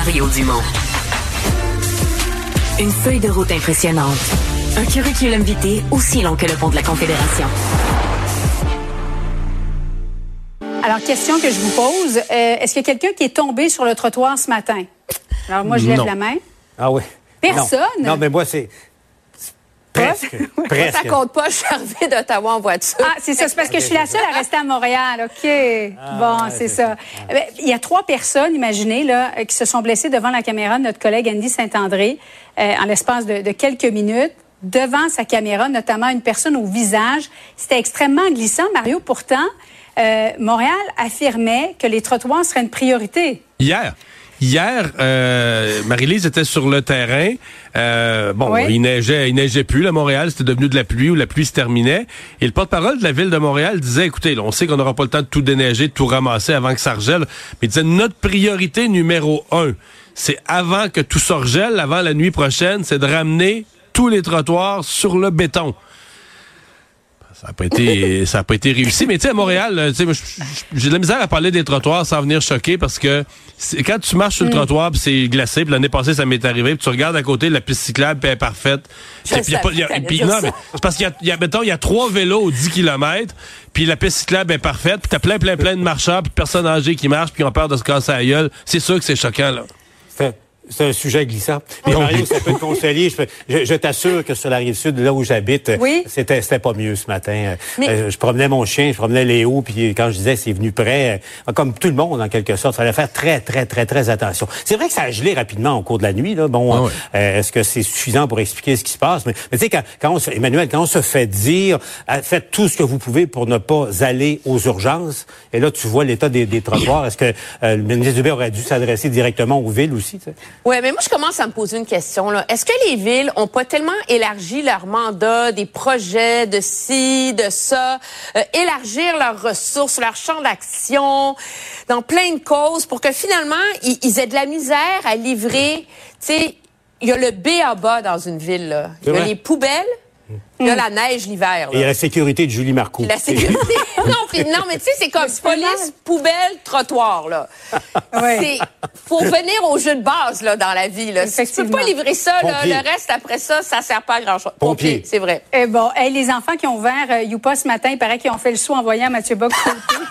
Mario Dumont. Une feuille de route impressionnante. Un curriculum vitae aussi long que le pont de la Confédération. Alors, question que je vous pose. Euh, est-ce qu'il y a quelqu'un qui est tombé sur le trottoir ce matin? Alors, moi, je lève non. la main. Ah oui. Personne? Non, non mais moi, c'est... Presque. Oui. Presque. Ça compte pas, je suis arrivée d'Ottawa en voiture. Ah, c'est ça. C'est parce que je suis la seule à rester à Montréal. OK. Ah, bon, ouais, c'est c'est ça. ça. Il y a trois personnes, imaginez, là, qui se sont blessées devant la caméra de notre collègue Andy Saint-André euh, en l'espace de, de quelques minutes. Devant sa caméra, notamment une personne au visage. C'était extrêmement glissant, Mario. Pourtant, euh, Montréal affirmait que les trottoirs seraient une priorité. Hier. Hier, euh, Marie-Lise était sur le terrain. Euh, bon, oui. il neigeait, il neigeait plus. À Montréal, c'était devenu de la pluie ou la pluie se terminait. Et le porte-parole de la ville de Montréal disait, écoutez, là, on sait qu'on n'aura pas le temps de tout déneiger, de tout ramasser avant que ça regèle. Mais il disait, notre priorité numéro un, c'est avant que tout ça regèle, avant la nuit prochaine, c'est de ramener tous les trottoirs sur le béton. Ça n'a pas été, ça a pas été réussi. Mais tu sais, à Montréal, tu sais, j'ai de la misère à parler des trottoirs sans venir choquer parce que quand tu marches sur le mm. trottoir puis c'est glacé, puis l'année passée ça m'est arrivé, puis tu regardes à côté la piste cyclable puis elle est parfaite. Puis y a pas, y a, puis non, mais c'est parce qu'il y a, y a, mettons, il y a trois vélos aux dix kilomètres, puis la piste cyclable est parfaite, puis t'as plein, plein, plein de marcheurs, puis de personnes âgées qui marchent, puis ont peur de se casser la gueule. C'est sûr que c'est choquant là. Fait. C'est un sujet glissant. Mais Mario, ça peut te consoler. Je, je, je t'assure que sur la rive sud, là où j'habite, oui? c'était, c'était pas mieux ce matin. Mais... Euh, je promenais mon chien, je promenais Léo, puis quand je disais c'est venu près, euh, comme tout le monde en quelque sorte, il fallait faire très, très, très, très attention. C'est vrai que ça a gelé rapidement au cours de la nuit. Là. Bon, ah ouais. euh, est-ce que c'est suffisant pour expliquer ce qui se passe? Mais, mais tu sais, quand, quand on se, Emmanuel, quand on se fait dire, faites tout ce que vous pouvez pour ne pas aller aux urgences, et là tu vois l'état des, des trottoirs, est-ce que euh, le ministre Dubé aurait dû s'adresser directement aux villes aussi? T'sais? Oui, mais moi, je commence à me poser une question. Là. Est-ce que les villes ont pas tellement élargi leur mandat, des projets de ci, de ça, euh, élargir leurs ressources, leur champ d'action dans plein de causes pour que finalement, ils, ils aient de la misère à livrer. Tu sais, il y a le B à bas dans une ville. Là. Il y a les poubelles. Il y a la neige l'hiver. Là. Et il y a la sécurité de Julie Marcoux. La sécurité. non, pis, non, mais tu sais, c'est comme police, poubelle, trottoir. Là. Ouais. C'est faut venir au jeu de base là dans la vie. Là. Si tu peux pas livrer ça, là, le reste après ça, ça sert pas à grand chose. Pompier, Pompier c'est vrai. Eh bon, hey, les enfants qui ont ouvert euh, Youpa ce matin, il paraît qu'ils ont fait le saut en voyant Mathieu Bock côté.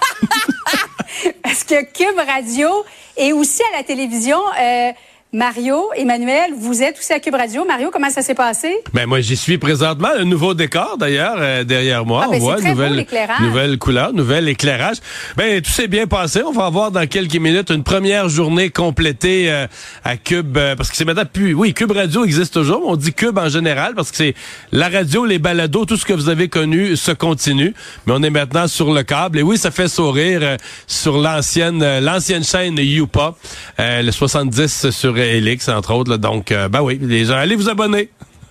Parce que Cube Radio et aussi à la télévision. Euh, Mario, Emmanuel, vous êtes aussi à Cube Radio. Mario, comment ça s'est passé? Ben moi, j'y suis présentement. Un nouveau décor, d'ailleurs, euh, derrière moi. Ah, ben, on voit très nouvelle, beau, nouvelle couleur, nouvel éclairage. Ben tout s'est bien passé. On va avoir dans quelques minutes une première journée complétée euh, à Cube, euh, parce que c'est maintenant plus. Oui, Cube Radio existe toujours. Mais on dit Cube en général parce que c'est la radio, les balados, tout ce que vous avez connu se continue. Mais on est maintenant sur le câble. Et oui, ça fait sourire euh, sur l'ancienne, euh, l'ancienne chaîne Youpa, euh, le soixante-dix sur Elix, entre autres. Là. Donc, euh, ben oui, les gens, allez vous abonner.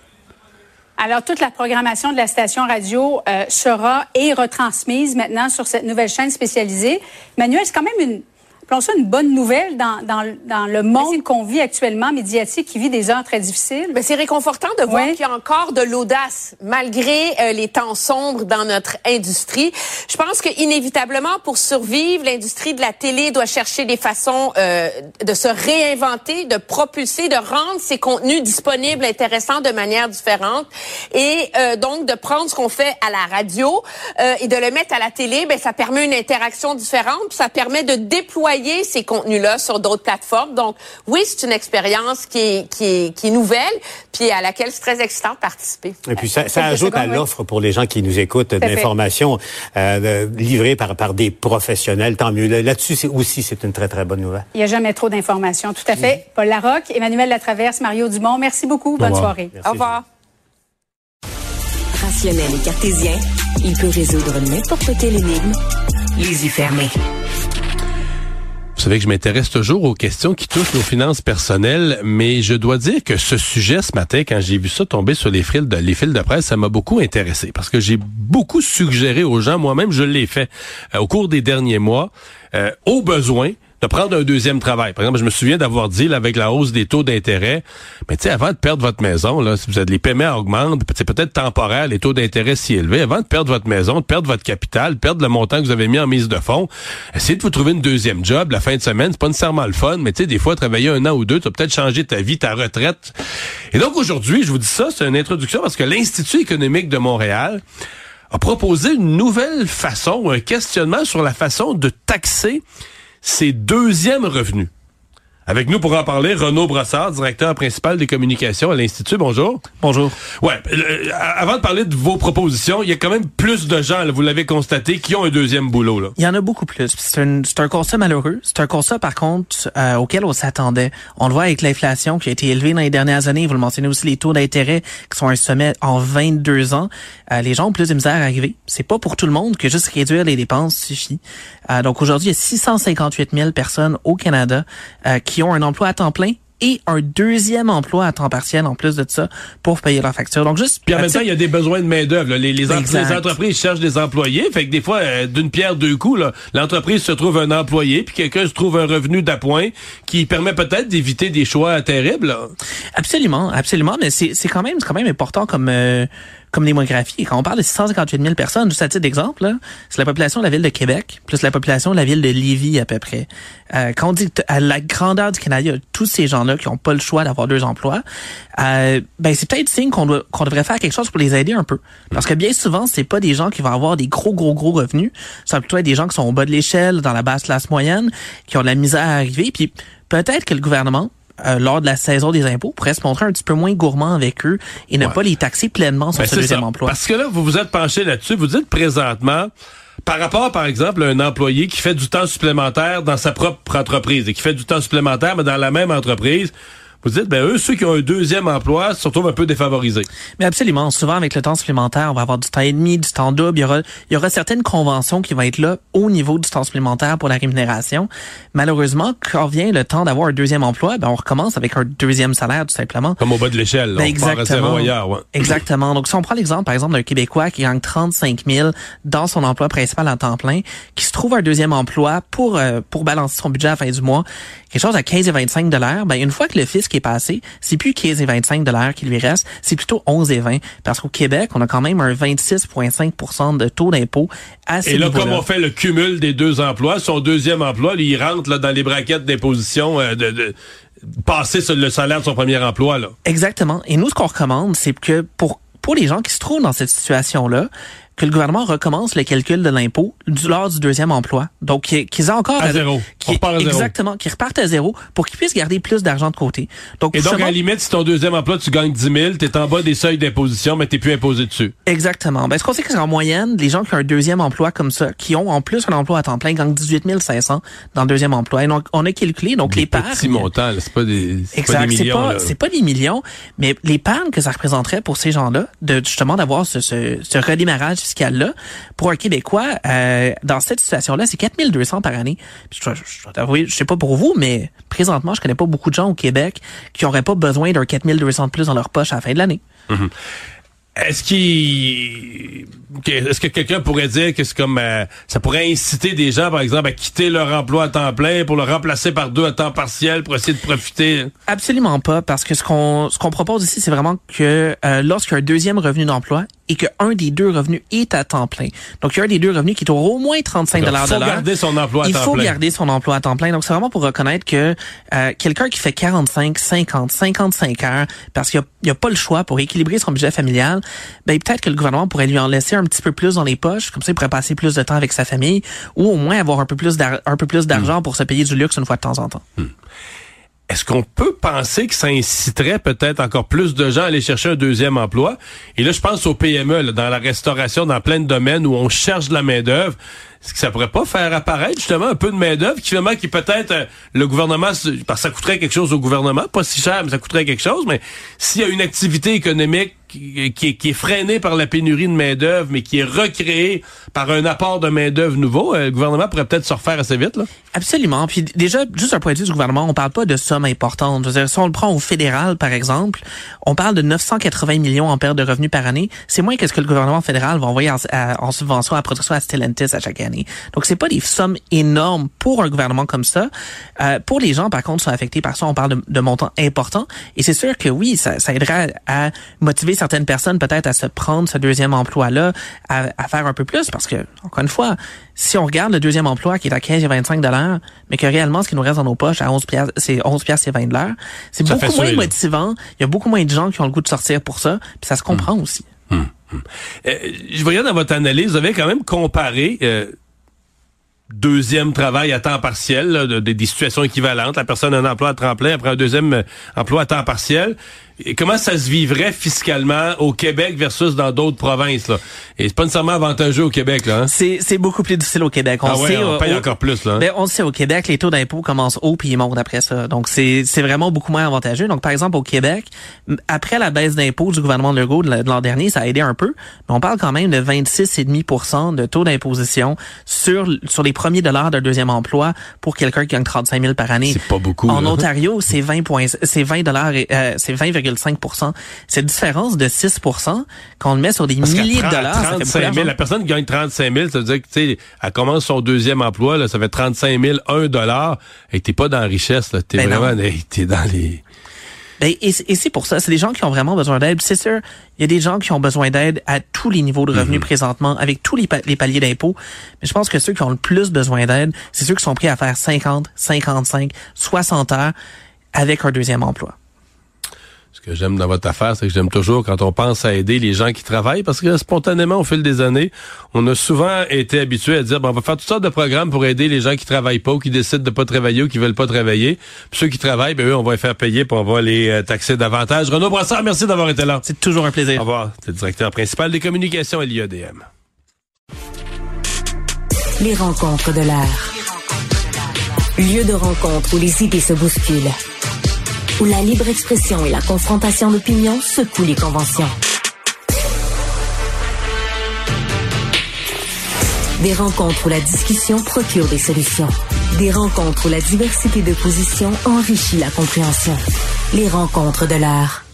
Alors, toute la programmation de la station radio euh, sera et retransmise maintenant sur cette nouvelle chaîne spécialisée. Manuel, c'est quand même une, appelons ça une bonne nouvelle dans, dans, dans le monde qu'on vit actuellement, médiatique, qui vit des heures très difficiles. Mais c'est réconfortant de voir oui. qu'il y a encore de l'audace, malgré euh, les temps sombres dans notre industrie. Je pense que inévitablement, pour survivre, l'industrie de la télé doit chercher des façons euh, de se réinventer, de propulser, de rendre ses contenus disponibles, intéressants de manière différente, et euh, donc de prendre ce qu'on fait à la radio euh, et de le mettre à la télé. Ben ça permet une interaction différente, puis ça permet de déployer ces contenus-là sur d'autres plateformes. Donc, oui, c'est une expérience qui est, qui est, qui est nouvelle, puis à laquelle c'est très excitant de participer. Et puis, ça, ça ajoute à l'offre pour les gens qui nous écoutent d'informations euh, livrées par, par des professionnels. Tant mieux. Là-dessus, c'est aussi, c'est une très, très bonne nouvelle. Il n'y a jamais trop d'informations. Tout à fait. Paul Larocque, Emmanuel Latraverse, Mario Dumont, merci beaucoup. Bonne soirée. Merci. Au revoir. Rationnel et cartésien, il peut résoudre n'importe quelle énigme, les yeux fermés. Vous savez que je m'intéresse toujours aux questions qui touchent nos finances personnelles, mais je dois dire que ce sujet ce matin, quand j'ai vu ça tomber sur les fils de, les fils de presse, ça m'a beaucoup intéressé parce que j'ai beaucoup suggéré aux gens, moi-même je l'ai fait euh, au cours des derniers mois, euh, au besoin, de prendre un deuxième travail. Par exemple, je me souviens d'avoir dit, là, avec la hausse des taux d'intérêt, mais tu sais, avant de perdre votre maison, là, si vous avez les paiements augmentent, c'est peut-être temporaire, les taux d'intérêt si élevés, avant de perdre votre maison, de perdre votre capital, de perdre le montant que vous avez mis en mise de fonds, essayez de vous trouver une deuxième job la fin de semaine. C'est pas nécessairement le fun, mais tu sais, des fois, travailler un an ou deux, tu vas peut-être changer ta vie, ta retraite. Et donc, aujourd'hui, je vous dis ça, c'est une introduction parce que l'Institut économique de Montréal a proposé une nouvelle façon, un questionnement sur la façon de taxer ces deuxièmes revenus. Avec nous pour en parler, Renaud Brossard, directeur principal des communications à l'Institut. Bonjour. Bonjour. Ouais. Euh, avant de parler de vos propositions, il y a quand même plus de gens, là, vous l'avez constaté, qui ont un deuxième boulot, là. Il y en a beaucoup plus. C'est un, c'est un constat malheureux. C'est un constat, par contre, euh, auquel on s'attendait. On le voit avec l'inflation qui a été élevée dans les dernières années. Vous le mentionnez aussi, les taux d'intérêt qui sont à un sommet en vingt-deux ans. Euh, les gens ont plus de misère à arriver. C'est pas pour tout le monde que juste réduire les dépenses suffit. Euh, donc aujourd'hui, il y a six cent cinquante-huit mille personnes au Canada euh, qui ont un emploi à temps plein et un deuxième emploi à temps partiel en plus de ça pour payer leurs factures. Donc juste puis en même temps, il y a des besoins de main-d'œuvre. Les, les, les entreprises cherchent des employés, fait que des fois, euh, d'une pierre deux coups, là, l'entreprise se trouve un employé, puis quelqu'un se trouve un revenu d'appoint qui permet peut-être d'éviter des choix terribles. Là. Absolument, absolument, mais c'est, c'est quand même, c'est quand même important comme euh, comme démographie. Quand on parle de six cent cinquante-huit mille personnes, juste à titre d'exemple, là, c'est la population de la ville de Québec plus la population de la ville de Lévis à peu près. Euh, quand on dit que à la grandeur du Canada, il y a tous ces gens-là qui n'ont pas le choix d'avoir deux emplois, euh, ben c'est peut-être signe qu'on doit, qu'on devrait faire quelque chose pour les aider un peu. Parce que bien souvent, c'est pas des gens qui vont avoir des gros, gros, gros revenus. Ça va plutôt être des gens qui sont au bas de l'échelle, dans la basse classe moyenne, qui ont de la misère à arriver. Puis peut-être que le gouvernement, Euh, lors de la saison des impôts, pourrait se montrer un petit peu moins gourmand avec eux et ne ouais. pas les taxer pleinement sur ben ce deuxième ça. emploi. Parce que là, vous vous êtes penché là-dessus, vous dites présentement, par rapport, par exemple, à un employé qui fait du temps supplémentaire dans sa propre entreprise et qui fait du temps supplémentaire, mais dans la même entreprise, vous dites, ben eux, ceux qui ont un deuxième emploi se retrouvent un peu défavorisés. Mais absolument. Souvent, avec le temps supplémentaire, on va avoir du temps et demi, du temps double. Il y aura, il y aura certaines conventions qui vont être là au niveau du temps supplémentaire pour la rémunération. Malheureusement, quand vient le temps d'avoir un deuxième emploi, ben on recommence avec un deuxième salaire, tout simplement. Comme au bas de l'échelle. Ben, on exactement. Part à zéro ailleurs, ouais. Exactement. Donc, si on prend l'exemple, par exemple, d'un Québécois qui gagne trente-cinq mille dans son emploi principal à temps plein, qui se trouve un deuxième emploi pour euh, pour balancer son budget à la fin du mois, quelque chose à quinze et vingt-cinq dollars, ben une fois que le fisc est passé, c'est plus quinze et vingt-cinq dollars qui lui reste, c'est plutôt onze et vingt. Parce qu'au Québec, on a quand même un vingt-six virgule cinq pour cent de taux d'impôt à ce Et là, niveau-là. comme on fait le cumul des deux emplois, son deuxième emploi, il rentre là, dans les braquettes d'imposition euh, de, de passer sur le salaire de son premier emploi. Là. Exactement. Et nous, ce qu'on recommande, c'est que pour pour les gens qui se trouvent dans cette situation-là, que le gouvernement recommence le calcul de l'impôt du, lors du deuxième emploi. Donc, qu'ils aient encore... À zéro. Qui, On repart à zéro. Exactement. Qu'ils repartent à zéro pour qu'ils puissent garder plus d'argent de côté. Donc, Et donc, à la limite, si ton deuxième emploi, tu gagnes dix mille, t'es en bas des seuils d'imposition, mais t'es plus imposé dessus. Exactement. Ben, ce qu'on sait, c'est qu'en moyenne, les gens qui ont un deuxième emploi comme ça, qui ont en plus un emploi à temps plein, gagnent dix-huit mille cinq cents dans le deuxième emploi. Et donc, on a calculé, donc, des l'épargne... petits montants, là, c'est pas des, c'est exact, pas des millions. C'est pas, c'est pas des millions, mais l'épargne que ça représenterait pour ces gens-là, de justement d'avoir ce, ce, ce redémarrage fiscal-là, pour un Québécois, euh, dans cette situation-là, c'est quatre mille deux cents par année. Puis je, je, je dois t'avouer, je sais pas pour vous, mais présentement, je connais pas beaucoup de gens au Québec qui auraient pas besoin d'un quatre mille deux cents de plus dans leur poche à la fin de l'année. Mm-hmm. Est-ce qu'il, est-ce que quelqu'un pourrait dire que c'est comme, euh, ça pourrait inciter des gens, par exemple, à quitter leur emploi à temps plein pour le remplacer par deux à temps partiel pour essayer de profiter? Absolument pas, parce que ce qu'on, ce qu'on propose ici, c'est vraiment que euh, lorsqu'il y a un deuxième revenu d'emploi et qu'un des deux revenus est à temps plein, donc il y a un des deux revenus qui est au moins trente-cinq dollars de l'heure. Il faut garder son emploi à il temps plein. Il faut garder son emploi à temps plein. Donc c'est vraiment pour reconnaître que euh, quelqu'un qui fait quarante-cinq, cinquante, cinquante-cinq heures, parce qu'il n'y a, a pas le choix pour équilibrer son budget familial, ben peut-être que le gouvernement pourrait lui en laisser un petit peu plus dans les poches, comme ça il pourrait passer plus de temps avec sa famille, ou au moins avoir un peu plus d'ar- un peu plus d'argent mmh. pour se payer du luxe une fois de temps en temps. Mmh. Est-ce qu'on peut penser que ça inciterait peut-être encore plus de gens à aller chercher un deuxième emploi? Et là, je pense aux P M E, là, dans la restauration, dans plein de domaines où on cherche de la main-d'œuvre. Est-ce que ça pourrait pas faire apparaître justement un peu de main-d'œuvre qui finalement qui peut-être euh, le gouvernement, parce que ça coûterait quelque chose au gouvernement, pas si cher, mais ça coûterait quelque chose, mais s'il y a une activité économique qui, qui, est, qui est freinée par la pénurie de main-d'œuvre, mais qui est recréée par un apport de main-d'œuvre nouveau, euh, le gouvernement pourrait peut-être se refaire assez vite, là. Absolument. Puis déjà, juste un point de vue du gouvernement, on parle pas de sommes importantes. Je veux dire, si on le prend au fédéral, par exemple, on parle de neuf cent quatre-vingts millions en perte de revenus par année. C'est moins que ce que le gouvernement fédéral va envoyer en, à, en subvention à la production à Stellantis à chaque année. année. Donc, c'est pas des sommes énormes pour un gouvernement comme ça. Euh, pour les gens, par contre, sont affectés par ça. On parle de, de montants importants. Et c'est sûr que oui, ça, ça aiderait à, à motiver certaines personnes peut-être à se prendre ce deuxième emploi-là, à, à faire un peu plus. Parce que, encore une fois, si on regarde le deuxième emploi qui est à quinze et vingt-cinq dollars, mais que réellement, ce qui nous reste dans nos poches à onze piastres, c'est onze piastres et vingt de l'heure, c'est ça beaucoup moins suer, motivant. Il y a beaucoup moins de gens qui ont le goût de sortir pour ça. Puis ça se comprend mmh. aussi. Mmh. Mmh. Euh, je voyais dans votre analyse, vous avez quand même comparé euh, deuxième travail à temps partiel, là, de, de, des situations équivalentes. La personne a un emploi à temps plein, après un deuxième euh, emploi à temps partiel. Et comment ça se vivrait fiscalement au Québec versus dans d'autres provinces, là? Et c'est pas nécessairement avantageux au Québec, là. Hein? C'est, c'est beaucoup plus difficile au Québec. On ah ouais, sait, on paye au, encore plus, là. Hein? Ben, on le sait, au Québec, les taux d'impôt commencent haut puis ils montent après ça. Donc, c'est, c'est vraiment beaucoup moins avantageux. Donc, par exemple, au Québec, après la baisse d'impôt du gouvernement de Legault de l'an dernier, ça a aidé un peu. Mais on parle quand même de vingt-six virgule cinq pour cent de taux d'imposition sur, sur les premiers dollars d'un deuxième emploi pour quelqu'un qui gagne trente-cinq mille par année. C'est pas beaucoup. En là. Ontario, c'est vingt points, c'est vingt dollars, euh, c'est vingt virgule cinq pour cent. Cette différence de six pour cent, qu'on le met sur des Parce milliers trente, de dollars, trente-cinq ça fait mille, la personne qui gagne trente-cinq mille, ça veut dire que, tu sais, elle commence son deuxième emploi, là, ça fait trente-cinq mille, un dollar, et t'es pas dans la richesse, là. T'es ben vraiment, non. t'es dans les... Ben, et, et c'est pour ça, c'est des gens qui ont vraiment besoin d'aide. C'est sûr, il y a des gens qui ont besoin d'aide à tous les niveaux de revenus mm-hmm. présentement, avec tous les, pa- les paliers d'impôts. Mais je pense que ceux qui ont le plus besoin d'aide, c'est ceux qui sont prêts à faire cinquante, cinquante-cinq, soixante heures avec un deuxième emploi. Ce que j'aime dans votre affaire, c'est que j'aime toujours quand on pense à aider les gens qui travaillent, parce que spontanément, au fil des années, on a souvent été habitué à dire, bon, on va faire toutes sortes de programmes pour aider les gens qui travaillent pas ou qui décident de pas travailler ou qui veulent pas travailler. Puis ceux qui travaillent, ben eux, on va les faire payer puis on va les euh, taxer davantage. Renaud Brassard, merci d'avoir été là. C'est toujours un plaisir. Au revoir. C'est le directeur principal des communications à l'I A D M. Les rencontres de l'heure. Lieu de rencontre où les idées se bousculent. Où la libre expression et la confrontation d'opinions secouent les conventions. Des rencontres où la discussion procure des solutions. Des rencontres où la diversité de positions enrichit la compréhension. Les rencontres de l'heure.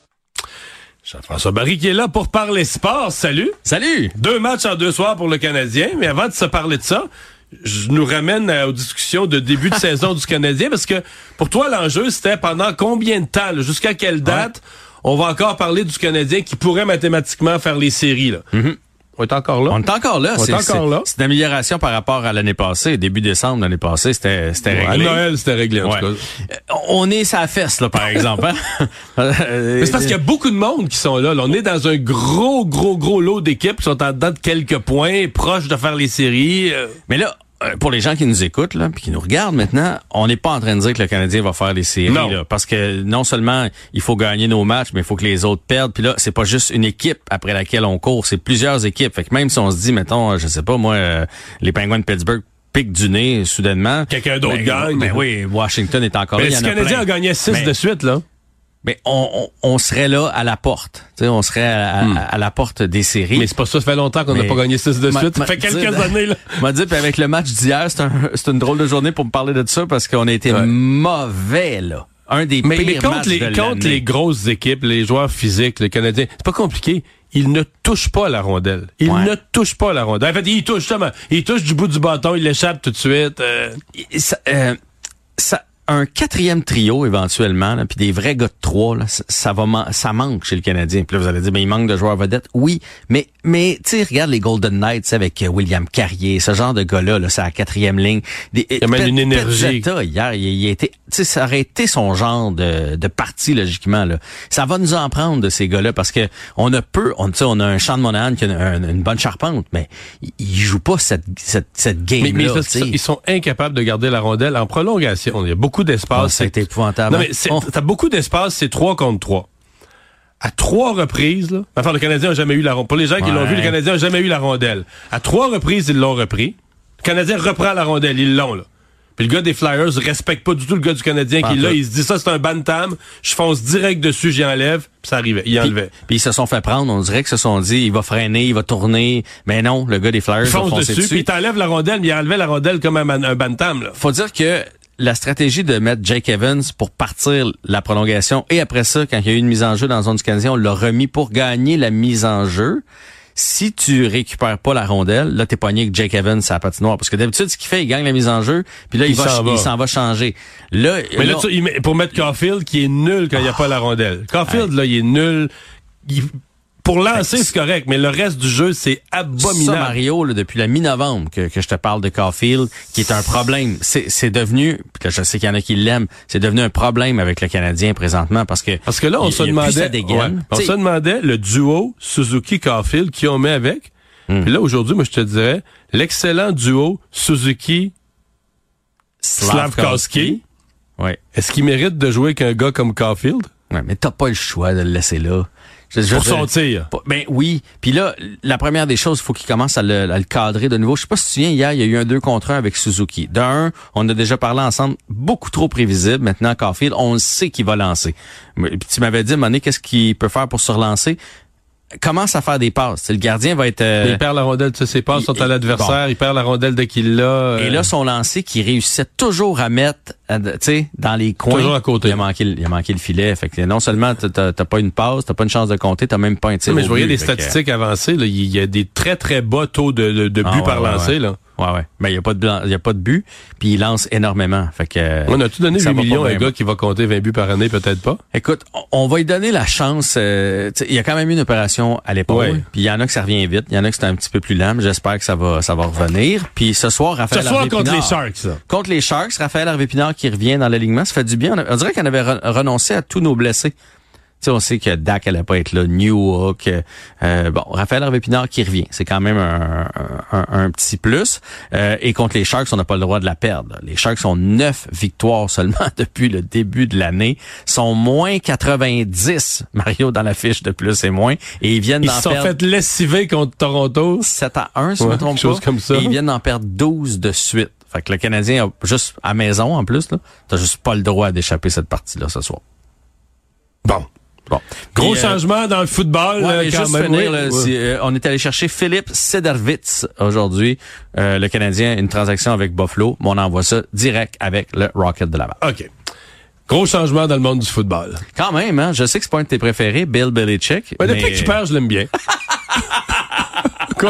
Jean-François Barry qui est là pour parler sport. Salut! Salut! Deux matchs en deux soirs pour le Canadien, mais avant de se parler de ça, je nous ramène aux discussions de début de saison du Canadien, parce que pour toi, l'enjeu, c'était pendant combien de temps, là, jusqu'à quelle date, ouais. on va encore parler du Canadien qui pourrait mathématiquement faire les séries, là. Mm-hmm. On est encore là. On est encore là. On c'est, est encore c'est, là. C'est une amélioration par rapport à l'année passée. Début décembre l'année passée, c'était, c'était ouais, réglé. À Noël, c'était réglé, en ouais. tout cas. On est sur la fesse, là, par exemple. Hein? Mais c'est parce qu'il y a beaucoup de monde qui sont là, là. On est dans un gros, gros, gros lot d'équipes qui sont en dedans de quelques points, proches de faire les séries. Mais là, pour les gens qui nous écoutent là, puis qui nous regardent maintenant, on n'est pas en train de dire que le Canadien va faire les séries, là, parce que non seulement il faut gagner nos matchs, mais il faut que les autres perdent. Puis là, c'est pas juste une équipe après laquelle on court, c'est plusieurs équipes. Fait que même si on se dit, mettons, je sais pas, moi, euh, les Penguins de Pittsburgh piquent du nez soudainement, quelqu'un d'autre ben, gagne. Ben oui, Washington est encore mais là. Si le Canadien a gagné six mais, de suite, là. Mais on, on, on serait là à la porte. T'sais, on serait à, hmm. à, à la porte des séries. Mais c'est pas ça, ça fait longtemps qu'on n'a pas gagné six de suite. Ça fait quelques dire, années, là. M'a dit, puis avec le match d'hier, c'est, un, c'est une drôle de journée pour me parler de ça parce qu'on a été ouais. mauvais, là. Un des mais, pires mais contre matchs les, de contre l'année. les grosses équipes, les joueurs physiques, les Canadiens, c'est pas compliqué. Ils ne touchent pas à la rondelle. Ils ouais. ne touchent pas à la rondelle. En fait, ils touchent, justement. Ils touchent du bout du bâton, ils l'échappent tout de suite. Euh. Ça, euh, ça, un quatrième trio éventuellement, là, puis des vrais gars de trois, là, ça, ça va, man- ça manque chez le Canadien. Puis là, vous allez dire, mais il manque de joueurs vedettes. Oui, mais mais tu sais, regarde les Golden Knights avec William Carrier, ce genre de gars-là, là, c'est à la quatrième ligne. Des, il y a même P- une énergie. Pezzetta, hier, il, il a été, tu sais, ça aurait été son genre de, de partie logiquement là. Ça va nous en prendre de ces gars-là parce que on a peu, on tu sais, on a un Sean Monahan qui a une, une, une bonne charpente, mais il, il joue pas cette cette cette game-là. Mais, mais ça, ils sont incapables de garder la rondelle en prolongation. Il y a beaucoup d'espace. Oh, c'est épouvantable. Non, mais c'est, oh. t'as beaucoup d'espace, c'est trois contre trois. À trois reprises, là. Enfin, le Canadien n'a jamais eu la rondelle. Pour les gens qui ouais. l'ont vu, le Canadien n'a jamais eu la rondelle. À trois reprises, ils l'ont repris. Le Canadien reprend la rondelle, ils l'ont, là. Puis le gars des Flyers respecte pas du tout le gars du Canadien qui est là. Il se dit, ça, c'est un bantam. Je fonce direct dessus, j'y enlève. Puis ça arrivait. Il enlevait. Puis, puis ils se sont fait prendre. On dirait qu'ils se sont dit, il va freiner, il va tourner. Mais non, le gars des Flyers il fonce va foncer dessus. dessus. Puis il t'enlève la rondelle, mais il enlevait la rondelle comme un, un bantam, là. Faut dire que la stratégie de mettre Jake Evans pour partir la prolongation et après ça, quand il y a eu une mise en jeu dans la zone du Canadien, on l'a remis pour gagner la mise en jeu. Si tu récupères pas la rondelle, là, t'es pogné avec Jake Evans à la patinoire. Parce que d'habitude, ce qu'il fait, il gagne la mise en jeu, puis là, il, il va, s'en va. il s'en va changer. Là, Mais là, là tu, il, pour mettre Caulfield, qui est nul quand il n'y a pas la rondelle. Caulfield, ouais. là, il est nul. Il, Pour lancer, c'est correct, mais le reste du jeu, c'est abominable. Ça, Mario, là, depuis la mi-novembre que, que je te parle de Caulfield, qui est un problème. C'est, c'est devenu, puis là, je sais qu'il y en a qui l'aiment, c'est devenu un problème avec le Canadien présentement parce que parce que là, on il, se demandait, ouais, on se demandait le duo Suzuki-Caulfield qui on met avec. Hmm. Puis là, aujourd'hui, moi, je te dirais, l'excellent duo Suzuki-Slavkovski. Ouais. Est-ce qu'il mérite de jouer avec un gars comme Caulfield? Ouais, mais t'as pas le choix de le laisser là. Je, je pour son tir. Ben oui. Puis là, la première des choses, il faut qu'il commence à le, à le cadrer de nouveau. Je sais pas si tu te souviens, hier, il y a eu un deux contre un avec Suzuki. D'un, on a déjà parlé ensemble, beaucoup trop prévisible. Maintenant, Caulfield, on le sait qu'il va lancer. Puis tu m'avais dit, Monet, qu'est-ce qu'il peut faire pour se relancer? Commence à faire des passes. T'sais, le gardien va être... Euh, il perd la rondelle, tu sais, ses passes il, sont à l'adversaire, bon. il perd la rondelle dès qu'il l'a. Euh... Et là, son lancer qu'il réussissait toujours à mettre, tu sais, dans les coins. Toujours à côté. Il a manqué, il a manqué le filet. Fait que non seulement t'as, t'as pas une passe, t'as pas une chance de compter, t'as même pas un tir. Mais je voyais but, des statistiques que... avancées, là. Il y a des très, très bas taux de, de, de buts ah, ouais, par ouais, lancé, ouais. là. Ouais, ouais. Mais il y a pas de il y a pas de but, puis il lance énormément. Fait que on a tout donné huit millions à un gars qui va compter vingt buts par année, peut-être pas. Écoute, on va lui donner la chance. Euh, il y a quand même eu une opération à l'épaule, ouais. puis il y en a que ça revient vite, il y en a que c'est un petit peu plus lent. J'espère que ça va ça va revenir. Puis ce soir, Raphaël Ce soir Harvey contre Pinard, les Sharks. Ça. Contre les Sharks, Raphaël Harvey Pinard qui revient dans l'alignement, ça fait du bien. On, on dirait qu'on avait re- renoncé à tous nos blessés. Tu sais, on sait que Dak allait pas être là, Newhook, euh, bon, Raphaël Harvey Pinard qui revient, c'est quand même un, un, un petit plus. Euh, et contre les Sharks, on n'a pas le droit de la perdre. Les Sharks ont neuf victoires seulement depuis le début de l'année, sont moins quatre-vingt-dix, Mario, dans la fiche de plus et moins, et ils viennent ils d'en se sont perdre fait lessiver contre Toronto, sept à un, si je ouais, me trompe chose pas. Comme ça. Et ils viennent d'en perdre douze de suite. Fait que le Canadien a juste à maison en plus là, t'as juste pas le droit d'échapper cette partie-là ce soir. Bon. Bon. Gros Puis, changement euh, dans le football. Ouais, euh, quand juste même, finir, oui, là, oui. Si, euh, on est allé chercher Philippe Sedervitz aujourd'hui. Euh, le Canadien, une transaction avec Buffalo. Mais on envoie ça direct avec le Rocket de Laval. OK. Gros changement dans le monde du football. Quand même, hein. Je sais que c'est pas un de tes préférés, Bill Belichick. Ouais, depuis mais... que tu perds, je l'aime bien. Quoi?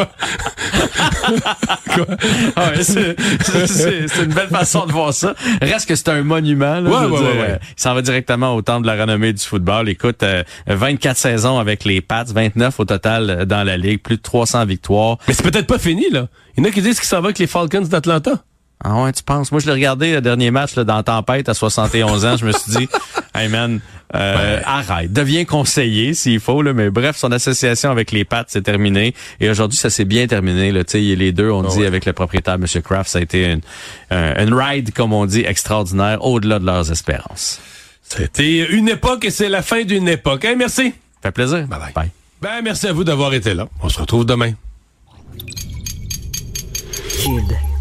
Quoi? Ah ouais, c'est, c'est, c'est, c'est une belle façon de voir ça. Reste que c'est un monument. Là, ouais, ouais, dire, ouais, ouais. Euh, il s'en va directement au temple de la renommée du football. Écoute, euh, vingt-quatre saisons avec les Pats, vingt-neuf au total dans la Ligue, plus de trois cents victoires. Mais c'est peut-être pas fini, là. Il y en a qui disent qu'il s'en va avec les Falcons d'Atlanta. Ah ouais, tu penses? Moi, je l'ai regardé le dernier match là, dans Tempête à soixante et onze ans. Je me suis dit, hey man, euh, ouais. arrête, deviens conseiller s'il faut. Là, mais bref, son association avec les Pats, c'est terminé. Et aujourd'hui, ça s'est bien terminé. Là, les deux, on oh dit, ouais. avec le propriétaire, M. Kraft, ça a été une, euh, une ride, comme on dit, extraordinaire, au-delà de leurs espérances. C'était une époque et c'est la fin d'une époque. Hein, merci. Ça fait plaisir. Bye bye. Bye. Ben, merci à vous d'avoir été là. On se retrouve demain. Cube.